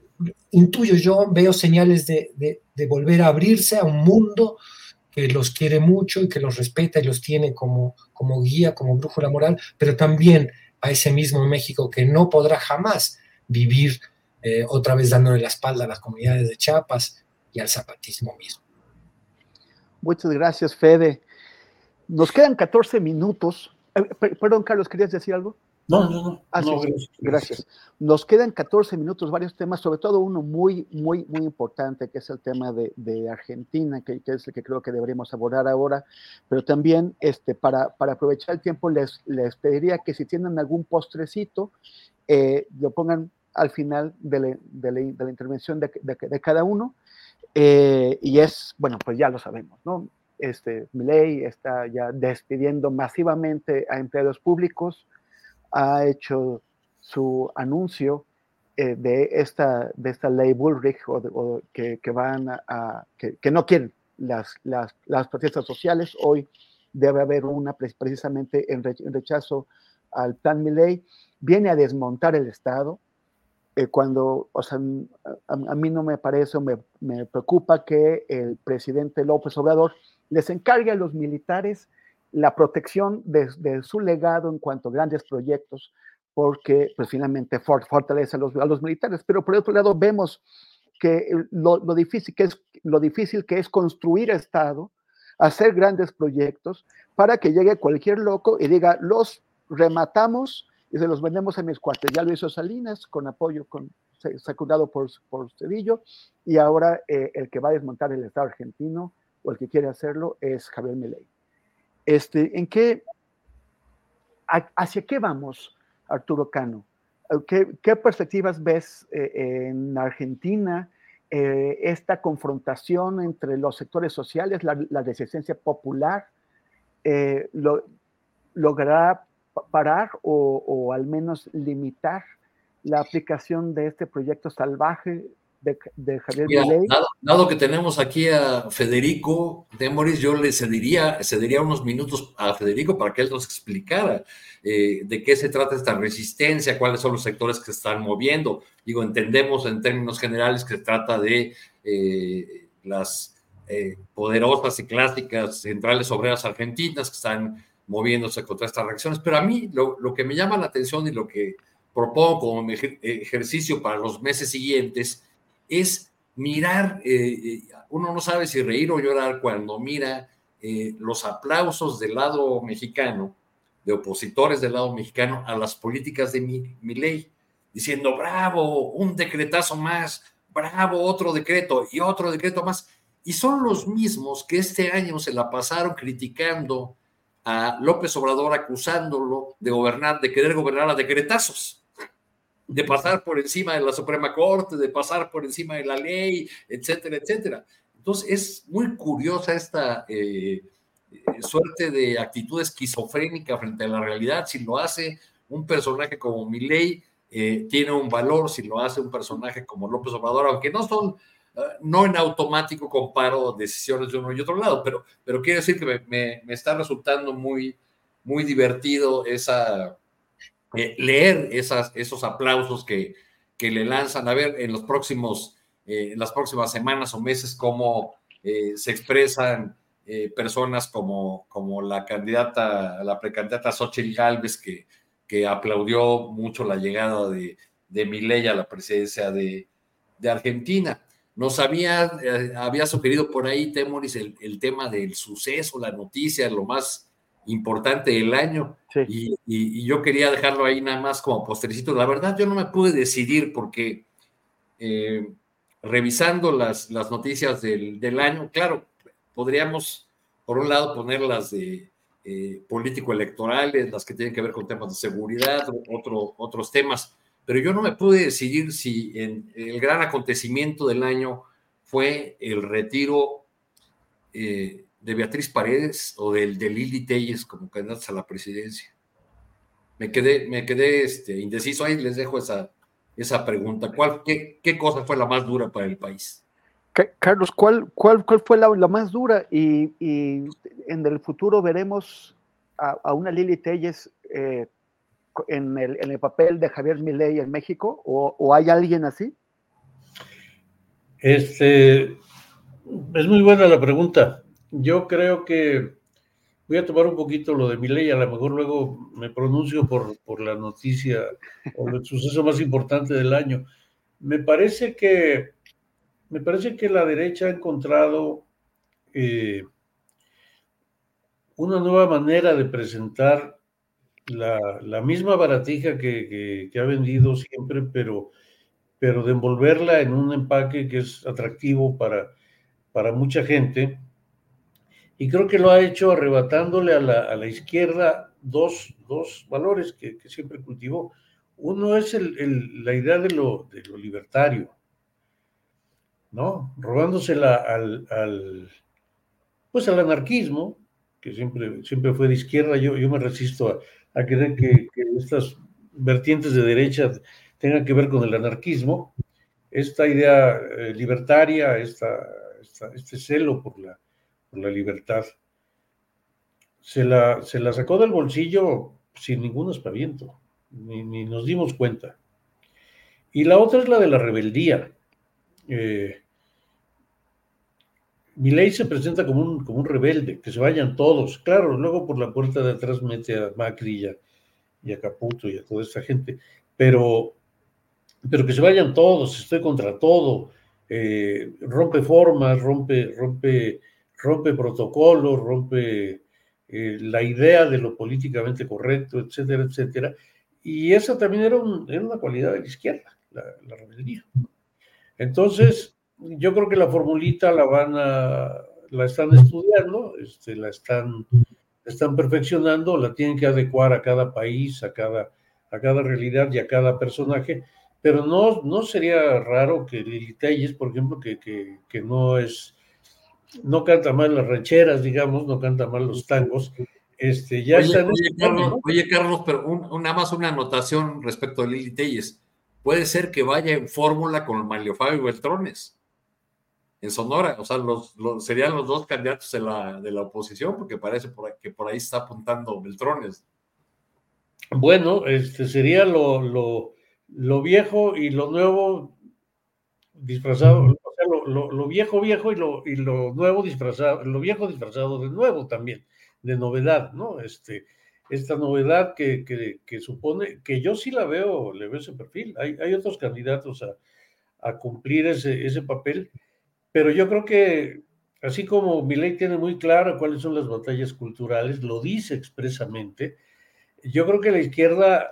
intuyo yo, veo señales de, de, de volver a abrirse a un mundo que los quiere mucho y que los respeta y los tiene como, como guía, como brújula moral, pero también a ese mismo México que no podrá jamás vivir eh, otra vez dándole la espalda a las comunidades de Chiapas y al zapatismo mismo. Muchas gracias, Fede. Nos quedan catorce minutos. Eh, perdón, Carlos, ¿querías decir algo? No, no, no. Ah, no sí, gracias, gracias. Nos quedan catorce minutos, varios temas, sobre todo uno muy, muy, muy importante, que es el tema de, de Argentina, que, que es el que creo que deberíamos abordar ahora, pero también este, para, para aprovechar el tiempo les, les pediría que si tienen algún postrecito, eh, lo pongan al final de la, de la, de la intervención de, de, de cada uno. Eh, y es, bueno, pues ya lo sabemos, ¿no? Este, Milei está ya despidiendo masivamente a empleados públicos, ha hecho su anuncio eh, de, esta, de esta ley Bullrich, o, de, o que, que van a, a que, que no quieren las, las, las protestas sociales. Hoy debe haber una precisamente en, re, en rechazo al plan Milei. Viene a desmontar el Estado. Eh, cuando, o sea, a, a mí no me parece, me, me preocupa que el presidente López Obrador les encargue a los militares la protección de, de su legado en cuanto a grandes proyectos, porque pues finalmente for, fortalece a los, a los militares, pero por otro lado vemos que lo, lo, difícil que es, lo difícil que es construir Estado, hacer grandes proyectos, para que llegue cualquier loco y diga, los rematamos y se los vendemos a mis cuates. Ya lo hizo Salinas con apoyo, con, secundado por, por Cedillo, y ahora eh, el que va a desmontar el Estado argentino, o el que quiere hacerlo, es Javier Milei. Este, ¿en qué, a, ¿Hacia qué vamos, Arturo Cano? ¿Qué, qué perspectivas ves eh, en Argentina? Eh, esta confrontación entre los sectores sociales, la, la resistencia popular, eh, lo, logrará parar o, o al menos limitar la aplicación de este proyecto salvaje de, de Javier Mira, Milei. dado, dado que tenemos aquí a Federico Demoris, yo le cedería, cedería unos minutos a Federico para que él nos explicara eh, de qué se trata esta resistencia, cuáles son los sectores que se están moviendo. Digo, entendemos en términos generales que se trata de eh, las eh, poderosas y clásicas centrales obreras argentinas que están moviéndose contra estas reacciones, pero a mí lo, lo que me llama la atención y lo que propongo como ejercicio para los meses siguientes es mirar, eh, uno no sabe si reír o llorar cuando mira eh, los aplausos del lado mexicano, de opositores del lado mexicano a las políticas de Milei, diciendo, bravo, un decretazo más, bravo, otro decreto y otro decreto más, y son los mismos que este año se la pasaron criticando a López Obrador, acusándolo de gobernar, de querer gobernar a decretazos, de pasar por encima de la Suprema Corte, de pasar por encima de la ley, etcétera, etcétera. Entonces es muy curiosa esta eh, suerte de actitud esquizofrénica frente a la realidad. Si lo hace un personaje como Milei, eh, tiene un valor. Si lo hace un personaje como López Obrador, aunque no son, uh, no en automático comparo decisiones de uno y otro lado, pero, pero quiero decir que me, me, me está resultando muy, muy divertido esa... Eh, leer esas, esos aplausos que, que le lanzan, a ver en los próximos, eh, en las próximas semanas o meses cómo eh, se expresan eh, personas como, como la candidata, la precandidata Xóchitl Gálvez, que, que aplaudió mucho la llegada de, de Milei a la presidencia de, de Argentina. Nos había, eh, había sugerido por ahí, Temoris, el, el tema del suceso, la noticia, lo más importante del año, sí. y, y, y yo quería dejarlo ahí nada más como postrecito. La verdad, yo no me pude decidir porque eh, revisando las, las noticias del, del año, claro, podríamos por un lado poner las de eh, político-electorales, las que tienen que ver con temas de seguridad, otro, otros temas, pero yo no me pude decidir si en, el gran acontecimiento del año fue el retiro eh, de Beatriz Paredes o del de Lili Telles como candidatos a la presidencia. Me quedé, me quedé este, indeciso. Ahí les dejo esa, esa pregunta. ¿Cuál, qué, ¿Qué cosa fue la más dura para el país? Carlos, ¿cuál, cuál, cuál fue la, la más dura? Y, y en el futuro veremos a, a una Lili Telles eh, en, el, en el papel de Javier Milei en México, ¿o, o hay alguien así? Este, es muy buena la pregunta. Yo creo que voy a tomar un poquito lo de Milei, a lo mejor luego me pronuncio por, por la noticia o el suceso más importante del año. Me parece que, me parece que la derecha ha encontrado eh, una nueva manera de presentar la, la misma baratija que, que, que ha vendido siempre, pero, pero de envolverla en un empaque que es atractivo para, para mucha gente. Y creo que lo ha hecho arrebatándole a la, a la izquierda dos, dos valores que, que siempre cultivó. Uno es el, el, la idea de lo, de lo libertario, ¿no? Robándosela al, al, pues al anarquismo, que siempre, siempre fue de izquierda. Yo, yo me resisto a, a creer que, que estas vertientes de derecha tengan que ver con el anarquismo. Esta idea eh, libertaria, esta, esta, este celo por la la libertad, se la, se la sacó del bolsillo sin ningún aspaviento, ni, ni nos dimos cuenta. Y la otra es la de la rebeldía. Eh, Milei se presenta como un, como un rebelde, que se vayan todos. Claro, luego por la puerta de atrás mete a Macri y a, y a Caputo y a toda esta gente, pero, pero que se vayan todos, estoy contra todo, eh, rompe formas, rompe, rompe rompe protocolos, rompe eh, la idea de lo políticamente correcto, etcétera, etcétera, y esa también era, un, era una cualidad de la izquierda, la, la rebeldía. Entonces, yo creo que la formulita la van a, la están estudiando, este, la están, la están perfeccionando, la tienen que adecuar a cada país, a cada, a cada realidad y a cada personaje, pero no, no sería raro que Lili Telles, por ejemplo, que, que, que no es, no canta mal las rancheras, digamos, no canta mal los tangos, este, ya oye, está en oye, este Carlos, tema, ¿no? oye, Carlos, pero un, un, nada más una anotación respecto a Lili Telles. Puede ser que vaya en fórmula con Manlio Fabio Beltrones en Sonora, o sea, los, los, serían los dos candidatos de la, de la oposición, porque parece por ahí, que por ahí está apuntando Beltrones. Bueno, este sería lo, lo, lo viejo y lo nuevo disfrazado, o sea, lo, lo, lo viejo viejo y lo, y lo nuevo disfrazado, lo viejo disfrazado de nuevo también, de novedad, ¿no? Este, esta novedad que, que, que supone, que yo sí la veo, le veo ese perfil, hay, hay otros candidatos a, a cumplir ese, ese papel, pero yo creo que así como Milei tiene muy claro cuáles son las batallas culturales, lo dice expresamente, yo creo que la izquierda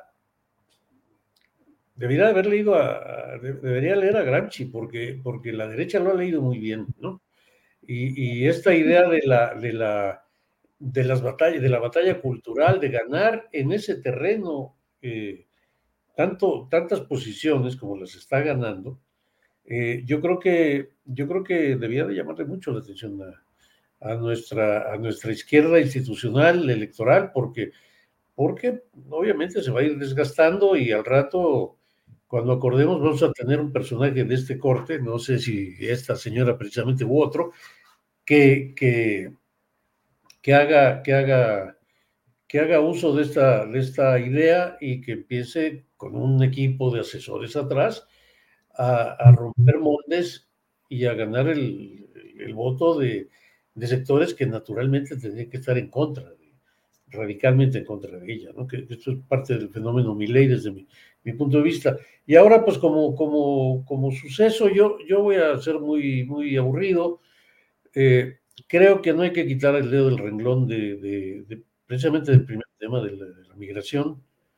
debería haber leído a, a, debería leer a Gramsci, porque, porque la derecha lo ha leído muy bien, ¿no? Y, y esta idea de la, de la de las batallas, de la batalla cultural, de ganar en ese terreno eh, tanto, tantas posiciones como las está ganando, eh, yo creo que yo creo que debía de llamarle mucho la atención a, a nuestra a nuestra izquierda institucional electoral, porque porque obviamente se va a ir desgastando y al rato, cuando acordemos, vamos a tener un personaje de este corte, no sé si esta señora precisamente u otro, que, que, que, haga, que, haga, que haga uso de esta, de esta idea y que empiece con un equipo de asesores atrás a, a romper moldes y a ganar el, el voto de, de sectores que naturalmente tendrían que estar en contra de radicalmente en contra de ella, ¿no? Que esto es parte del fenómeno Milei desde mi, mi punto de vista. Y ahora, pues como, como, como suceso, yo, yo voy a ser muy, muy aburrido. Eh, creo que no hay que quitar el dedo del renglón de, de, de precisamente del primer tema de la, de la migración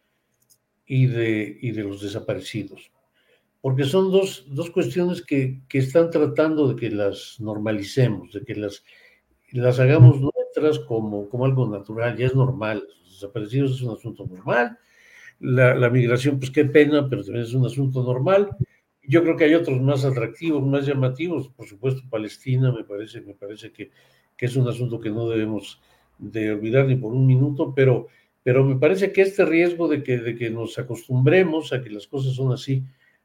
y de, y de los desaparecidos, porque son dos, dos cuestiones que, que están tratando de que las normalicemos, de que las, las hagamos nuestras como, como algo natural, ya es normal. Los desaparecidos es un asunto normal, la, la migración, pues qué pena, pero también es un asunto normal. Yo creo que hay otros más atractivos, más llamativos, por supuesto Palestina me parece, me parece que, que es un asunto que no debemos de olvidar ni por un minuto, pero, pero me parece que este riesgo de que, de que nos acostumbremos a que las cosas son así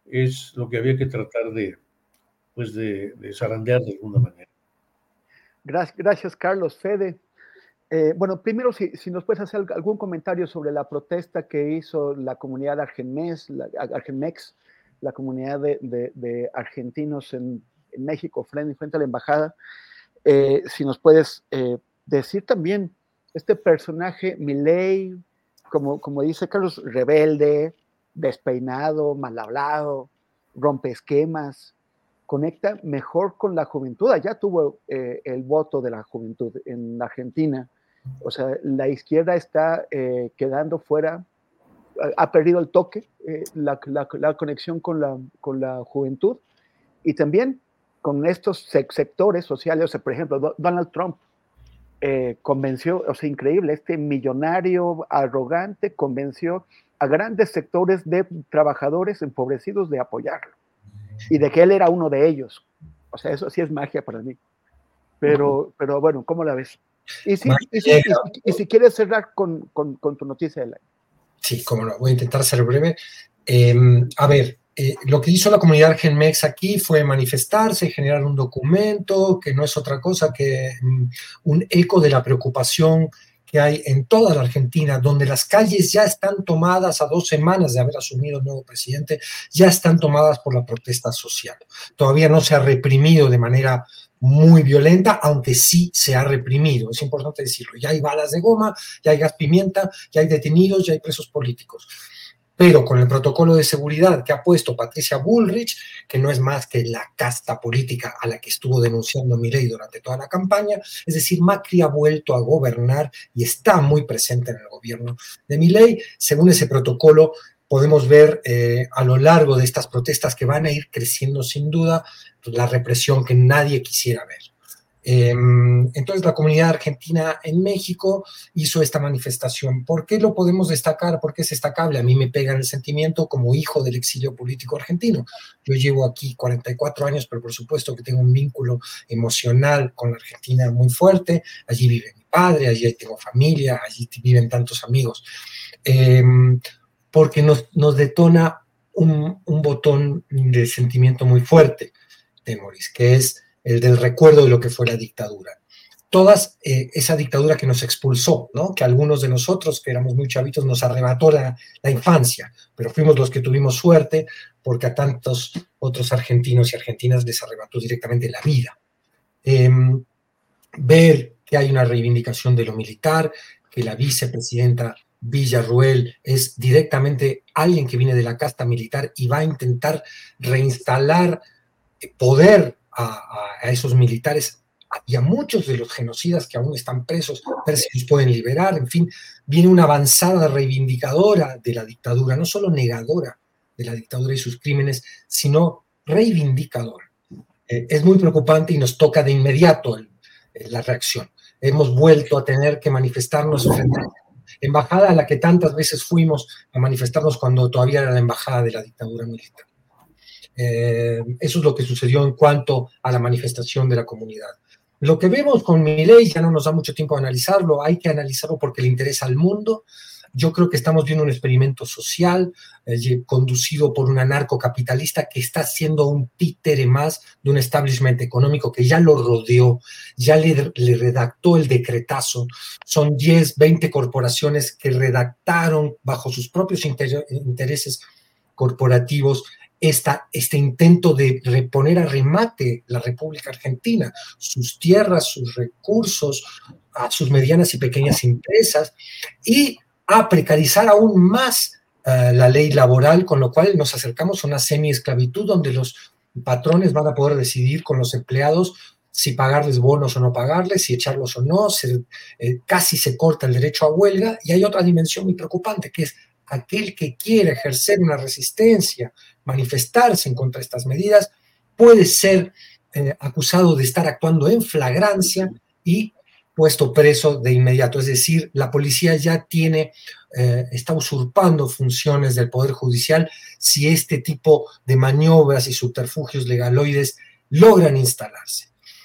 es lo que había que tratar de, pues de, de zarandear de alguna manera. Gracias, gracias Carlos. Fede, eh, bueno, primero si, si nos puedes hacer algún comentario sobre la protesta que hizo la comunidad Argenmex, la, Argenmex, la comunidad de, de, de argentinos en, en México frente, frente a la embajada. Eh, si nos puedes eh, decir también este personaje Milei, como, como dice Carlos, rebelde, despeinado, mal hablado, rompe esquemas, conecta mejor con la juventud. Allá tuvo eh, el voto de la juventud en Argentina. O sea, la izquierda está eh, quedando fuera, ha perdido el toque, eh, la, la, la conexión con la, con la juventud y también con estos sectores sociales. O sea, por ejemplo, Donald Trump eh, convenció, o sea, increíble, este millonario arrogante convenció a grandes sectores de trabajadores empobrecidos de apoyarlo y de que él era uno de ellos. O sea, eso sí es magia para mí. Pero, pero bueno, ¿cómo la ves? Y si, y si, y si, y si quieres cerrar con, con, con tu noticia del año. Sí, como no, voy a intentar ser breve. Eh, a ver, eh, lo que hizo la comunidad Argenmex aquí fue manifestarse, generar un documento que no es otra cosa que um, un eco de la preocupación que hay en toda la Argentina, donde las calles ya están tomadas a dos semanas de haber asumido el nuevo presidente, ya están tomadas por la protesta social. Todavía no se ha reprimido de manera muy violenta, aunque sí se ha reprimido, es importante decirlo. Ya hay balas de goma, ya hay gas pimienta, ya hay detenidos, ya hay presos políticos. pero con el protocolo de seguridad que ha puesto Patricia Bullrich, que no es más que la casta política a la que estuvo denunciando Milei durante toda la campaña, es decir, Macri ha vuelto a gobernar y está muy presente en el gobierno de Milei. Según ese protocolo, podemos ver eh, a lo largo de estas protestas que van a ir creciendo sin duda la represión que nadie quisiera ver. Eh, entonces la comunidad argentina en México hizo esta manifestación. ¿Por qué lo podemos destacar? ¿Por qué es destacable? A mí me pega en el sentimiento como hijo del exilio político argentino. Yo llevo aquí cuarenta y cuatro años, pero por supuesto que tengo un vínculo emocional con la Argentina muy fuerte. Allí vive mi padre, allí tengo familia, allí viven tantos amigos. Eh, porque nos, nos detona un, un botón de sentimiento muy fuerte, Temoris, que es el del recuerdo de lo que fue la dictadura. Todas, eh, esa dictadura que nos expulsó, ¿no? Que algunos de nosotros, que éramos muy chavitos, nos arrebató la, la infancia, pero fuimos los que tuvimos suerte porque a tantos otros argentinos y argentinas les arrebató directamente la vida. Eh, ver que hay una reivindicación de lo militar, que la vicepresidenta Villarruel es directamente alguien que viene de la casta militar y va a intentar reinstalar poder A, a, a esos militares y a muchos de los genocidas que aún están presos, ver si los pueden liberar. En fin, viene una avanzada reivindicadora de la dictadura, no solo negadora de la dictadura y sus crímenes, sino reivindicadora. Eh, es muy preocupante y nos toca de inmediato el, el, la reacción. Hemos vuelto a tener que manifestarnos frente a la embajada a la que tantas veces fuimos a manifestarnos cuando todavía era la embajada de la dictadura militar. Eh, eso es lo que sucedió en cuanto a la manifestación de la comunidad. Lo que vemos con Milei ya no nos da mucho tiempo a analizarlo, hay que analizarlo porque le interesa al mundo. Yo creo que estamos viendo un experimento social eh, conducido por un anarcocapitalista que está siendo un títere más de un establishment económico que ya lo rodeó, ya le, le redactó el decretazo. Son diez, veinte corporaciones que redactaron bajo sus propios inter- intereses corporativos Esta, este intento de reponer a remate la República Argentina, sus tierras, sus recursos, a sus medianas y pequeñas empresas, y a precarizar aún más uh, la ley laboral, con lo cual nos acercamos a una semi-esclavitud donde los patrones van a poder decidir con los empleados si pagarles bonos o no pagarles, si echarlos o no, se, eh, casi se corta el derecho a huelga, y hay otra dimensión muy preocupante, que es aquel que quiere ejercer una resistencia, manifestarse en contra de estas medidas, puede ser eh, acusado de estar actuando en flagrancia y puesto preso de inmediato. Es decir, la policía ya tiene, eh, está usurpando funciones del Poder Judicial si este tipo de maniobras y subterfugios legaloides logran instalarse.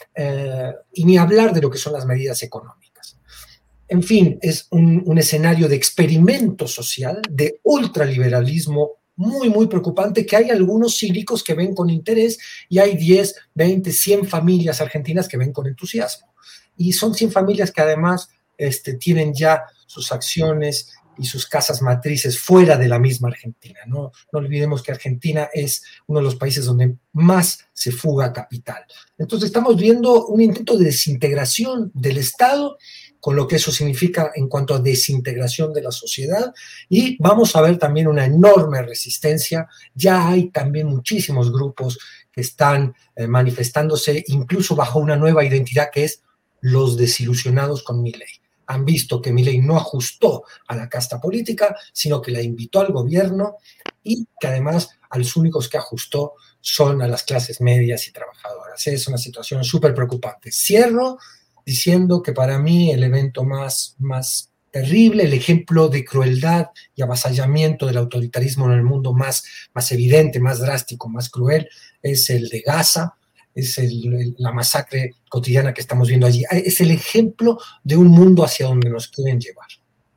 Eh, y ni hablar de lo que son las medidas económicas. En fin, es un, un escenario de experimento social, de ultraliberalismo muy, muy preocupante, que hay algunos cívicos que ven con interés y hay diez, veinte, cien familias argentinas que ven con entusiasmo. Y son cien familias que además este, tienen ya sus acciones y sus casas matrices fuera de la misma Argentina. No, no olvidemos que Argentina es uno de los países donde más se fuga capital. Entonces estamos viendo un intento de desintegración del Estado, con lo que eso significa en cuanto a desintegración de la sociedad, y vamos a ver también una enorme resistencia. Ya hay también muchísimos grupos que están eh, manifestándose, incluso bajo una nueva identidad que es los desilusionados con Milei. Han visto que Milei no ajustó a la casta política, sino que la invitó al gobierno y que además a los únicos que ajustó son a las clases medias y trabajadoras. Es una situación súper preocupante. Cierro diciendo que para mí el evento más, más terrible, el ejemplo de crueldad y avasallamiento del autoritarismo en el mundo más, más evidente, más drástico, más cruel, es el de Gaza. Es el, el, la masacre cotidiana que estamos viendo allí. Es el ejemplo de un mundo hacia donde nos quieren llevar.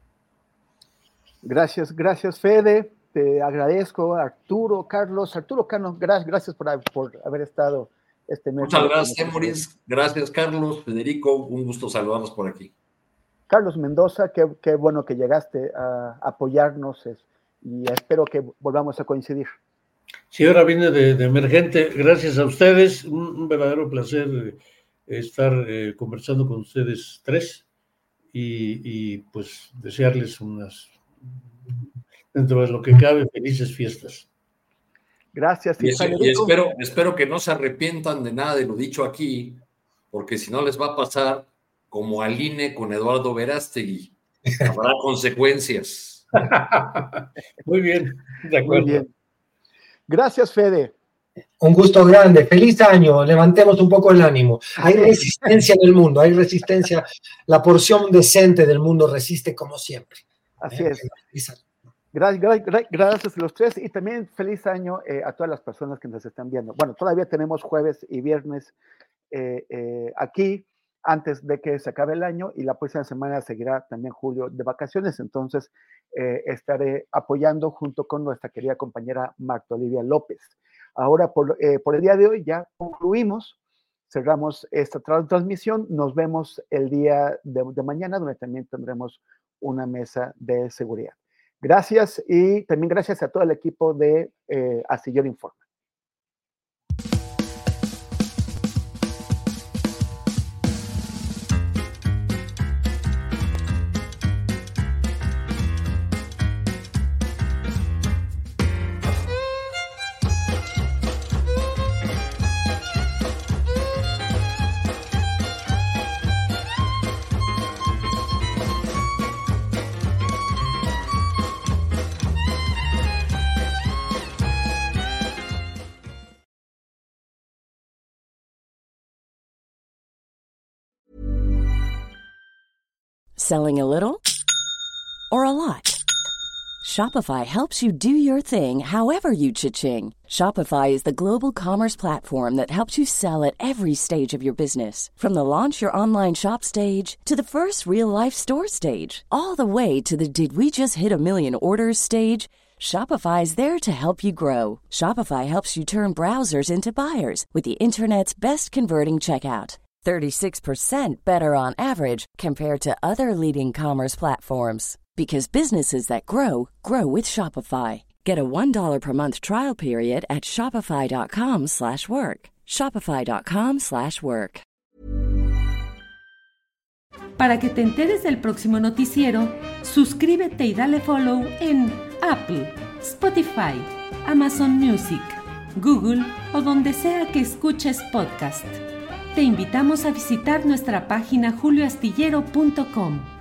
Gracias, gracias Fede, te agradezco, Arturo, Carlos, Arturo Cano, gracias, gracias por, por haber estado este mes. Muchas gracias, Temoris, gracias Carlos, Federico, un gusto saludarlos por aquí. Carlos Mendoza, qué, qué bueno que llegaste a apoyarnos es, y espero que volvamos a coincidir. Sí, ahora viene de, de emergente. Gracias a ustedes. Un, un verdadero placer eh, estar eh, conversando con ustedes tres y, y pues desearles unas dentro de lo que cabe, felices fiestas. Gracias. Y, eso, y espero, espero que no se arrepientan de nada de lo dicho aquí, porque si no les va a pasar como al I N E con Eduardo Verástegui. Habrá consecuencias. Muy bien, de acuerdo. Muy bien. Gracias, Fede. Un gusto grande, feliz año, levantemos un poco el ánimo. Hay resistencia en el mundo, hay resistencia, la porción decente del mundo resiste como siempre. Así es. Gracias, gracias, gracias a los tres y también feliz año eh, a todas las personas que nos están viendo. Bueno, todavía tenemos jueves y viernes eh, eh, aquí antes de que se acabe el año y la próxima semana seguirá también Julio de vacaciones, entonces eh, estaré apoyando junto con nuestra querida compañera Marta Olivia López. Ahora, por, eh, por el día de hoy ya concluimos, cerramos esta transmisión, nos vemos el día de, de mañana, donde también tendremos una mesa de seguridad. Gracias y también gracias a todo el equipo de eh, Astillero Informa. Selling a little or a lot? Shopify helps you do your thing however you cha-ching. Shopify is the global commerce platform that helps you sell at every stage of your business. From the launch your online shop stage to the first real-life store stage, all the way to the did we just hit a million orders stage. Shopify is there to help you grow. Shopify helps you turn browsers into buyers with the internet's best converting checkout. thirty-six percent better on average compared to other leading commerce platforms. Because businesses that grow, grow with Shopify. Get a one dollar per month trial period at shopify.com slash work. Shopify.com slash work. Para que te enteres del próximo noticiero, suscríbete y dale follow en Apple, Spotify, Amazon Music, Google o donde sea que escuches podcast. Te invitamos a visitar nuestra página julio astillero punto com.